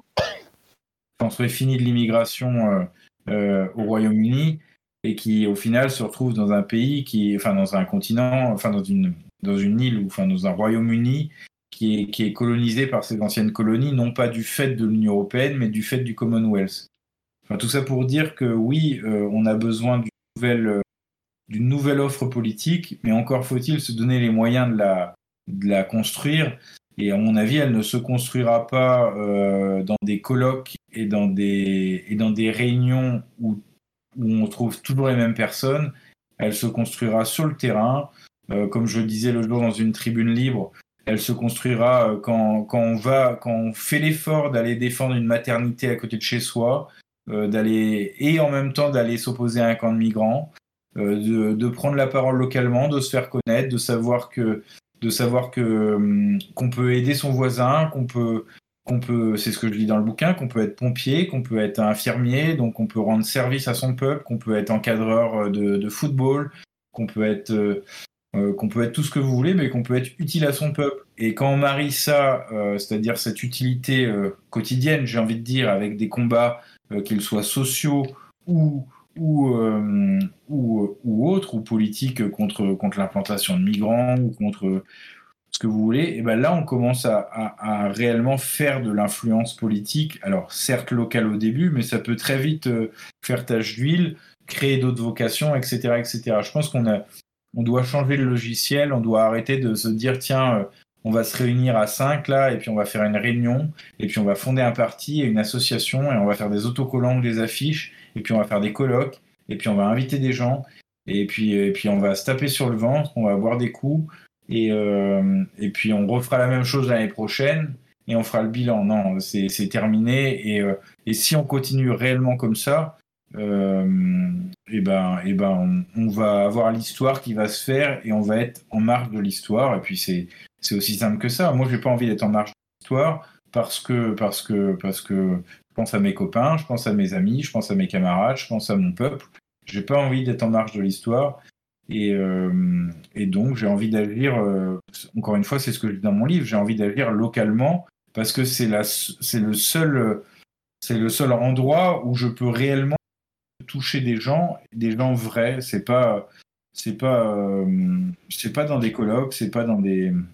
au Royaume-Uni, et qui au final se retrouvent dans un pays dans un continent, dans une île, ou dans un Royaume-Uni qui est colonisé par ces anciennes colonies, non pas du fait de l'Union européenne, mais du fait du Commonwealth. Tout ça pour dire que oui, on a besoin d'une nouvelle offre politique, mais encore faut-il se donner les moyens de la construire. Et à mon avis, elle ne se construira pas dans des colloques et dans des réunions où on trouve toujours les mêmes personnes. Elle se construira sur le terrain. Comme je le disais le jour dans une tribune libre, elle se construira quand on fait l'effort d'aller défendre une maternité à côté de chez soi, et en même temps d'aller s'opposer à un camp de migrants, de prendre la parole localement, de se faire connaître, de savoir que qu'on peut aider son voisin, c'est ce que je lis dans le bouquin, qu'on peut être pompier, qu'on peut être infirmier, donc qu'on peut rendre service à son peuple, qu'on peut être encadreur de football, qu'on peut être tout ce que vous voulez, mais qu'on peut être utile à son peuple. Et quand on marie ça, c'est-à-dire cette utilité quotidienne, j'ai envie de dire, avec des combats, qu'ils soient sociaux ou autres, ou politiques contre l'implantation de migrants, ou contre ce que vous voulez, et ben là, on commence à réellement faire de l'influence politique. Alors, certes locale au début, mais ça peut très vite faire tache d'huile, créer d'autres vocations, etc., etc. Je pense on doit changer le logiciel, on doit arrêter de se dire, tiens, on va se réunir à 5 là, et puis on va faire une réunion, et puis on va fonder un parti et une association, et on va faire des autocollants ou des affiches, et puis on va faire des colloques, et puis on va inviter des gens, et puis on va se taper sur le ventre, on va boire des coups, et puis on refera la même chose l'année prochaine, et on fera le bilan. Non, c'est terminé, et si on continue réellement comme ça, on va avoir l'histoire qui va se faire, et on va être en marge de l'histoire. Et puis c'est aussi simple que ça. Moi, j'ai pas envie d'être en marge de l'histoire parce que je pense à mes copains, je pense à mes amis, je pense à mes camarades, je pense à mon peuple. J'ai pas envie d'être en marge de l'histoire, et donc j'ai envie d'agir. Encore une fois, c'est ce que je dis dans mon livre. J'ai envie d'agir localement parce que c'est le seul endroit où je peux réellement toucher des gens vrais. C'est pas dans des colloques, c'est pas dans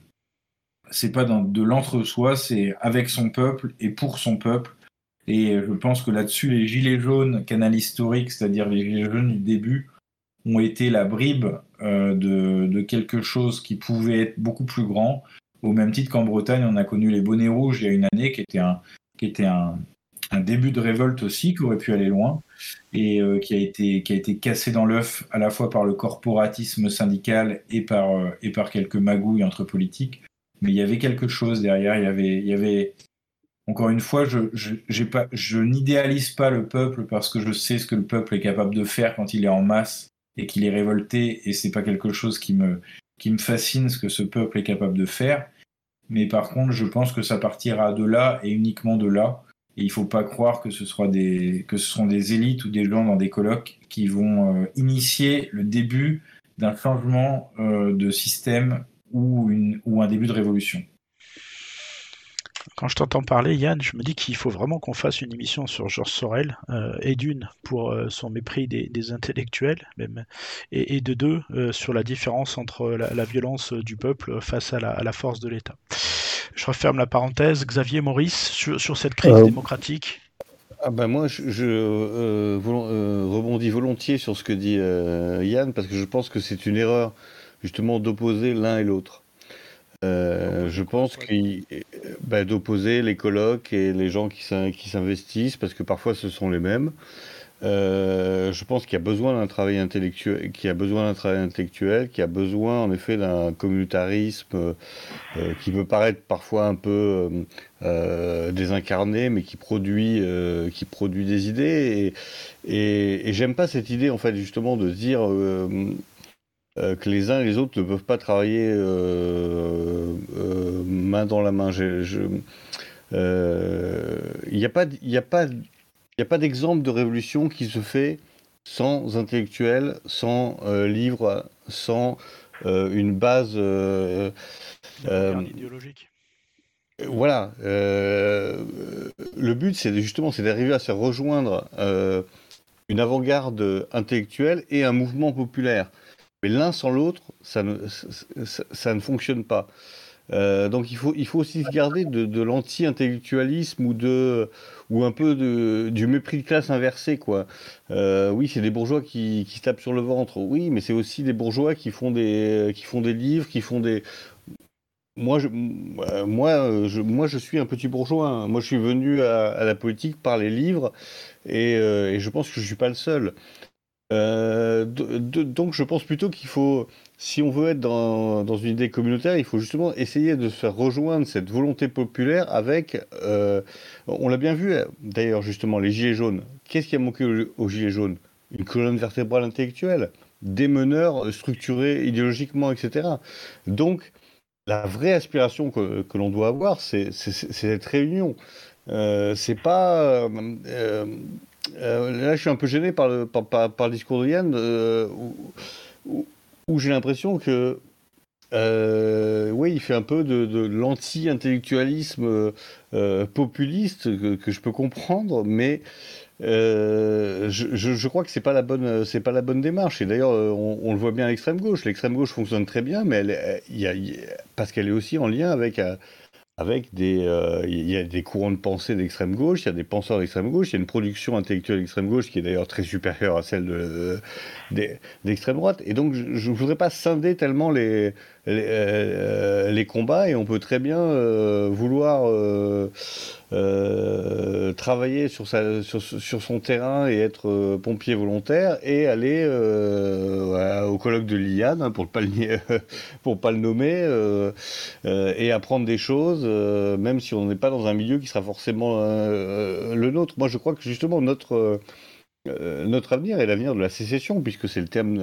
de l'entre-soi, c'est avec son peuple et pour son peuple. Et je pense que là-dessus, les gilets jaunes, canal historique, c'est-à-dire les gilets jaunes du début, ont été la bribe de quelque chose qui pouvait être beaucoup plus grand. Au même titre qu'en Bretagne, on a connu les bonnets rouges il y a une année, qui était un début de révolte aussi, qui aurait pu aller loin, et qui a été cassé dans l'œuf à la fois par le corporatisme syndical et par quelques magouilles entre politiques. Mais il y avait quelque chose derrière. Il y avait encore une fois, je n'idéalise pas le peuple parce que je sais ce que le peuple est capable de faire quand il est en masse et qu'il est révolté, et c'est pas quelque chose qui me fascine, ce que ce peuple est capable de faire. Mais par contre, je pense que ça partira de là et uniquement de là. Et il faut pas croire que ce seront des élites ou des gens dans des colloques qui vont initier le début d'un changement de système ou un début de révolution. Quand je t'entends parler, Yann, je me dis qu'il faut vraiment qu'on fasse une émission sur Georges Sorel, et d'une, pour son mépris des intellectuels, même, et de deux, sur la différence entre la violence du peuple face à la force de l'État. Je referme la parenthèse. Xavier, Maurice, sur cette crise démocratique. Moi, je rebondis volontiers sur ce que dit Yann, parce que je pense que c'est une erreur, justement, d'opposer l'un et l'autre. Je pense d'opposer les colocs et les gens qui s'investissent, parce que parfois ce sont les mêmes. Je pense qu'il y a besoin d'un travail intellectuel, qui a besoin en effet d'un communautarisme qui peut paraître parfois un peu désincarné, mais qui produit des idées. Et j'aime pas cette idée en fait justement de dire que les uns et les autres ne peuvent pas travailler main dans la main. Il n'y a pas d'exemple de révolution qui se fait sans intellectuel, sans livre, sans une base idéologique. Voilà. Le but, c'est d'arriver à se rejoindre une avant-garde intellectuelle et un mouvement populaire. Mais l'un sans l'autre, ça ne fonctionne pas. Donc il faut aussi se garder de l'anti-intellectualisme ou un peu du mépris de classe inversé, quoi. Oui, c'est des bourgeois qui se tapent sur le ventre. Oui, mais c'est aussi des bourgeois qui font des livres, qui font des... Moi, je suis un petit bourgeois, hein. Moi, je suis venu à la politique par les livres et je pense que je suis pas le seul. Donc je pense plutôt qu'il faut, si on veut être dans une idée communautaire, il faut justement essayer de se faire rejoindre cette volonté populaire avec, on l'a bien vu d'ailleurs justement, les Gilets jaunes. Qu'est-ce qui a manqué aux Gilets jaunes? Une colonne vertébrale intellectuelle, des meneurs structurés idéologiquement, etc. Donc la vraie aspiration que l'on doit avoir, c'est cette réunion. C'est pas... là, je suis un peu gêné par le discours de Yann, où j'ai l'impression que, oui, il fait un peu de l'anti-intellectualisme populiste que je peux comprendre, mais je crois que c'est pas la bonne démarche. Et d'ailleurs, on le voit bien à l'extrême gauche. L'extrême gauche fonctionne très bien, mais parce qu'elle est aussi en lien avec il y a des courants de pensée d'extrême gauche, il y a des penseurs d'extrême gauche, il y a une production intellectuelle d'extrême gauche qui est d'ailleurs très supérieure à celle d'extrême droite. Et donc, je ne voudrais pas scinder tellement les combats, et on peut très bien vouloir travailler sur son terrain et être pompier volontaire et aller au colloque de l'IAN, hein, pour pas le nommer, et apprendre des choses, même si on n'est pas dans un milieu qui sera forcément le nôtre. Moi, je crois que justement notre avenir est l'avenir de la sécession, puisque c'est le thème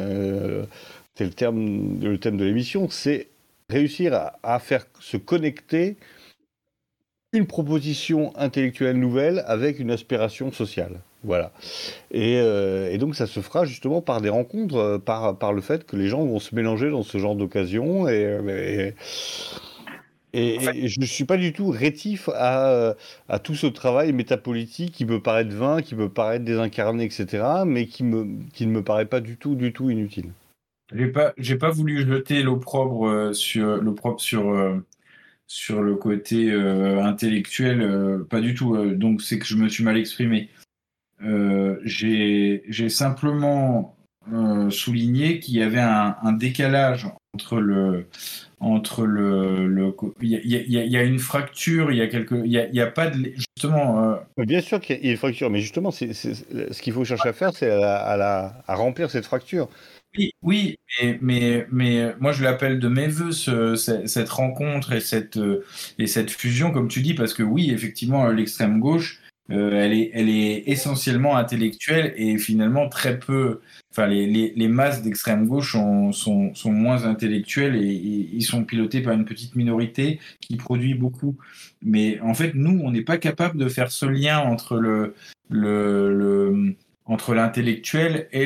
de l'émission, c'est réussir à faire se connecter une proposition intellectuelle nouvelle avec une aspiration sociale. Voilà. Et donc ça se fera justement par des rencontres, par le fait que les gens vont se mélanger dans ce genre d'occasion. Et je ne suis pas du tout rétif à tout ce travail métapolitique qui peut paraître vain, qui peut paraître désincarné, etc., mais qui ne me paraît pas du tout inutile. J'ai pas voulu jeter l'opprobre sur le côté intellectuel, pas du tout. Donc c'est que je me suis mal exprimé. J'ai simplement souligné qu'il y avait un décalage entre il y a une fracture, il y a pas de, justement. Bien sûr qu'il y a une fracture, mais justement, ce qu'il faut chercher à faire, c'est à remplir cette fracture. Oui, mais moi je l'appelle de mes voeux cette rencontre et cette fusion, comme tu dis, parce que oui, effectivement, l'extrême gauche, elle est essentiellement intellectuelle et finalement très peu. Enfin, les masses d'extrême gauche sont moins intellectuelles et ils sont pilotés par une petite minorité qui produit beaucoup. Mais en fait, nous, on n'est pas capable de faire ce lien entre entre l'intellectuel et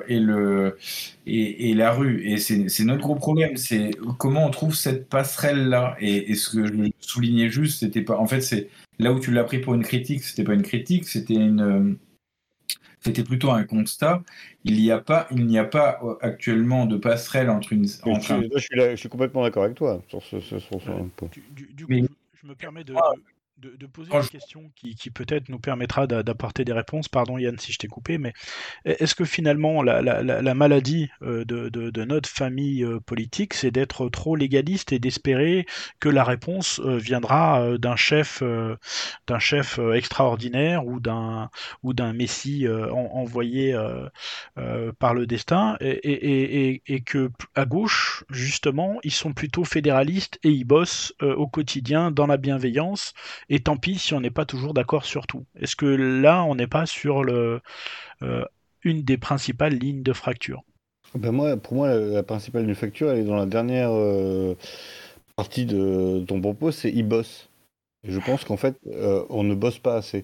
la rue. Et c'est notre gros problème, c'est comment on trouve cette passerelle-là. Et ce que je soulignais juste, c'était pas... En fait, c'est là où tu l'as pris pour une critique, c'était pas une critique, c'était plutôt un constat. Il n'y a pas actuellement de passerelle entre une... Je suis complètement d'accord avec toi sur ce point. Du coup, je me permets de de poser une Franchement, question qui peut-être nous permettra d'apporter des réponses. Pardon Yann si je t'ai coupé, mais est-ce que finalement la maladie de notre famille politique, c'est d'être trop légaliste et d'espérer que la réponse viendra d'un chef extraordinaire ou d'un messie envoyé par le destin et que à gauche justement ils sont plutôt fédéralistes et ils bossent au quotidien dans la bienveillance et tant pis si on n'est pas toujours d'accord sur tout. Est-ce que là, on n'est pas sur euh, une des principales lignes de fracture? Ben moi, pour moi, la principale d'une facture, elle est dans la dernière partie de ton propos, c'est ils bossent. Et je pense qu'en fait, on ne bosse pas assez.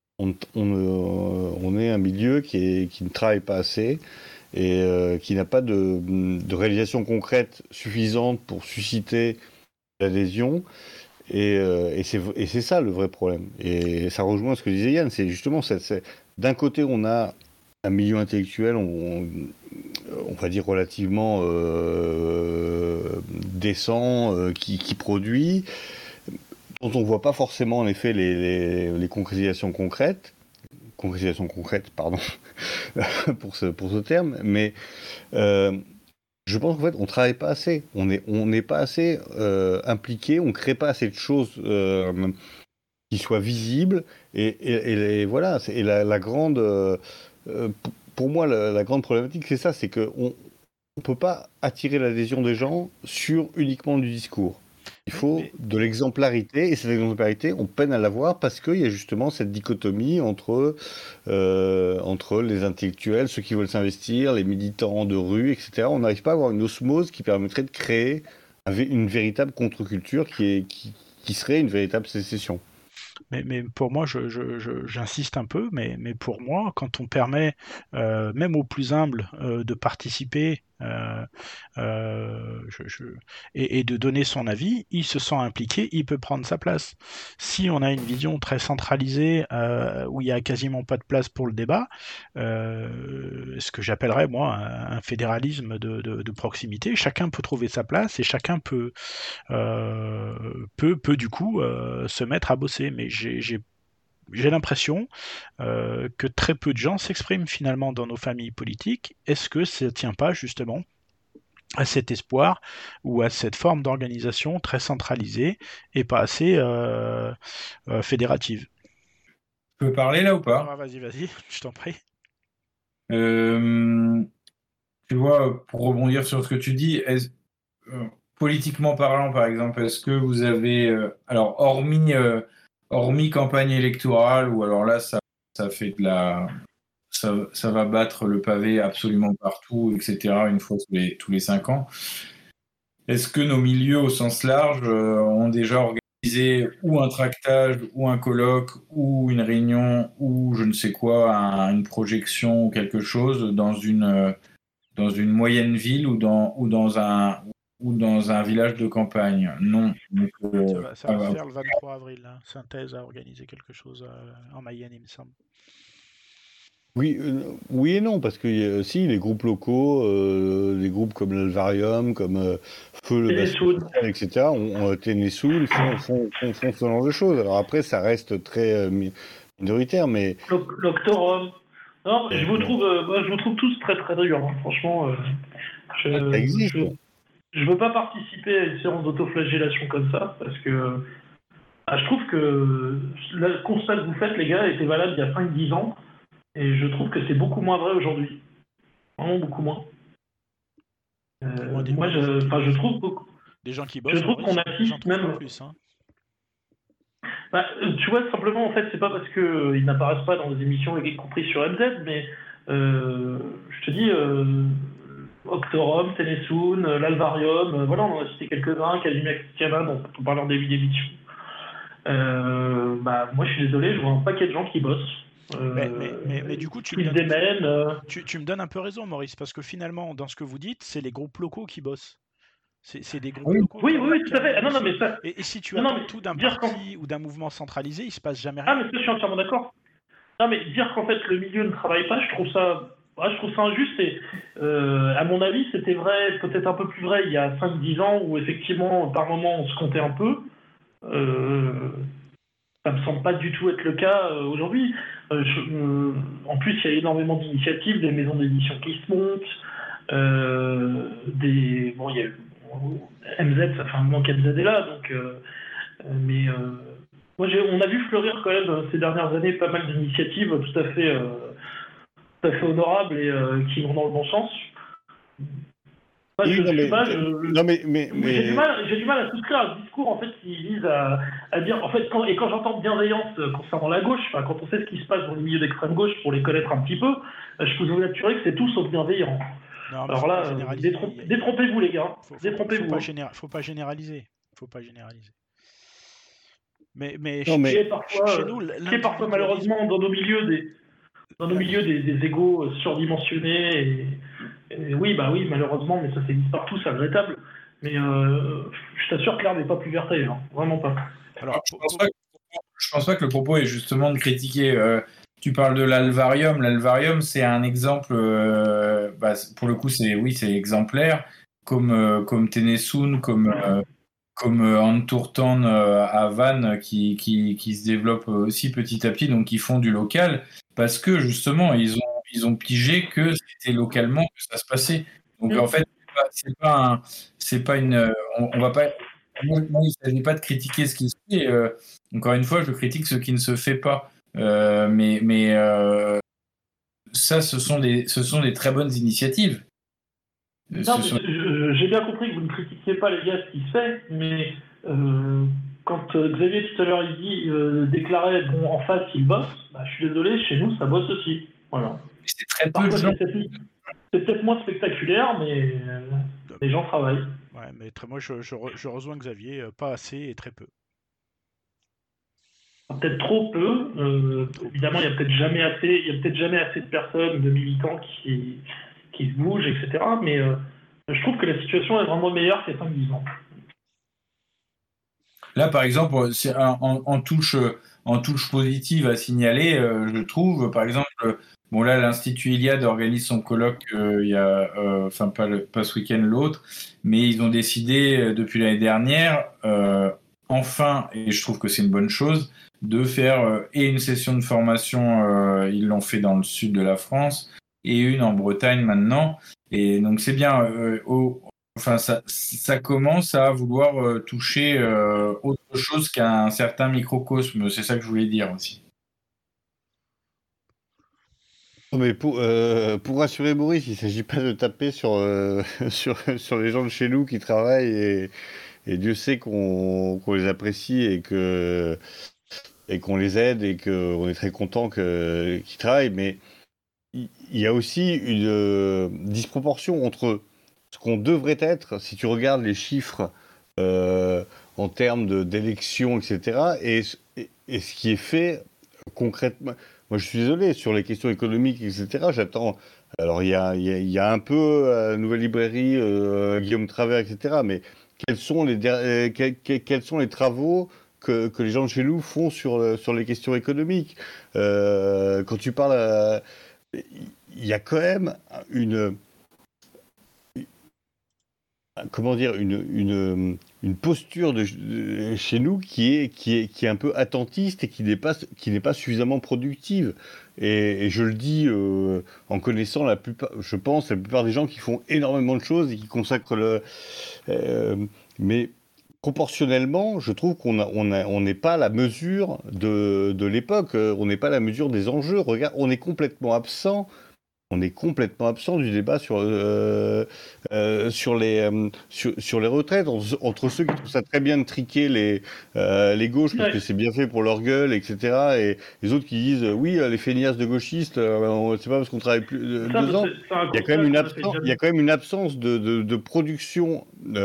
On est un milieu qui ne travaille pas assez et qui n'a pas de réalisation concrète suffisante pour susciter l'adhésion. Et c'est ça le vrai problème. Et ça rejoint ce que disait Yann, c'est justement, d'un côté, on a un milieu intellectuel, on va dire relativement décent, qui produit, dont on ne voit pas forcément en effet les concrétisations concrètes, pardon, pour ce terme, mais je pense qu'en fait, on ne travaille pas assez. On n'est pas assez impliqué, on ne crée pas assez de choses qui soient visibles. Et voilà, et la grande. Pour moi, la grande problématique, c'est ça, c'est qu'on ne peut pas attirer l'adhésion des gens sur uniquement du discours. Il faut de l'exemplarité, et cette exemplarité, on peine à l'avoir parce qu'il y a justement cette dichotomie entre les intellectuels, ceux qui veulent s'investir, les militants de rue, etc. On n'arrive pas à avoir une osmose qui permettrait de créer une véritable contre-culture qui serait une véritable sécession. Mais pour moi, j'insiste un peu, mais pour moi, quand on permet, même aux plus humbles, de participer et de donner son avis, il se sent impliqué, il peut prendre sa place. Si on a une vision très centralisée, où il n'y a quasiment pas de place pour le débat, ce que j'appellerais, moi, un fédéralisme de proximité, chacun peut trouver sa place et chacun peut du coup se mettre à bosser. Mais j'ai l'impression que très peu de gens s'expriment finalement dans nos familles politiques. Est-ce que ça ne tient pas justement à cet espoir ou à cette forme d'organisation très centralisée et pas assez fédérative? je peux parler là ou pas? Ah, vas-y, je t'en prie. Euh, Tu vois, pour rebondir sur ce que tu dis, euh, politiquement parlant, par exemple, est-ce que vous avez, alors hormis campagne électorale, ou alors là, ça fait ça va battre le pavé absolument partout, etc., une fois tous les 5 ans. Est-ce que nos milieux au sens large ont déjà organisé ou un tractage, ou un colloque, ou une réunion, ou je ne sais quoi, une projection ou quelque chose dans une moyenne ville ou dans un village de campagne? Non. Donc, Ça va se faire le 23 avril. Hein. Synthèse a organisé quelque chose en Mayenne, il me semble. Oui et non, parce que si, les groupes locaux, des groupes comme l'Alvarium, comme Feu le Bastille, etc., Ténessoul font ce genre de choses. Alors après, ça reste très minoritaire, mais... L'Octorum. Non, je vous trouve tous très très durs. Hein. Franchement, ça existe. je veux pas participer à une séance d'autoflagellation comme ça parce que je trouve que le constat que vous faites, les gars, était valable il y a 5-10 ans et je trouve que c'est beaucoup moins vrai aujourd'hui. Vraiment beaucoup moins. Moi, je trouve beaucoup. Des gens qui bossent, je trouve qu'on assiste même. Plus, hein. Bah, tu vois, simplement, en fait, c'est pas parce qu'ils n'apparaissent pas dans des émissions, y compris sur MZ, mais je te dis, Octorum, Ténessoun, l'Alvarium, voilà, on en a cité quelques-uns, Casimax Tiana, donc en parlant des d'émissions. Moi, je suis désolé, je vois un paquet de gens qui bossent. Mais du coup, tu me donnes un peu raison, Maurice, parce que finalement, dans ce que vous dites, c'est les groupes locaux qui bossent. C'est des groupes locaux. Oui, tout à fait. Non, mais ça... Et si tu attends tout d'un parti ou d'un mouvement centralisé, il se passe jamais rien. Ah, mais ça, je suis entièrement d'accord. Non, mais dire qu'en fait le milieu ne travaille pas, je trouve ça injuste. Et à mon avis, c'était vrai, peut-être un peu plus vrai il y a 5-10 ans, où effectivement, par moment, on se comptait un peu. Ça me semble pas du tout être le cas aujourd'hui. En plus, il y a énormément d'initiatives, des maisons d'édition qui se montent, il y a MZ, ça fait un moment qu'MZ est là, donc, mais moi, on a vu fleurir quand même ces dernières années pas mal d'initiatives tout à fait honorables et qui vont dans le bon sens. Moi, Oui, non, mais, j'ai du mal à souscrire à ce discours en fait qui vise à dire en fait quand j'entends bienveillance concernant la gauche, enfin, quand on sait ce qui se passe dans le milieu d'extrême gauche pour les connaître un petit peu, je peux vous assurer que c'est tout sauf bienveillant. Non, mais Alors là, détrompez-vous les gars, détrompez-vous. Faut pas généraliser. Faut pas généraliser. Mais chez parfois malheureusement dans nos milieux des égos surdimensionnés et oui malheureusement, mais ça s'existe partout, c'est regrettable. Mais je t'assure que l'herbe n'est pas plus verte ailleurs, vraiment pas. Alors, je pense pas que le propos est justement de critiquer. Tu parles de l'Alvarium. L'Alvarium, c'est un exemple. Pour le coup, c'est exemplaire, comme Tennessoun, comme Antourtan à Vannes, qui se développe aussi petit à petit, donc qui font du local, parce que justement, ils ont pigé que c'était localement que ça se passait. Donc en fait, c'est pas une. On va pas. Moi, il ne s'agit pas de critiquer ce qui se fait. Encore une fois, je critique ce qui ne se fait pas. Mais ça, ce sont des très bonnes initiatives. J'ai bien compris que vous ne critiquiez pas les gars ce qui se fait, mais quand Xavier tout à l'heure il dit déclarer en face il bosse, je suis désolé, chez nous ça bosse aussi. Voilà. C'est très peu de gens. C'est peut-être moins spectaculaire, mais les gens travaillent. Ouais, mais moi je rejoins Xavier, pas assez et très peu. Peut-être trop peu. Évidemment, il n'y a peut-être jamais assez de personnes, de militants qui se bougent, etc. Mais je trouve que la situation est vraiment meilleure qu'il y a 5-10 ans. Là, par exemple, en touche positive à signaler, je trouve, par exemple, là, l'Institut Iliade organise son colloque il y a, pas ce week-end, l'autre, mais ils ont décidé depuis l'année dernière, enfin, et je trouve que c'est une bonne chose, de faire et une session de formation, ils l'ont fait dans le sud de la France, et une en Bretagne maintenant. Et donc c'est bien. Ça commence à vouloir toucher autre chose qu'un certain microcosme. C'est ça que je voulais dire aussi. Mais pour rassurer Maurice, il ne s'agit pas de taper sur les gens de chez nous qui travaillent et Dieu sait qu'on les apprécie et qu'on les aide et qu'on est très content qu'ils travaillent. Mais il y a aussi une disproportion entre ce qu'on devrait être, si tu regardes les chiffres en termes d'élections, etc., et ce qui est fait concrètement. Moi, je suis désolé, sur les questions économiques, etc., j'attends. Alors, il y a un peu la Nouvelle Librairie, Guillaume Travers, etc., mais quels sont les travaux que les gens de chez nous font sur les questions économiques? Quand tu parles... il y a quand même une posture chez nous qui est un peu attentiste et qui n'est pas suffisamment productive. Et je le dis en connaissant la plupart des gens qui font énormément de choses et qui consacrent mais proportionnellement, je trouve qu'on n'est pas à la mesure de l'époque, on n'est pas à la mesure des enjeux. Regarde, on est complètement absent du débat sur les retraites, entre ceux qui trouvent ça très bien de triquer les gauches parce que c'est bien fait pour leur gueule, etc. Et les autres qui disent oui, les feignasses de gauchistes, c'est pas parce qu'on travaille plus 2 ans. Il y a quand même une absence de production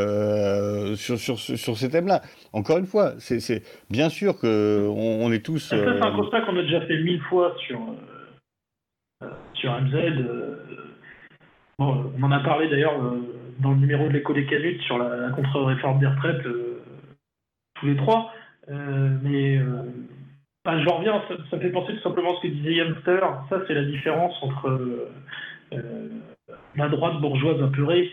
sur ces thèmes-là. Encore une fois, c'est bien sûr qu'on est tous... Ça, c'est un constat qu'on a déjà fait 1000 fois sur MZ. On en a parlé d'ailleurs dans le numéro de l'Écho des Canutes sur la contre-réforme des retraites, tous les trois. Je reviens, ça me fait penser tout simplement à ce que disait Yamster. Ça, c'est la différence entre la droite bourgeoise apeurée,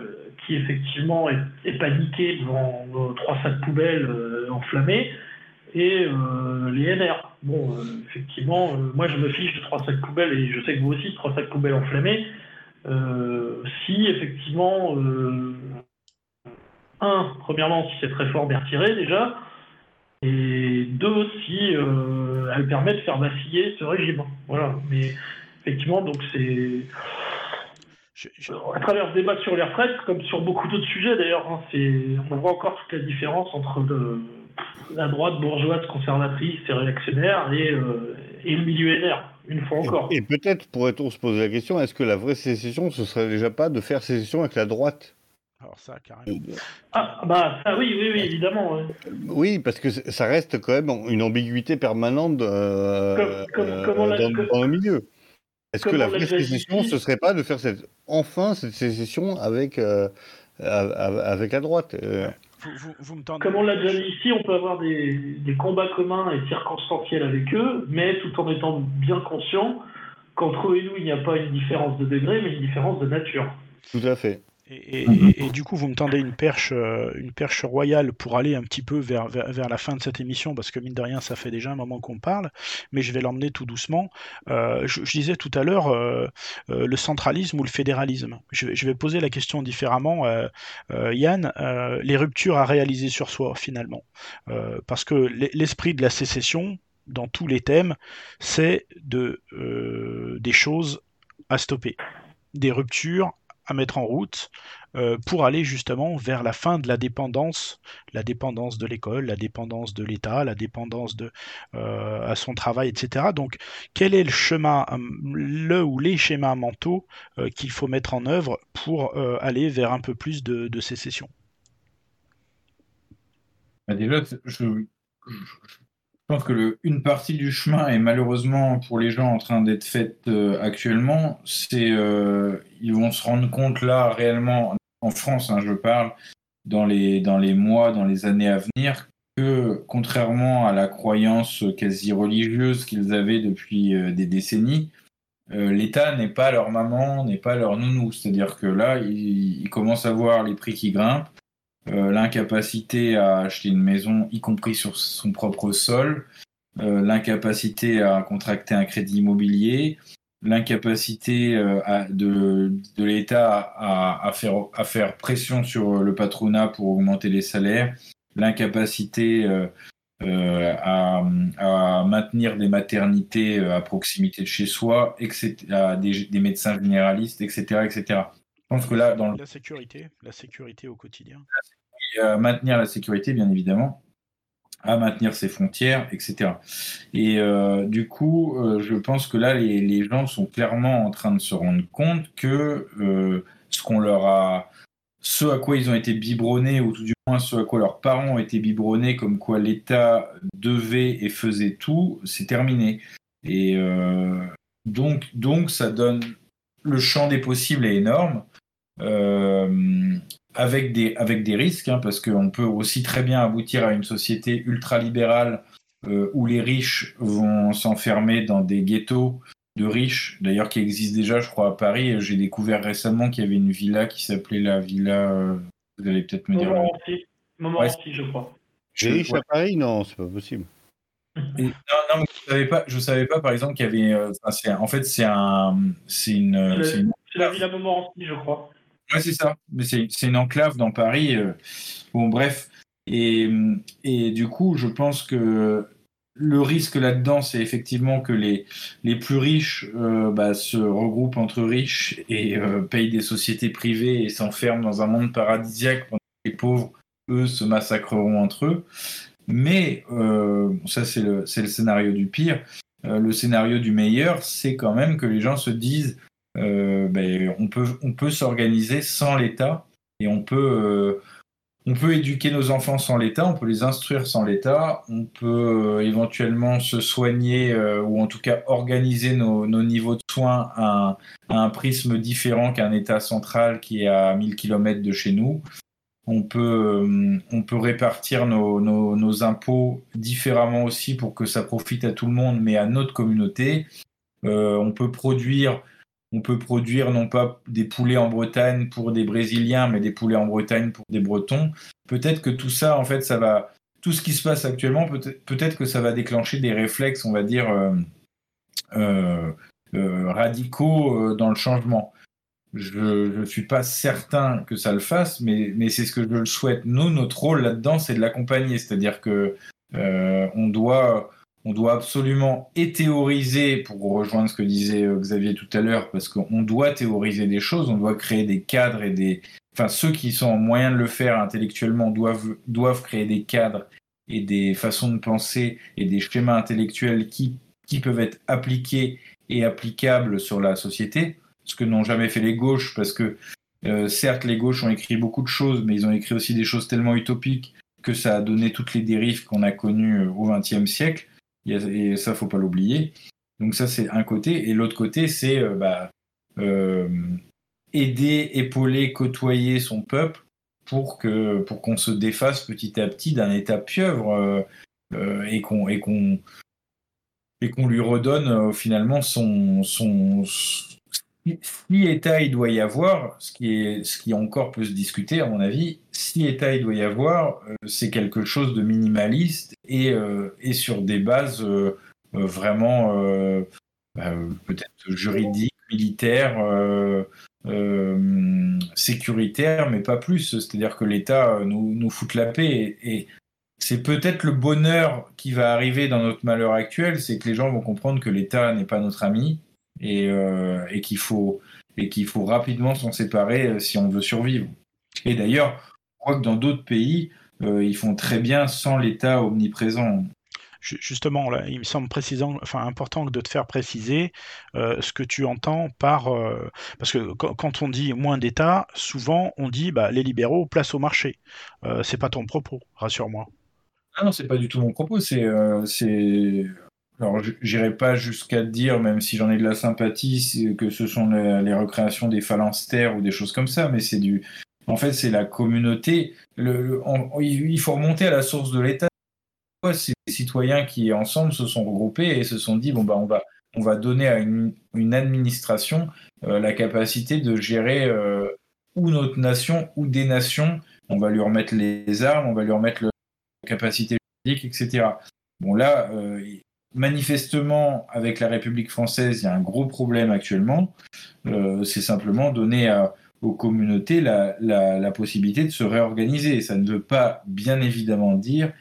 qui effectivement est paniquée devant 3 sacs poubelles enflammés, et les NR. Bon, effectivement, moi je me fiche de 3 sacs poubelles, et je sais que vous aussi, 3 sacs poubelles enflammés. Si effectivement, premièrement, si c'est très fort, bien retiré déjà, et deux, si elle permet de faire vaciller ce régime. Voilà. Mais effectivement, donc c'est à travers ce débat sur les retraites, comme sur beaucoup d'autres sujets d'ailleurs, hein, on voit encore toute la différence entre la droite bourgeoise conservatrice et réactionnaire et le milieu NR, une fois encore. Et peut-être pourrait-on se poser la question, est-ce que la vraie sécession, ce serait déjà pas de faire sécession avec la droite? Alors ça, carrément. Ah, bah ça, oui, évidemment. Ouais. Oui, parce que ça reste quand même une ambiguïté permanente dans le milieu. Est-ce que la vraie sécession, ce serait pas de faire cette sécession avec la droite? Vous me tendez. Comme on l'a déjà dit ici, on peut avoir des combats communs et circonstanciels avec eux, mais tout en étant bien conscient qu'entre eux et nous, il n'y a pas une différence de degré, mais une différence de nature. Tout à fait. Et du coup, vous me tendez une perche royale pour aller un petit peu vers la fin de cette émission, parce que mine de rien, ça fait déjà un moment qu'on parle, mais je vais l'emmener tout doucement. Je disais tout à l'heure le centralisme ou le fédéralisme. Je vais poser la question différemment, Yann. Les ruptures à réaliser sur soi, finalement. Parce que l'esprit de la sécession, dans tous les thèmes, c'est des choses à stopper, des ruptures à mettre en route pour aller justement vers la fin de la dépendance de l'école, la dépendance de l'État, la dépendance à son travail, etc. Donc, quel est le chemin, ou les schémas mentaux qu'il faut mettre en œuvre pour aller vers un peu plus de sécession? Déjà, je pense que une partie du chemin est malheureusement pour les gens en train d'être faite actuellement. Ils vont se rendre compte là réellement, en France, hein, je parle, dans les mois, dans les années à venir, que contrairement à la croyance quasi religieuse qu'ils avaient depuis des décennies, l'État n'est pas leur maman, n'est pas leur nounou. C'est-à-dire que là, ils commencent à voir les prix qui grimpent. L'incapacité à acheter une maison, y compris sur son propre sol, l'incapacité à contracter un crédit immobilier, l'incapacité de l'État à faire pression sur le patronat pour augmenter les salaires, l'incapacité à maintenir des maternités à proximité de chez soi, etc., des médecins généralistes, etc., etc. Je pense que là, la sécurité au quotidien. À maintenir la sécurité, bien évidemment, à maintenir ses frontières, etc. Et du coup, je pense que là, les gens sont clairement en train de se rendre compte que ce à quoi ils ont été biberonnés, ou tout du moins ce à quoi leurs parents ont été biberonnés, comme quoi l'État devait et faisait tout, c'est terminé. Et donc, ça donne... Le champ des possibles est énorme. Avec des risques, hein, parce qu'on peut aussi très bien aboutir à une société ultralibérale où les riches vont s'enfermer dans des ghettos de riches, d'ailleurs qui existent déjà, je crois, à Paris. J'ai découvert récemment qu'il y avait une villa qui s'appelait la villa... vous allez peut-être me dire... Montmorency, je crois. Les riches à Paris? Non, c'est pas possible. Non, mais je savais pas, par exemple, qu'il y avait... c'est la villa Montmorency, je crois. Ouais, c'est ça. Mais c'est une enclave dans Paris. Bon, bref. Et du coup, je pense que le risque là-dedans, c'est effectivement que les plus riches se regroupent entre riches et payent des sociétés privées et s'enferment dans un monde paradisiaque, pendant que les pauvres, eux, se massacreront entre eux. Mais ça, c'est le scénario du pire. Le scénario du meilleur, c'est quand même que les gens se disent on peut s'organiser sans l'État, et on peut éduquer nos enfants sans l'État, on peut les instruire sans l'État, on peut éventuellement se soigner ou en tout cas organiser nos niveaux de soins à un prisme différent qu'un État central qui est à 1000 km de chez nous. On peut répartir nos impôts différemment aussi pour que ça profite à tout le monde, mais à notre communauté. On peut produire non pas des poulets en Bretagne pour des Brésiliens, mais des poulets en Bretagne pour des Bretons. Peut-être que tout ça, en fait, ça va tout ce qui se passe actuellement, peut-être que ça va déclencher des réflexes, on va dire, radicaux dans le changement. Je ne suis pas certain que ça le fasse, mais c'est ce que je le souhaite. Nous, notre rôle là-dedans, c'est de l'accompagner. C'est-à-dire que on doit absolument théoriser, pour rejoindre ce que disait Xavier tout à l'heure, parce qu'on doit théoriser des choses, on doit créer des cadres Enfin, ceux qui sont en moyen de le faire intellectuellement doivent créer des cadres et des façons de penser et des schémas intellectuels qui peuvent être appliqués et applicables sur la société. Ce que n'ont jamais fait les gauches, parce que certes, les gauches ont écrit beaucoup de choses, mais ils ont écrit aussi des choses tellement utopiques que ça a donné toutes les dérives qu'on a connues au XXe siècle. Et ça, faut pas l'oublier. Donc ça, c'est un côté. Et l'autre côté, c'est aider, épauler, côtoyer son peuple pour qu'on se défasse petit à petit d'un état pieuvre et qu'on lui redonne finalement son si État il doit y avoir, ce qui encore peut se discuter à mon avis, si État il doit y avoir, c'est quelque chose de minimaliste et sur des bases vraiment peut-être juridiques, militaires, sécuritaires, mais pas plus. C'est-à-dire que l'État nous fout la paix et c'est peut-être le bonheur qui va arriver dans notre malheur actuel, c'est que les gens vont comprendre que l'État n'est pas notre ami et qu'il faut rapidement s'en séparer si on veut survivre. Et d'ailleurs, je crois que dans d'autres pays, ils font très bien sans l'État omniprésent. Justement, là, il me semble important de te faire préciser ce que tu entends par... parce que quand on dit moins d'État, souvent on dit les libéraux, place au marché. C'est pas ton propos, rassure-moi. Ah non, c'est pas du tout mon propos. Alors, j'irai pas jusqu'à dire, même si j'en ai de la sympathie, que ce sont les recréations des phalanstères ou des choses comme ça, mais en fait, c'est la communauté. Il faut remonter à la source de l'État. C'est les citoyens qui, ensemble, se sont regroupés et se sont dit, on va donner à une administration la capacité de gérer ou notre nation ou des nations. On va lui remettre les armes, on va lui remettre la capacité juridique, etc. Bon, là, manifestement, avec la République française, il y a un gros problème actuellement. C'est simplement donner aux communautés la possibilité de se réorganiser. Ça ne veut pas, bien évidemment, dire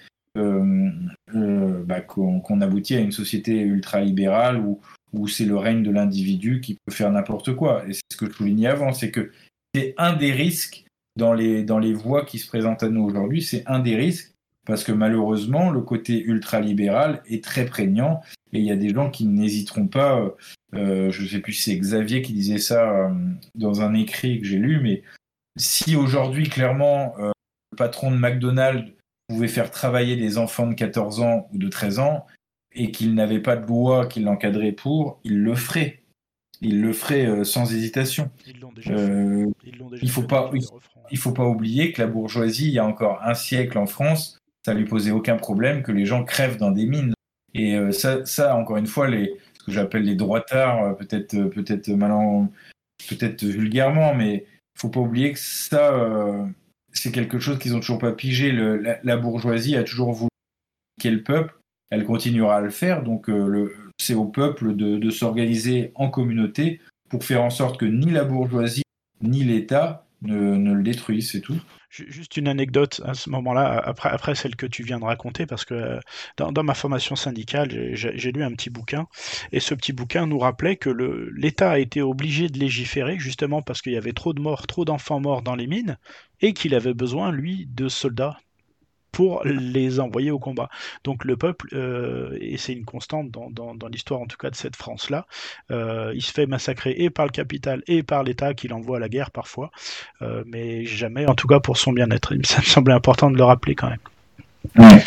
qu'on aboutit à une société ultralibérale où c'est le règne de l'individu qui peut faire n'importe quoi. Et c'est ce que je soulignais avant, c'est que c'est un des risques dans les voies qui se présentent à nous aujourd'hui, c'est un des risques, parce que malheureusement, le côté ultralibéral est très prégnant, et il y a des gens qui n'hésiteront pas, je ne sais plus si c'est Xavier qui disait ça dans un écrit que j'ai lu, mais si aujourd'hui, clairement, le patron de McDonald's pouvait faire travailler des enfants de 14 ans ou de 13 ans, et qu'il n'avait pas de loi qui l'encadrait il le ferait. Il le ferait sans hésitation. Ils l'ont déjà fait. Il faut pas oublier que la bourgeoisie, il y a encore un siècle en France, ça lui posait aucun problème que les gens crèvent dans des mines. Et ça, encore une fois, ce que j'appelle les droitards, peut-être vulgairement, mais il faut pas oublier que ça, c'est quelque chose qu'ils ont toujours pas pigé. La bourgeoisie a toujours voulu niquer le peuple. Elle continuera à le faire. Donc, c'est au peuple de s'organiser en communauté pour faire en sorte que ni la bourgeoisie ni l'État ne le détruisent, c'est tout. Juste une anecdote à ce moment-là, après celle que tu viens de raconter, parce que dans ma formation syndicale, j'ai lu un petit bouquin, et ce petit bouquin nous rappelait que l'État a été obligé de légiférer, justement parce qu'il y avait trop de morts, trop d'enfants morts dans les mines, et qu'il avait besoin, lui, de soldats pour les envoyer au combat. Donc le peuple, et c'est une constante dans l'histoire en tout cas de cette France-là, il se fait massacrer et par le capital et par l'État qui l'envoie à la guerre parfois, mais jamais en tout cas pour son bien-être. Ça me semblait important de le rappeler quand même. Ouais.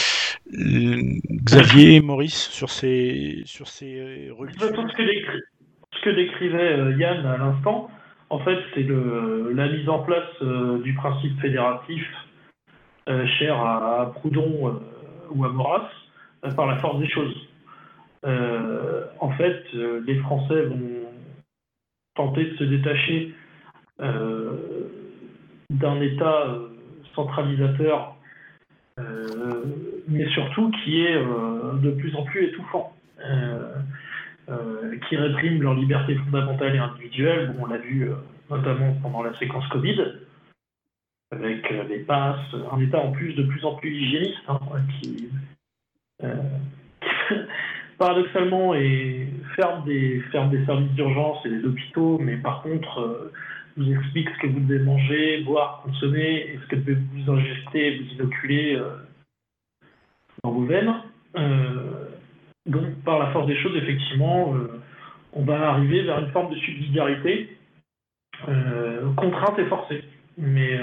Xavier et Maurice sur ces religions. Ce que décrivait Yann à l'instant, en fait, c'est la mise en place du principe fédératif cher à Proudhon ou à Maurras, par la force des choses. En fait, les Français vont tenter de se détacher d'un État centralisateur mais surtout qui est de plus en plus étouffant, qui réprime leurs libertés fondamentales et individuelles. Bon, on l'a vu notamment pendant la séquence Covid, avec les passes, un État en plus de plus en plus hygiéniste, hein, qui paradoxalement ferme des services d'urgence et des hôpitaux, mais par contre vous explique ce que vous devez manger, boire, consommer, et ce que vous ingester, vous inoculer dans vos veines. Donc par la force des choses, effectivement, on va arriver vers une forme de subsidiarité contrainte et forcée. Mais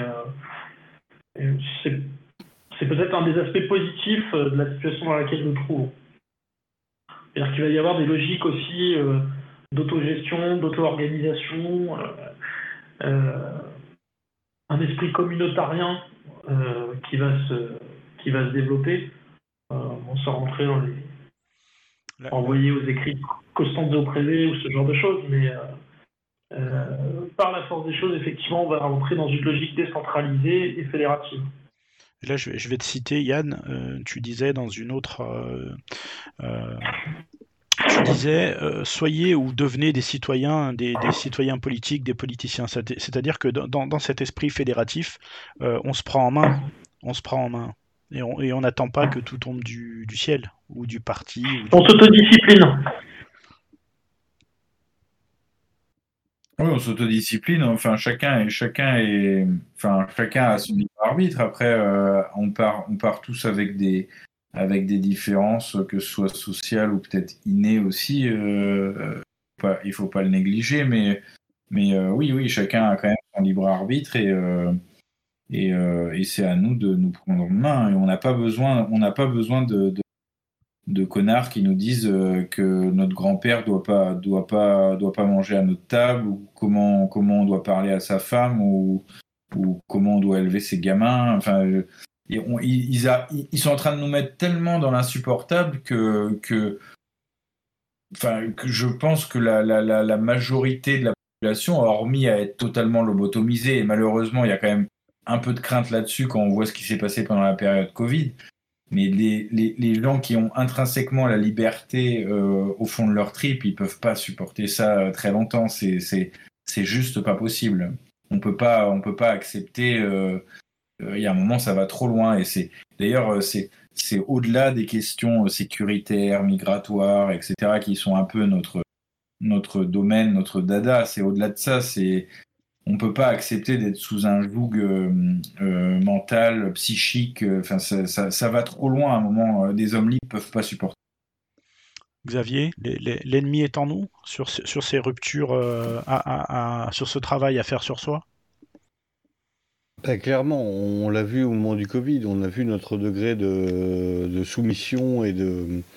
c'est peut-être un des aspects positifs de la situation dans laquelle nous nous trouvons. C'est-à-dire qu'il va y avoir des logiques aussi d'autogestion, d'auto-organisation, un esprit communautarien qui va se développer. Sans rentrer dans les envoyer aux écrits Costanzo Prevey ou ce genre de choses, mais par la force des choses, effectivement, on va rentrer dans une logique décentralisée et fédérative. Et là, je vais te citer, Yann, tu disais dans une autre... tu disais, soyez ou devenez des citoyens politiques, des politiciens. C'est-à-dire que dans cet esprit fédératif, on se prend en main. On se prend en main. Et on n'attend pas que tout tombe du ciel, ou du parti. On s'autodiscipline. Oui, on s'autodiscipline. Enfin, chacun a son libre arbitre. Après, on part tous avec des différences, que ce soit sociales ou peut-être innées aussi. Il faut pas le négliger, mais oui, chacun a quand même son libre arbitre et c'est à nous de nous prendre en main. Et on n'a pas besoin de connards qui nous disent que notre grand-père doit pas manger à notre table, ou comment on doit parler à sa femme, ou comment on doit élever ses gamins. Enfin, ils sont en train de nous mettre tellement dans l'insupportable que je pense que la majorité de la population, hormis à être totalement lobotomisée, et malheureusement il y a quand même un peu de crainte là-dessus quand on voit ce qui s'est passé pendant la période Covid, mais les gens qui ont intrinsèquement la liberté au fond de leur tripes, ils peuvent pas supporter ça très longtemps. C'est juste pas possible. On peut pas accepter. Il y a un moment, ça va trop loin, et c'est au-delà des questions sécuritaires, migratoires, etc., qui sont un peu notre domaine, notre dada. C'est au-delà de ça. On peut pas accepter d'être sous un joug mental, psychique. Enfin, ça va trop loin. À un moment, des hommes libres peuvent pas supporter. Xavier, l'ennemi est en nous sur ces ruptures, sur ce travail à faire sur soi? Clairement, on l'a vu au moment du Covid, on a vu notre degré de soumission et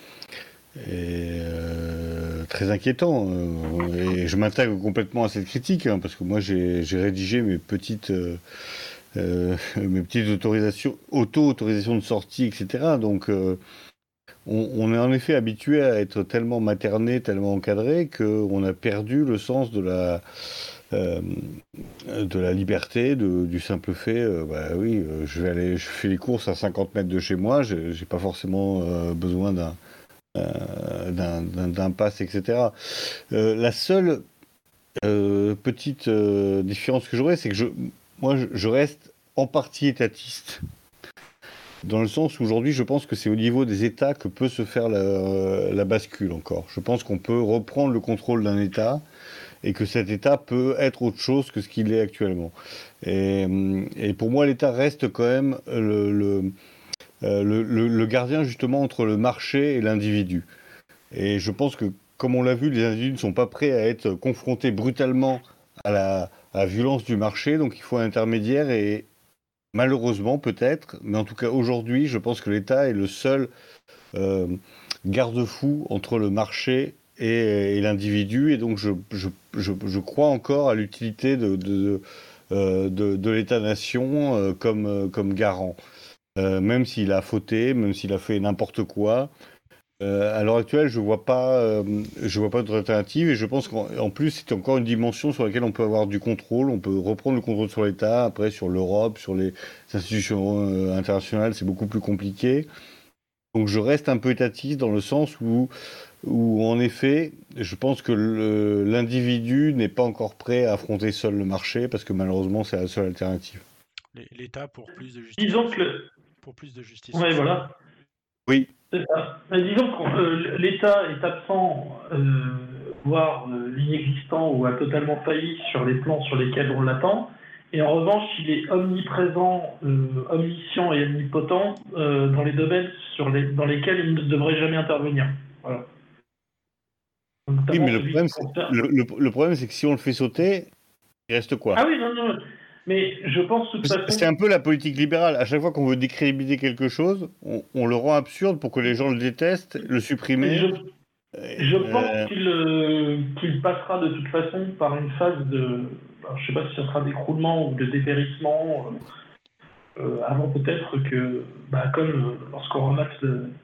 très inquiétant. Et je m'intègre complètement à cette critique, parce que moi j'ai rédigé mes petites auto-autorisations de sortie, etc. Donc on est en effet habitué à être tellement materné, tellement encadré, qu'on a perdu le sens de la liberté, du simple fait, je fais les courses à 50 mètres de chez moi, j'ai pas forcément besoin d'un pass, etc. La seule petite différence que j'aurais, c'est que je reste en partie étatiste, dans le sens où aujourd'hui je pense que c'est au niveau des États que peut se faire la bascule encore. Je pense qu'on peut reprendre le contrôle d'un État, et que cet État peut être autre chose que ce qu'il est actuellement. Et pour moi, l'État reste quand même le gardien justement entre le marché et l'individu. Et je pense que, comme on l'a vu, les individus ne sont pas prêts à être confrontés brutalement à la violence du marché, donc il faut un intermédiaire, et malheureusement peut-être, mais en tout cas aujourd'hui, je pense que l'État est le seul garde-fou entre le marché et l'individu, et donc je crois encore à l'utilité de l'État-nation comme garant. Même s'il a fauté, même s'il a fait n'importe quoi, À l'heure actuelle, je vois pas d'autre alternative et je pense qu'en plus, c'est encore une dimension sur laquelle on peut avoir du contrôle. On peut reprendre le contrôle sur l'État, après sur l'Europe, sur les institutions internationales, c'est beaucoup plus compliqué. Donc je reste un peu étatiste dans le sens où en effet, je pense que l'individu n'est pas encore prêt à affronter seul le marché parce que malheureusement, c'est la seule alternative. L'État pour plus de justice Disons sociale. que Pour plus de justice ouais, sociale. voilà, Oui, c'est ça. Mais disons que l'État est absent, voire l'inexistant ou a totalement failli sur les plans sur lesquels on l'attend. Et en revanche, il est omniprésent, omniscient et omnipotent dans les domaines dans lesquels il ne devrait jamais intervenir. Voilà. oui, mais Notamment celui qui concerne. le problème, c'est que si on le fait sauter, il reste quoi? Ah oui, non, non. Mais je pense de toute C'est façon. un peu la politique libérale. À chaque fois qu'on veut décrédibiliser quelque chose, on le rend absurde pour que les gens le détestent, le Je, supprimer. je pense Euh, qu'il passera de toute façon par une phase de. Alors, je sais pas si ce sera d'écroulement ou de dépérissement. Avant peut-être que, bah, comme lorsqu'on ramasse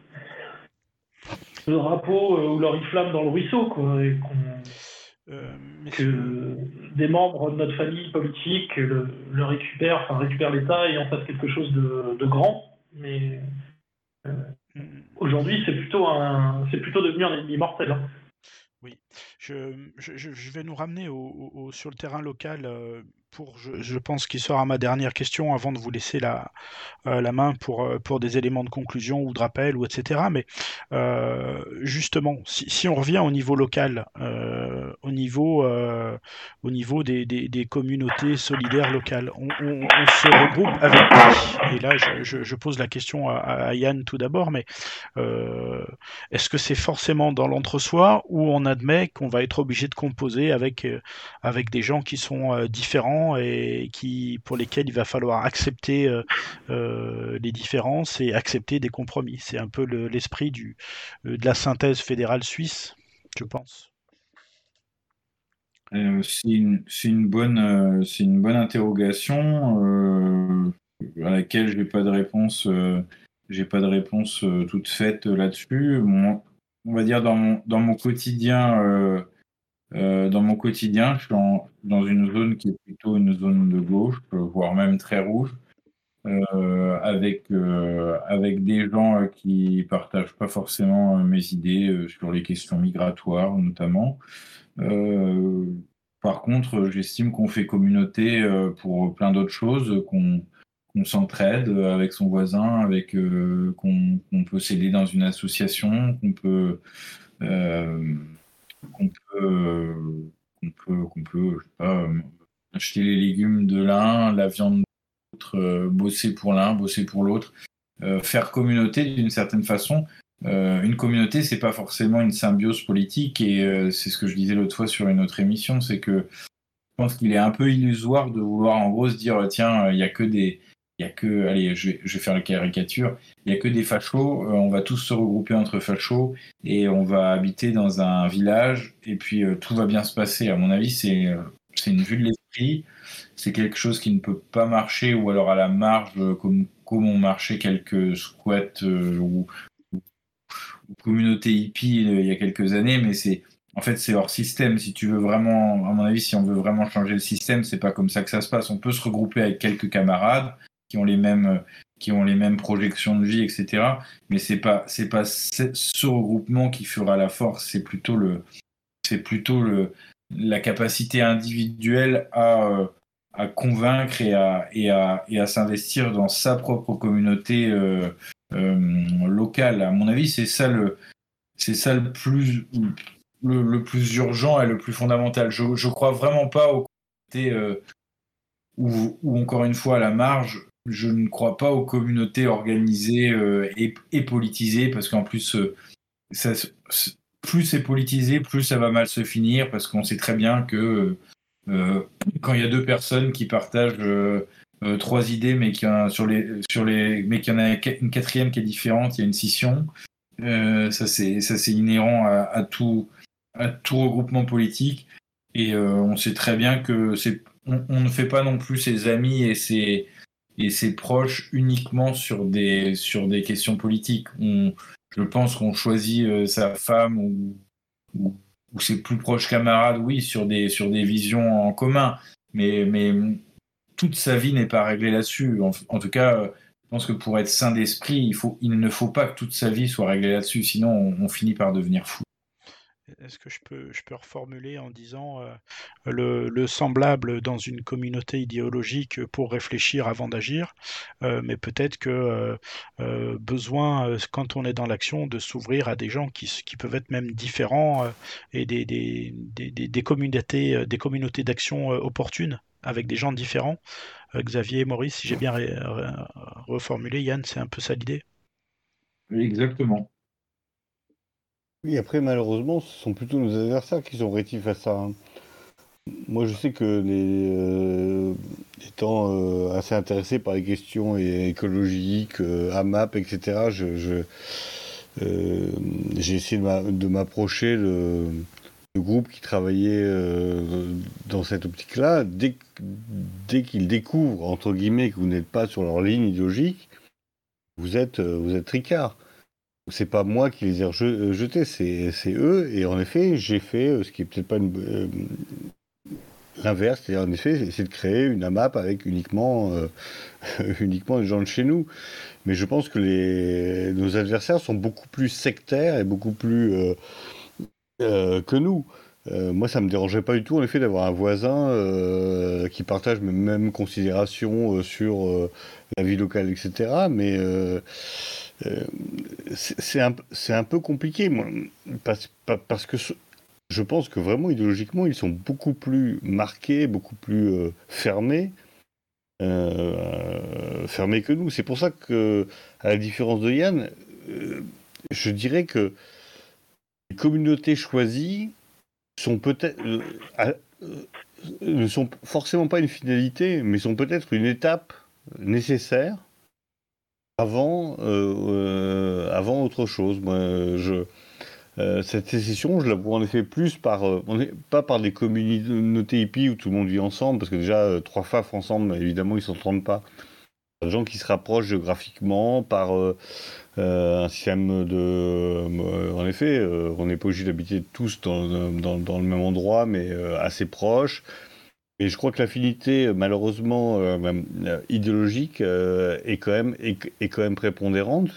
le drapeau ou l'oriflamme dans le ruisseau, quoi, et Mais que des membres de notre famille politique le récupèrent l'État et en fassent quelque chose de grand. Mais aujourd'hui, c'est plutôt devenu un ennemi mortel. Hein. oui, je vais nous ramener sur le terrain local je pense qu'il sera ma dernière question avant de vous laisser la main pour des éléments de conclusion ou de rappel ou etc. Mais justement, si on revient au niveau local, au niveau des communautés solidaires locales, on se regroupe avec qui? Et là, je pose la question à Yann tout d'abord, mais euh, est-ce que c'est forcément dans l'entre-soi ou on admet qu'on va être obligé de composer avec des gens qui sont différents et pour lesquels il va falloir accepter les différences et accepter des compromis? C'est un peu l'esprit de la synthèse fédérale suisse, je pense. C'est une bonne interrogation à laquelle j'ai pas de réponse toute faite là-dessus. On va dire dans mon quotidien, je suis dans une zone qui est plutôt une zone de gauche, voire même très rouge, avec des gens qui partagent pas forcément mes idées sur les questions migratoires notamment. Euh, Par contre, j'estime qu'on fait communauté pour plein d'autres choses, qu'on s'entraide avec son voisin, qu'on peut s'aider dans une association, euh, qu'on peut, je sais pas, acheter les légumes de l'un, la viande de l'autre, bosser pour l'un, bosser pour l'autre, faire communauté d'une certaine façon. Une communauté, c'est pas forcément une symbiose politique et c'est ce que je disais l'autre fois sur une autre émission, c'est que je pense qu'il est un peu illusoire de vouloir en gros se dire tiens, allez, je vais faire la caricature, il y a que des fachos, on va tous se regrouper entre fachos et on va habiter dans un village et puis tout va bien se passer. À mon avis, c'est une vue de l'esprit, c'est quelque chose qui ne peut pas marcher ou alors à la marge comme ont marché quelques squats ou communautés hippie il y a quelques années, mais en fait, c'est hors système. Si tu veux vraiment, à mon avis, si on veut vraiment changer le système, c'est pas comme ça que ça se passe. On peut se regrouper avec quelques camarades qui ont les mêmes projections de vie, etc. Mais c'est pas ce regroupement qui fera la force. C'est plutôt la capacité individuelle à convaincre et à s'investir dans sa propre communauté locale. À mon avis, c'est ça le plus urgent et le plus fondamental. Je crois vraiment pas au côté ou encore une fois à la marge. Je ne crois pas aux communautés organisées et politisées parce qu'en plus, plus c'est politisé, plus ça va mal se finir parce qu'on sait très bien que quand il y a deux personnes qui partagent trois idées, mais qu'il y en a une quatrième qui est différente, il y a une scission. Ça c'est inhérent à tout regroupement politique et on sait très bien que on ne fait pas non plus ses amis et ses proches uniquement sur des questions politiques. Je pense qu'on choisit sa femme ou ses plus proches camarades, oui, sur des visions en commun, mais toute sa vie n'est pas réglée là-dessus. En tout cas, je pense que pour être sain d'esprit, il ne faut pas que toute sa vie soit réglée là-dessus, sinon on finit par devenir fou. Est-ce que je peux reformuler en disant le semblable dans une communauté idéologique pour réfléchir avant d'agir, mais peut-être que besoin, quand on est dans l'action, de s'ouvrir à des gens qui peuvent être même différents et des communautés d'action opportunes avec des gens différents. Xavier et Maurice, si j'ai bien reformulé, Yann, c'est un peu ça l'idée. Exactement. Oui, après, malheureusement, ce sont plutôt nos adversaires qui sont rétifs à ça, hein. Moi, je sais que étant assez intéressé par les questions écologiques, AMAP, etc., j'ai essayé de m'approcher de groupes qui travaillaient dans cette optique-là. Dès qu'ils découvrent, entre guillemets, que vous n'êtes pas sur leur ligne idéologique, vous êtes tricard. C'est pas moi qui les ai jetés, c'est eux. Et en effet, j'ai fait ce qui est peut-être pas l'inverse, c'est-à-dire en effet, c'est de créer une AMAP avec uniquement les gens de chez nous. Mais je pense que nos adversaires sont beaucoup plus sectaires et beaucoup plus que nous. Moi, ça me dérangeait pas du tout, en effet, d'avoir un voisin qui partage mes mêmes considérations sur la vie locale, etc. Mais c'est un peu compliqué, moi, parce que je pense que vraiment, idéologiquement, ils sont beaucoup plus marqués, beaucoup plus fermés que nous. C'est pour ça que, à la différence de Yann, je dirais que les communautés choisies sont peut-être ne sont forcément pas une finalité, mais sont peut-être une étape nécessaire avant autre chose. Moi, cette sécession, je la vois en effet plus pas par des communautés hippies où tout le monde vit ensemble, parce que déjà, trois FAF ensemble, évidemment, ils s'entendent pas. Des gens qui se rapprochent géographiquement par un système de... en effet, on n'est pas obligé d'habiter tous dans le même endroit, mais assez proches. Et je crois que l'affinité, malheureusement, idéologique, est quand même prépondérante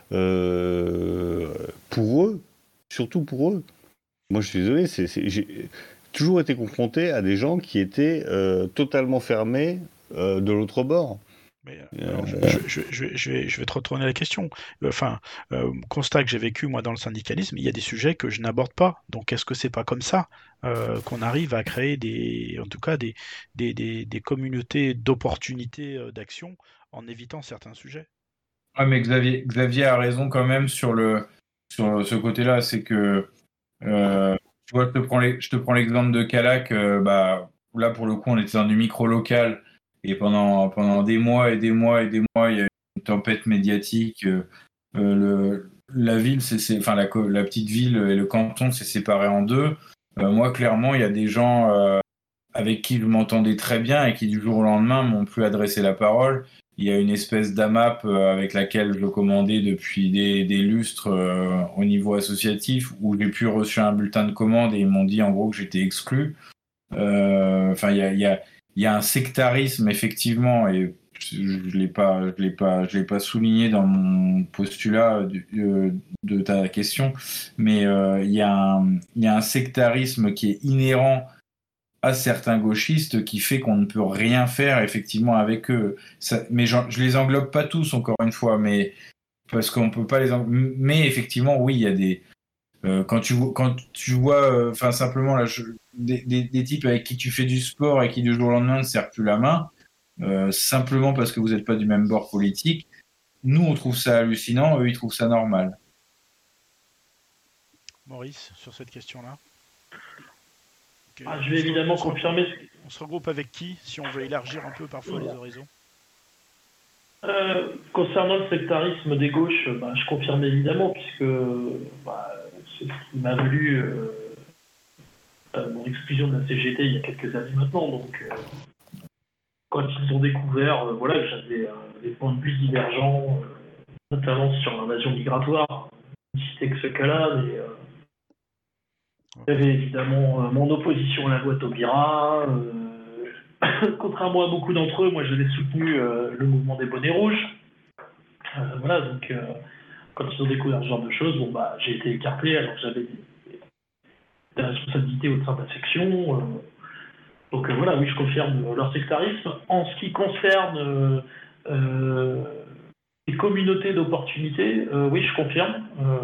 pour eux, surtout pour eux. Moi, je suis désolé, j'ai toujours été confronté à des gens qui étaient totalement fermés de l'autre bord. Mais alors, je vais te retourner la question. Enfin, constat que j'ai vécu moi dans le syndicalisme, il y a des sujets que je n'aborde pas. Donc, est-ce que c'est pas comme ça qu'on arrive à créer en tout cas des communautés d'opportunités d'action en évitant certains sujets? Ah, mais Xavier a raison quand même sur ce côté-là, c'est que tu vois, je te prends l'exemple de Calac, bah là pour le coup on était dans du micro local et pendant des mois et des mois et des mois, il y a eu une tempête médiatique. La ville, enfin la petite ville et le canton s'est séparé en deux. Moi clairement, il y a des gens avec qui je m'entendais très bien et qui du jour au lendemain m'ont plus adressé la parole. Il y a une espèce d'AMAP avec laquelle je commandais depuis des lustres au niveau associatif où j'ai pu reçu un bulletin de commande et ils m'ont dit en gros que j'étais exclu. Enfin, il y a un sectarisme effectivement et je l'ai pas souligné dans mon postulat de ta question, mais il y a un sectarisme qui est inhérent à certains gauchistes qui fait qu'on ne peut rien faire effectivement avec eux. Mais je les englobe pas tous encore une fois, mais parce qu'on peut pas mais effectivement oui, il y a des quand tu vois enfin simplement là, des types avec qui tu fais du sport et qui du jour au lendemain ne serrent plus la main simplement parce que vous n'êtes pas du même bord politique. Nous on trouve ça hallucinant, eux ils trouvent ça normal. Maurice, sur cette question-là? Ok. Je vais évidemment confirmer. On se regroupe avec qui si on veut élargir un peu parfois les horizons? Concernant le sectarisme des gauches, je confirme évidemment, puisque c'est ce qui m'a valu mon exclusion de la CGT il y a quelques années maintenant. Donc, quand ils ont découvert que j'avais des points de vue divergents, notamment sur l'invasion migratoire, citer que ce cas-là, mais il y avait évidemment mon opposition à la loi Taubira. Contrairement à beaucoup d'entre eux, moi j'avais soutenu le mouvement des bonnets rouges. Donc quand ils ont découvert ce genre de choses, j'ai été écarté alors que j'avais des responsabilités au sein de la section. Donc oui, je confirme leur sectarisme. En ce qui concerne les communautés d'opportunités, oui, je confirme.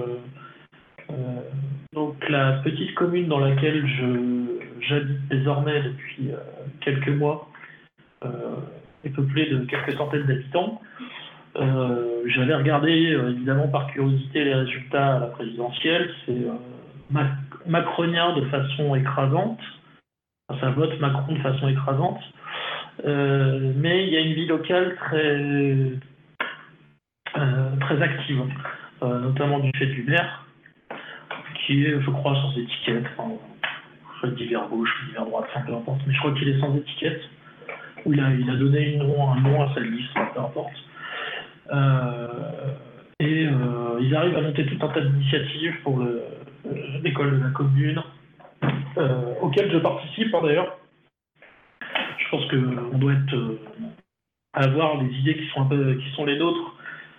Donc la petite commune dans laquelle j'habite désormais depuis quelques mois est peuplée de quelques centaines d'habitants. J'avais regardé évidemment par curiosité les résultats à la présidentielle. C'est macronien de façon écrasante. Enfin, ça vote Macron de façon écrasante. Mais il y a une vie locale très active, notamment du fait du maire, qui est, je crois, sans étiquette. Enfin, divers gauche, divers droite, peu importe. Mais je crois qu'il est sans étiquette. Où il a donné un nom à sa liste, peu importe. Ils arrivent à monter tout un tas d'initiatives pour l'école de la commune, auquel je participe d'ailleurs. Je pense qu'on doit avoir les idées qui sont les nôtres.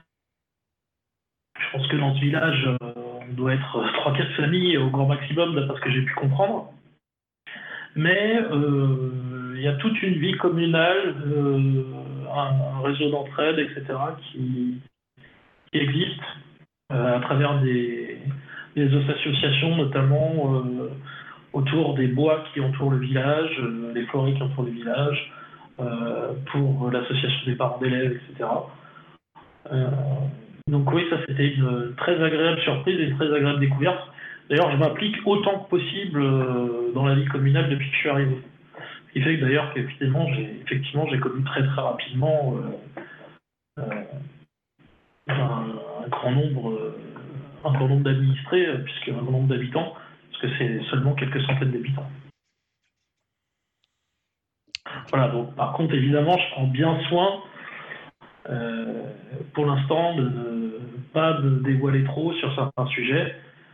Je pense que dans ce village, on doit être 3-4 familles au grand maximum, d'après ce que j'ai pu comprendre. Mais il y a toute une vie communale, un réseau d'entraide, etc., qui existe à travers des associations, notamment autour des bois qui entourent le village, les forêts qui entourent le village, pour l'association des parents d'élèves, etc. Donc oui, ça c'était une très agréable surprise et une très agréable découverte. D'ailleurs, je m'implique autant que possible dans la vie communale depuis que je suis arrivé. Ce qui fait que d'ailleurs, qu'effectivement, j'ai connu très très rapidement un grand nombre d'administrés, puisque un grand nombre d'habitants, parce que c'est seulement quelques centaines d'habitants. Voilà, donc par contre, évidemment, je prends bien soin, pour l'instant, de ne pas me dévoiler trop sur certains sujets,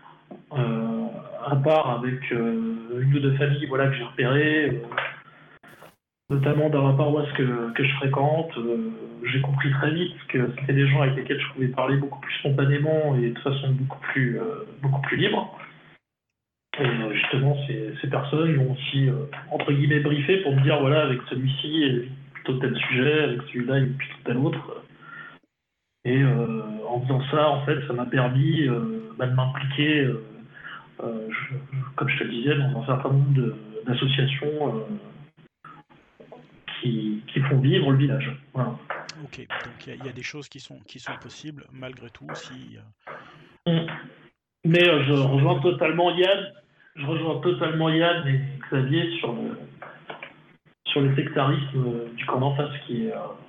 à part avec une ou deux familles que j'ai repérées, notamment dans la paroisse que je fréquente. J'ai compris très vite que c'était des gens avec lesquels je pouvais parler beaucoup plus spontanément et de façon beaucoup plus libre. Et justement, ces personnes m'ont aussi, entre guillemets, briefé pour me dire, avec celui-ci, il y a plutôt tel sujet, avec celui-là, il y a plutôt tel autre. Et en faisant ça, en fait, ça m'a permis de m'impliquer, comme je te le disais, dans un certain nombre d'associations qui font vivre le village. Voilà. Ok, donc il y a des choses qui sont possibles, malgré tout, si... Mais je rejoins totalement Yann et Xavier sur le sectarisme du camp d'en face qui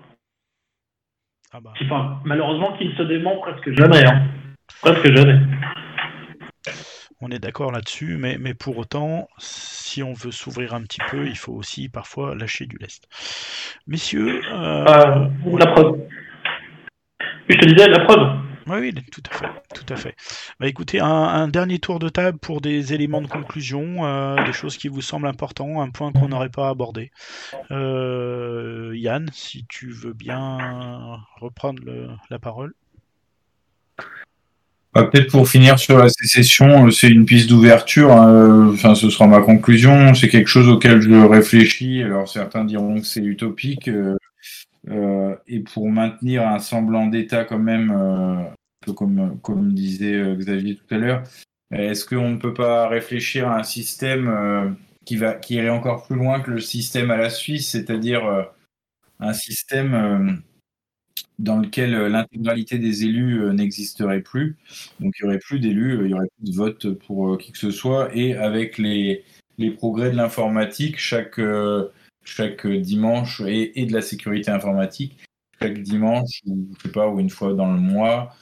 malheureusement qui ne se dément presque jamais. Presque jamais. On est d'accord là-dessus, mais pour autant, si on veut s'ouvrir un petit peu, il faut aussi parfois lâcher du lest. Messieurs... La preuve. Je te disais, la preuve. Oui, tout à fait. Écoutez, un dernier tour de table pour des éléments de conclusion, des choses qui vous semblent importantes, un point qu'on n'aurait pas abordé. Yann, si tu veux bien reprendre la parole. Peut-être pour finir sur la sécession, c'est une piste d'ouverture. Ce sera ma conclusion. C'est quelque chose auquel je réfléchis. Alors certains diront que c'est utopique. Et pour maintenir un semblant d'État quand même, un peu comme disait Xavier tout à l'heure, est-ce qu'on ne peut pas réfléchir à un système qui irait encore plus loin que le système à la Suisse, c'est-à-dire un système dans lequel l'intégralité des élus n'existerait plus, donc il n'y aurait plus d'élus, il n'y aurait plus de vote pour qui que ce soit, et avec les progrès de l'informatique, chaque dimanche, et de la sécurité informatique, chaque dimanche, ou une fois dans le mois,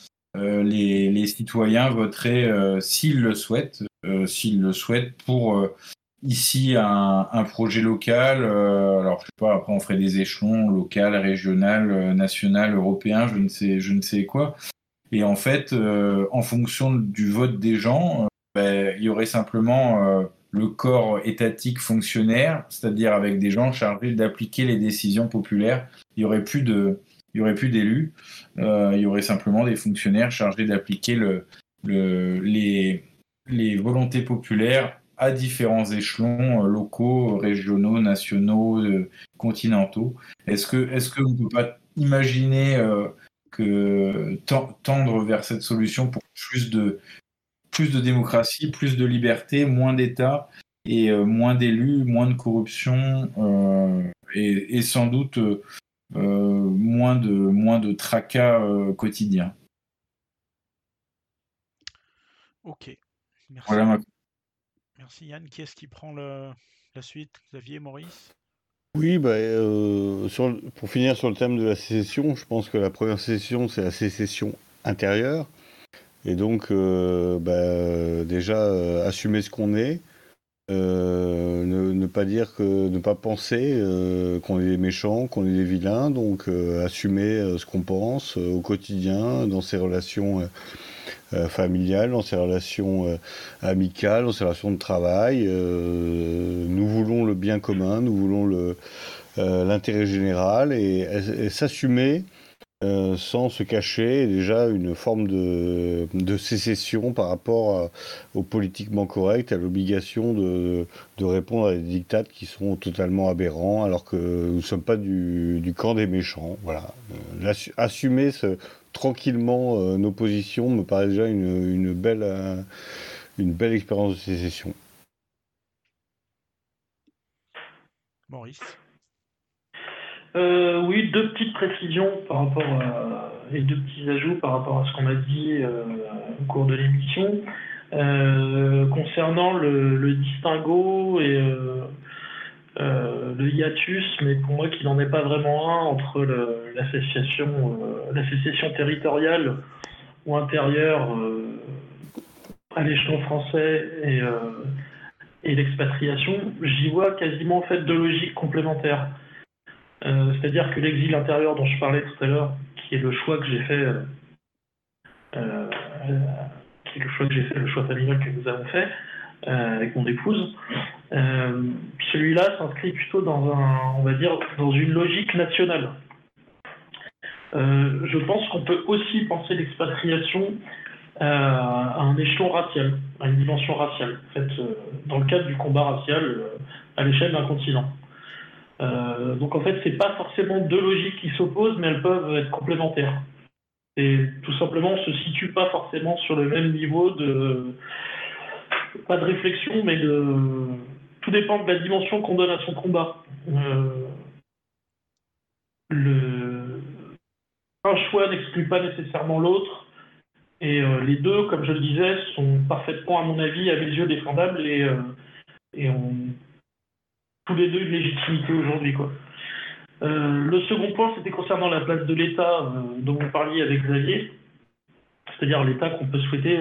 les citoyens voteraient, s'ils le souhaitent, pour ici un projet local. Alors, je sais pas, après, on ferait des échelons local, régional, national, européen, je ne sais quoi. Et en fait, en fonction du vote des gens, il y aurait simplement le corps étatique fonctionnaire, c'est-à-dire avec des gens chargés d'appliquer les décisions populaires. Il y aurait plus d'élus. Il y aurait simplement des fonctionnaires chargés d'appliquer les volontés populaires à différents échelons locaux, régionaux, nationaux, continentaux. Est-ce qu'on ne peut pas imaginer que tendre vers cette solution pour plus de démocratie, plus de liberté, moins d'État et moins d'élus, moins de corruption et sans doute moins de tracas quotidiens. Ok, merci. Voilà Merci Yann. Qui est-ce qui prend la suite? Xavier, Maurice? Oui, pour finir sur le thème de la sécession, je pense que la première sécession, c'est la sécession intérieure. Et donc, déjà, assumer ce qu'on est, ne pas penser qu'on est des méchants, qu'on est des vilains, donc assumer ce qu'on pense au quotidien, dans ses relations familiales, dans ses relations amicales, dans ses relations de travail. Nous voulons le bien commun, nous voulons l'intérêt général et s'assumer sans se cacher, est déjà une forme de sécession par rapport au politiquement correct, à l'obligation de répondre à des dictats qui sont totalement aberrants, alors que nous ne sommes pas du camp des méchants. Voilà. Assumer tranquillement nos positions me paraît déjà une belle expérience de sécession. Maurice? Oui, deux petites précisions et deux petits ajouts par rapport à ce qu'on a dit au cours de l'émission. Concernant le distinguo et le hiatus, mais pour moi qu'il n'en est pas vraiment un entre la sécession territoriale ou intérieure à l'échelon français et l'expatriation, j'y vois quasiment en fait deux logiques complémentaires. C'est-à-dire que l'exil intérieur dont je parlais tout à l'heure, qui est le choix que j'ai fait, le choix familial que nous avons fait avec mon épouse, celui-là s'inscrit plutôt dans une logique nationale. Je pense qu'on peut aussi penser l'expatriation à un échelon racial, à une dimension raciale, en fait, dans le cadre du combat racial à l'échelle d'un continent. Donc en fait, c'est pas forcément deux logiques qui s'opposent, mais elles peuvent être complémentaires. Et tout simplement, on se situe pas forcément sur le même niveau pas de réflexion, mais tout dépend de la dimension qu'on donne à son combat. Un choix n'exclut pas nécessairement l'autre, et les deux, comme je le disais, sont parfaitement, à mon avis, à mes yeux, défendables et ont tous les deux une légitimité aujourd'hui, quoi. Le second point, c'était concernant la place de l'État dont vous parliez avec Xavier, c'est-à-dire l'État qu'on peut souhaiter,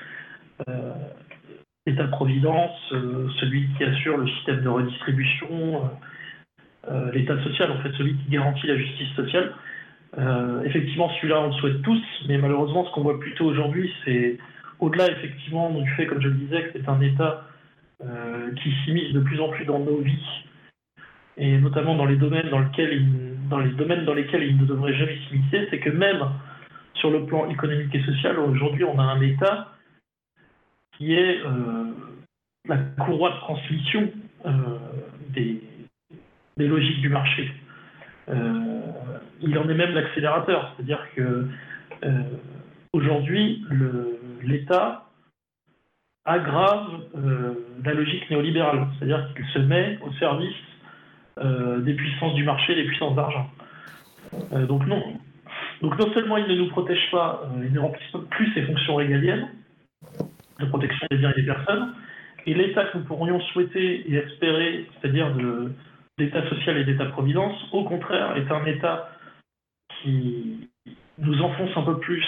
l'État-providence, celui qui assure le système de redistribution, l'État social, en fait, celui qui garantit la justice sociale. Effectivement, celui-là, on le souhaite tous, mais malheureusement, ce qu'on voit plutôt aujourd'hui, c'est au-delà, effectivement, du fait, comme je le disais, que c'est un État qui s'immisce de plus en plus dans nos vies, et notamment dans les domaines dans lesquels il ne devrait jamais s'immiscer, c'est que même sur le plan économique et social, aujourd'hui, on a un État qui est la courroie de transmission des logiques du marché. Il en est même l'accélérateur, c'est-à-dire que aujourd'hui, l'État aggrave la logique néolibérale, c'est-à-dire qu'il se met au service des puissances du marché, des puissances d'argent. Donc non seulement il ne nous protège pas, il ne remplit plus ses fonctions régaliennes de protection des biens et des personnes, et l'État que nous pourrions souhaiter et espérer, c'est-à-dire d'État social et d'État-providence, au contraire, est un État qui nous enfonce un peu plus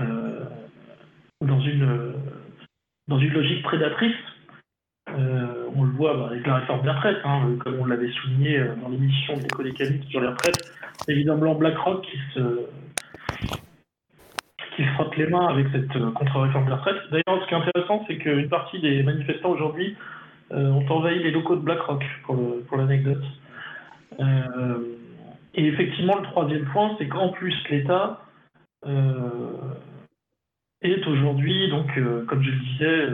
dans une logique prédatrice. on le voit avec la réforme des retraites, comme on l'avait souligné dans l'émission de l'éco-mécanique sur les retraites. Évidemment, BlackRock qui se frotte les mains avec cette contre-réforme des retraites. D'ailleurs, ce qui est intéressant, c'est qu'une partie des manifestants aujourd'hui ont envahi les locaux de BlackRock, pour l'anecdote. Et effectivement, le troisième point, c'est qu'en plus, l'État est aujourd'hui, donc, comme je le disais,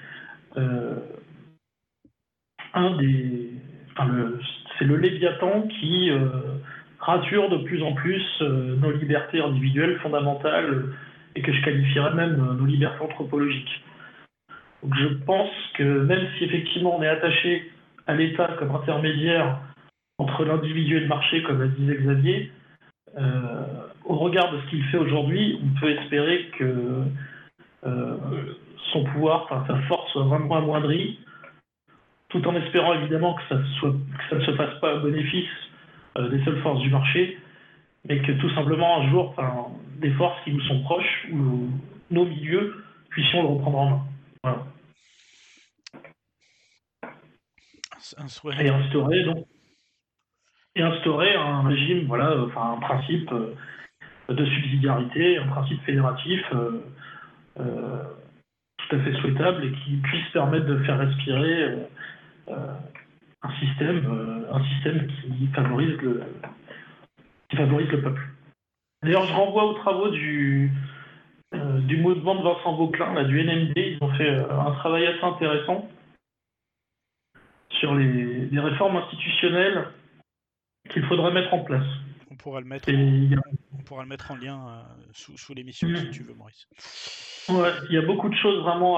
c'est le Léviathan qui rature de plus en plus nos libertés individuelles fondamentales et que je qualifierais même nos libertés anthropologiques. Donc je pense que même si effectivement on est attaché à l'État comme intermédiaire entre l'individu et le marché, comme l'a disait Xavier, au regard de ce qu'il fait aujourd'hui, on peut espérer que son pouvoir, sa force soit vraiment amoindrie, tout en espérant évidemment que ça ne se fasse pas au bénéfice des seules forces du marché, mais que tout simplement un jour, des forces qui nous sont proches, ou nos milieux, puissions le reprendre en main. Voilà. Et instaurer un régime, un principe de subsidiarité, un principe fédératif tout à fait souhaitable et qui puisse permettre de faire respirer un système qui favorise le peuple. D'ailleurs, je renvoie aux travaux du mouvement de Vincent Vauquelin, là, du NMD. Ils ont fait un travail assez intéressant sur les réformes institutionnelles qu'il faudrait mettre en place. On pourra le mettre en lien sous l'émission, si tu veux, Maurice. Ouais, il y a beaucoup de choses vraiment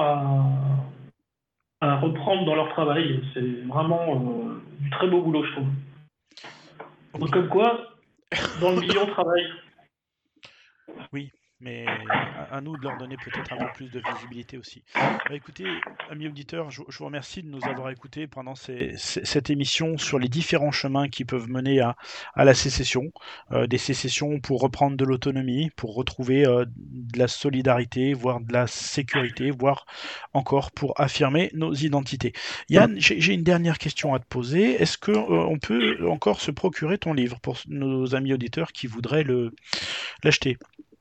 à reprendre dans leur travail. C'est vraiment du très beau boulot, je trouve. Okay. Donc, comme quoi, dans le milieu, on travaille. Oui, mais à nous de leur donner peut-être un peu plus de visibilité aussi. Écoutez, amis auditeurs, je vous remercie de nous avoir écoutés pendant cette émission sur les différents chemins qui peuvent mener à la sécession, des sécessions pour reprendre de l'autonomie, pour retrouver de la solidarité, voire de la sécurité, voire encore pour affirmer nos identités. Yann, j'ai une dernière question à te poser. Est-ce qu'on peut encore se procurer ton livre pour nos amis auditeurs qui voudraient l'acheter ?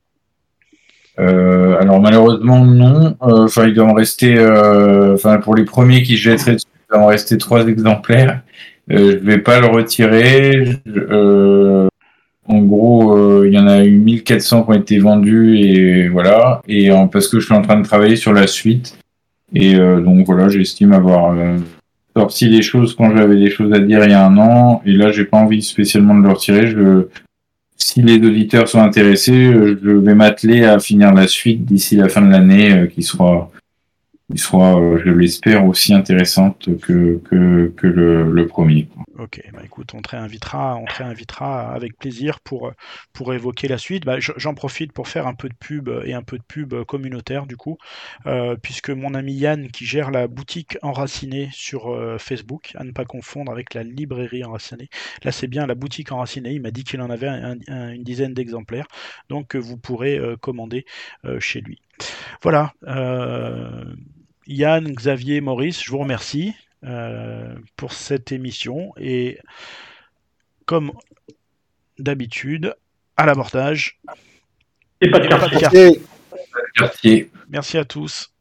Alors malheureusement non. Il doit en rester. Pour les premiers qui jetteraient dessus, il doit en rester 3 exemplaires. Je vais pas le retirer. En gros, il y en a eu 1400 qui ont été vendus et voilà. Et parce que je suis en train de travailler sur la suite. Et donc voilà, j'estime avoir sorti les choses quand j'avais des choses à dire il y a 1 an. Et là, j'ai pas envie spécialement de le retirer. Si les auditeurs sont intéressés, je vais m'atteler à finir la suite d'ici la fin de l'année, qui sera, je l'espère, aussi intéressante que le premier. Ok, écoute, on te réinvitera avec plaisir pour évoquer la suite. J'en profite pour faire un peu de pub et un peu de pub communautaire du coup, puisque mon ami Yann qui gère la boutique Enracinée sur Facebook, à ne pas confondre avec la librairie Enracinée. Là, c'est bien la boutique Enracinée. Il m'a dit qu'il en avait une dizaine d'exemplaires, donc vous pourrez commander chez lui. Voilà. Yann, Xavier, Maurice, je vous remercie pour cette émission et comme d'habitude à l'abordage et pas de quartier. Merci à tous.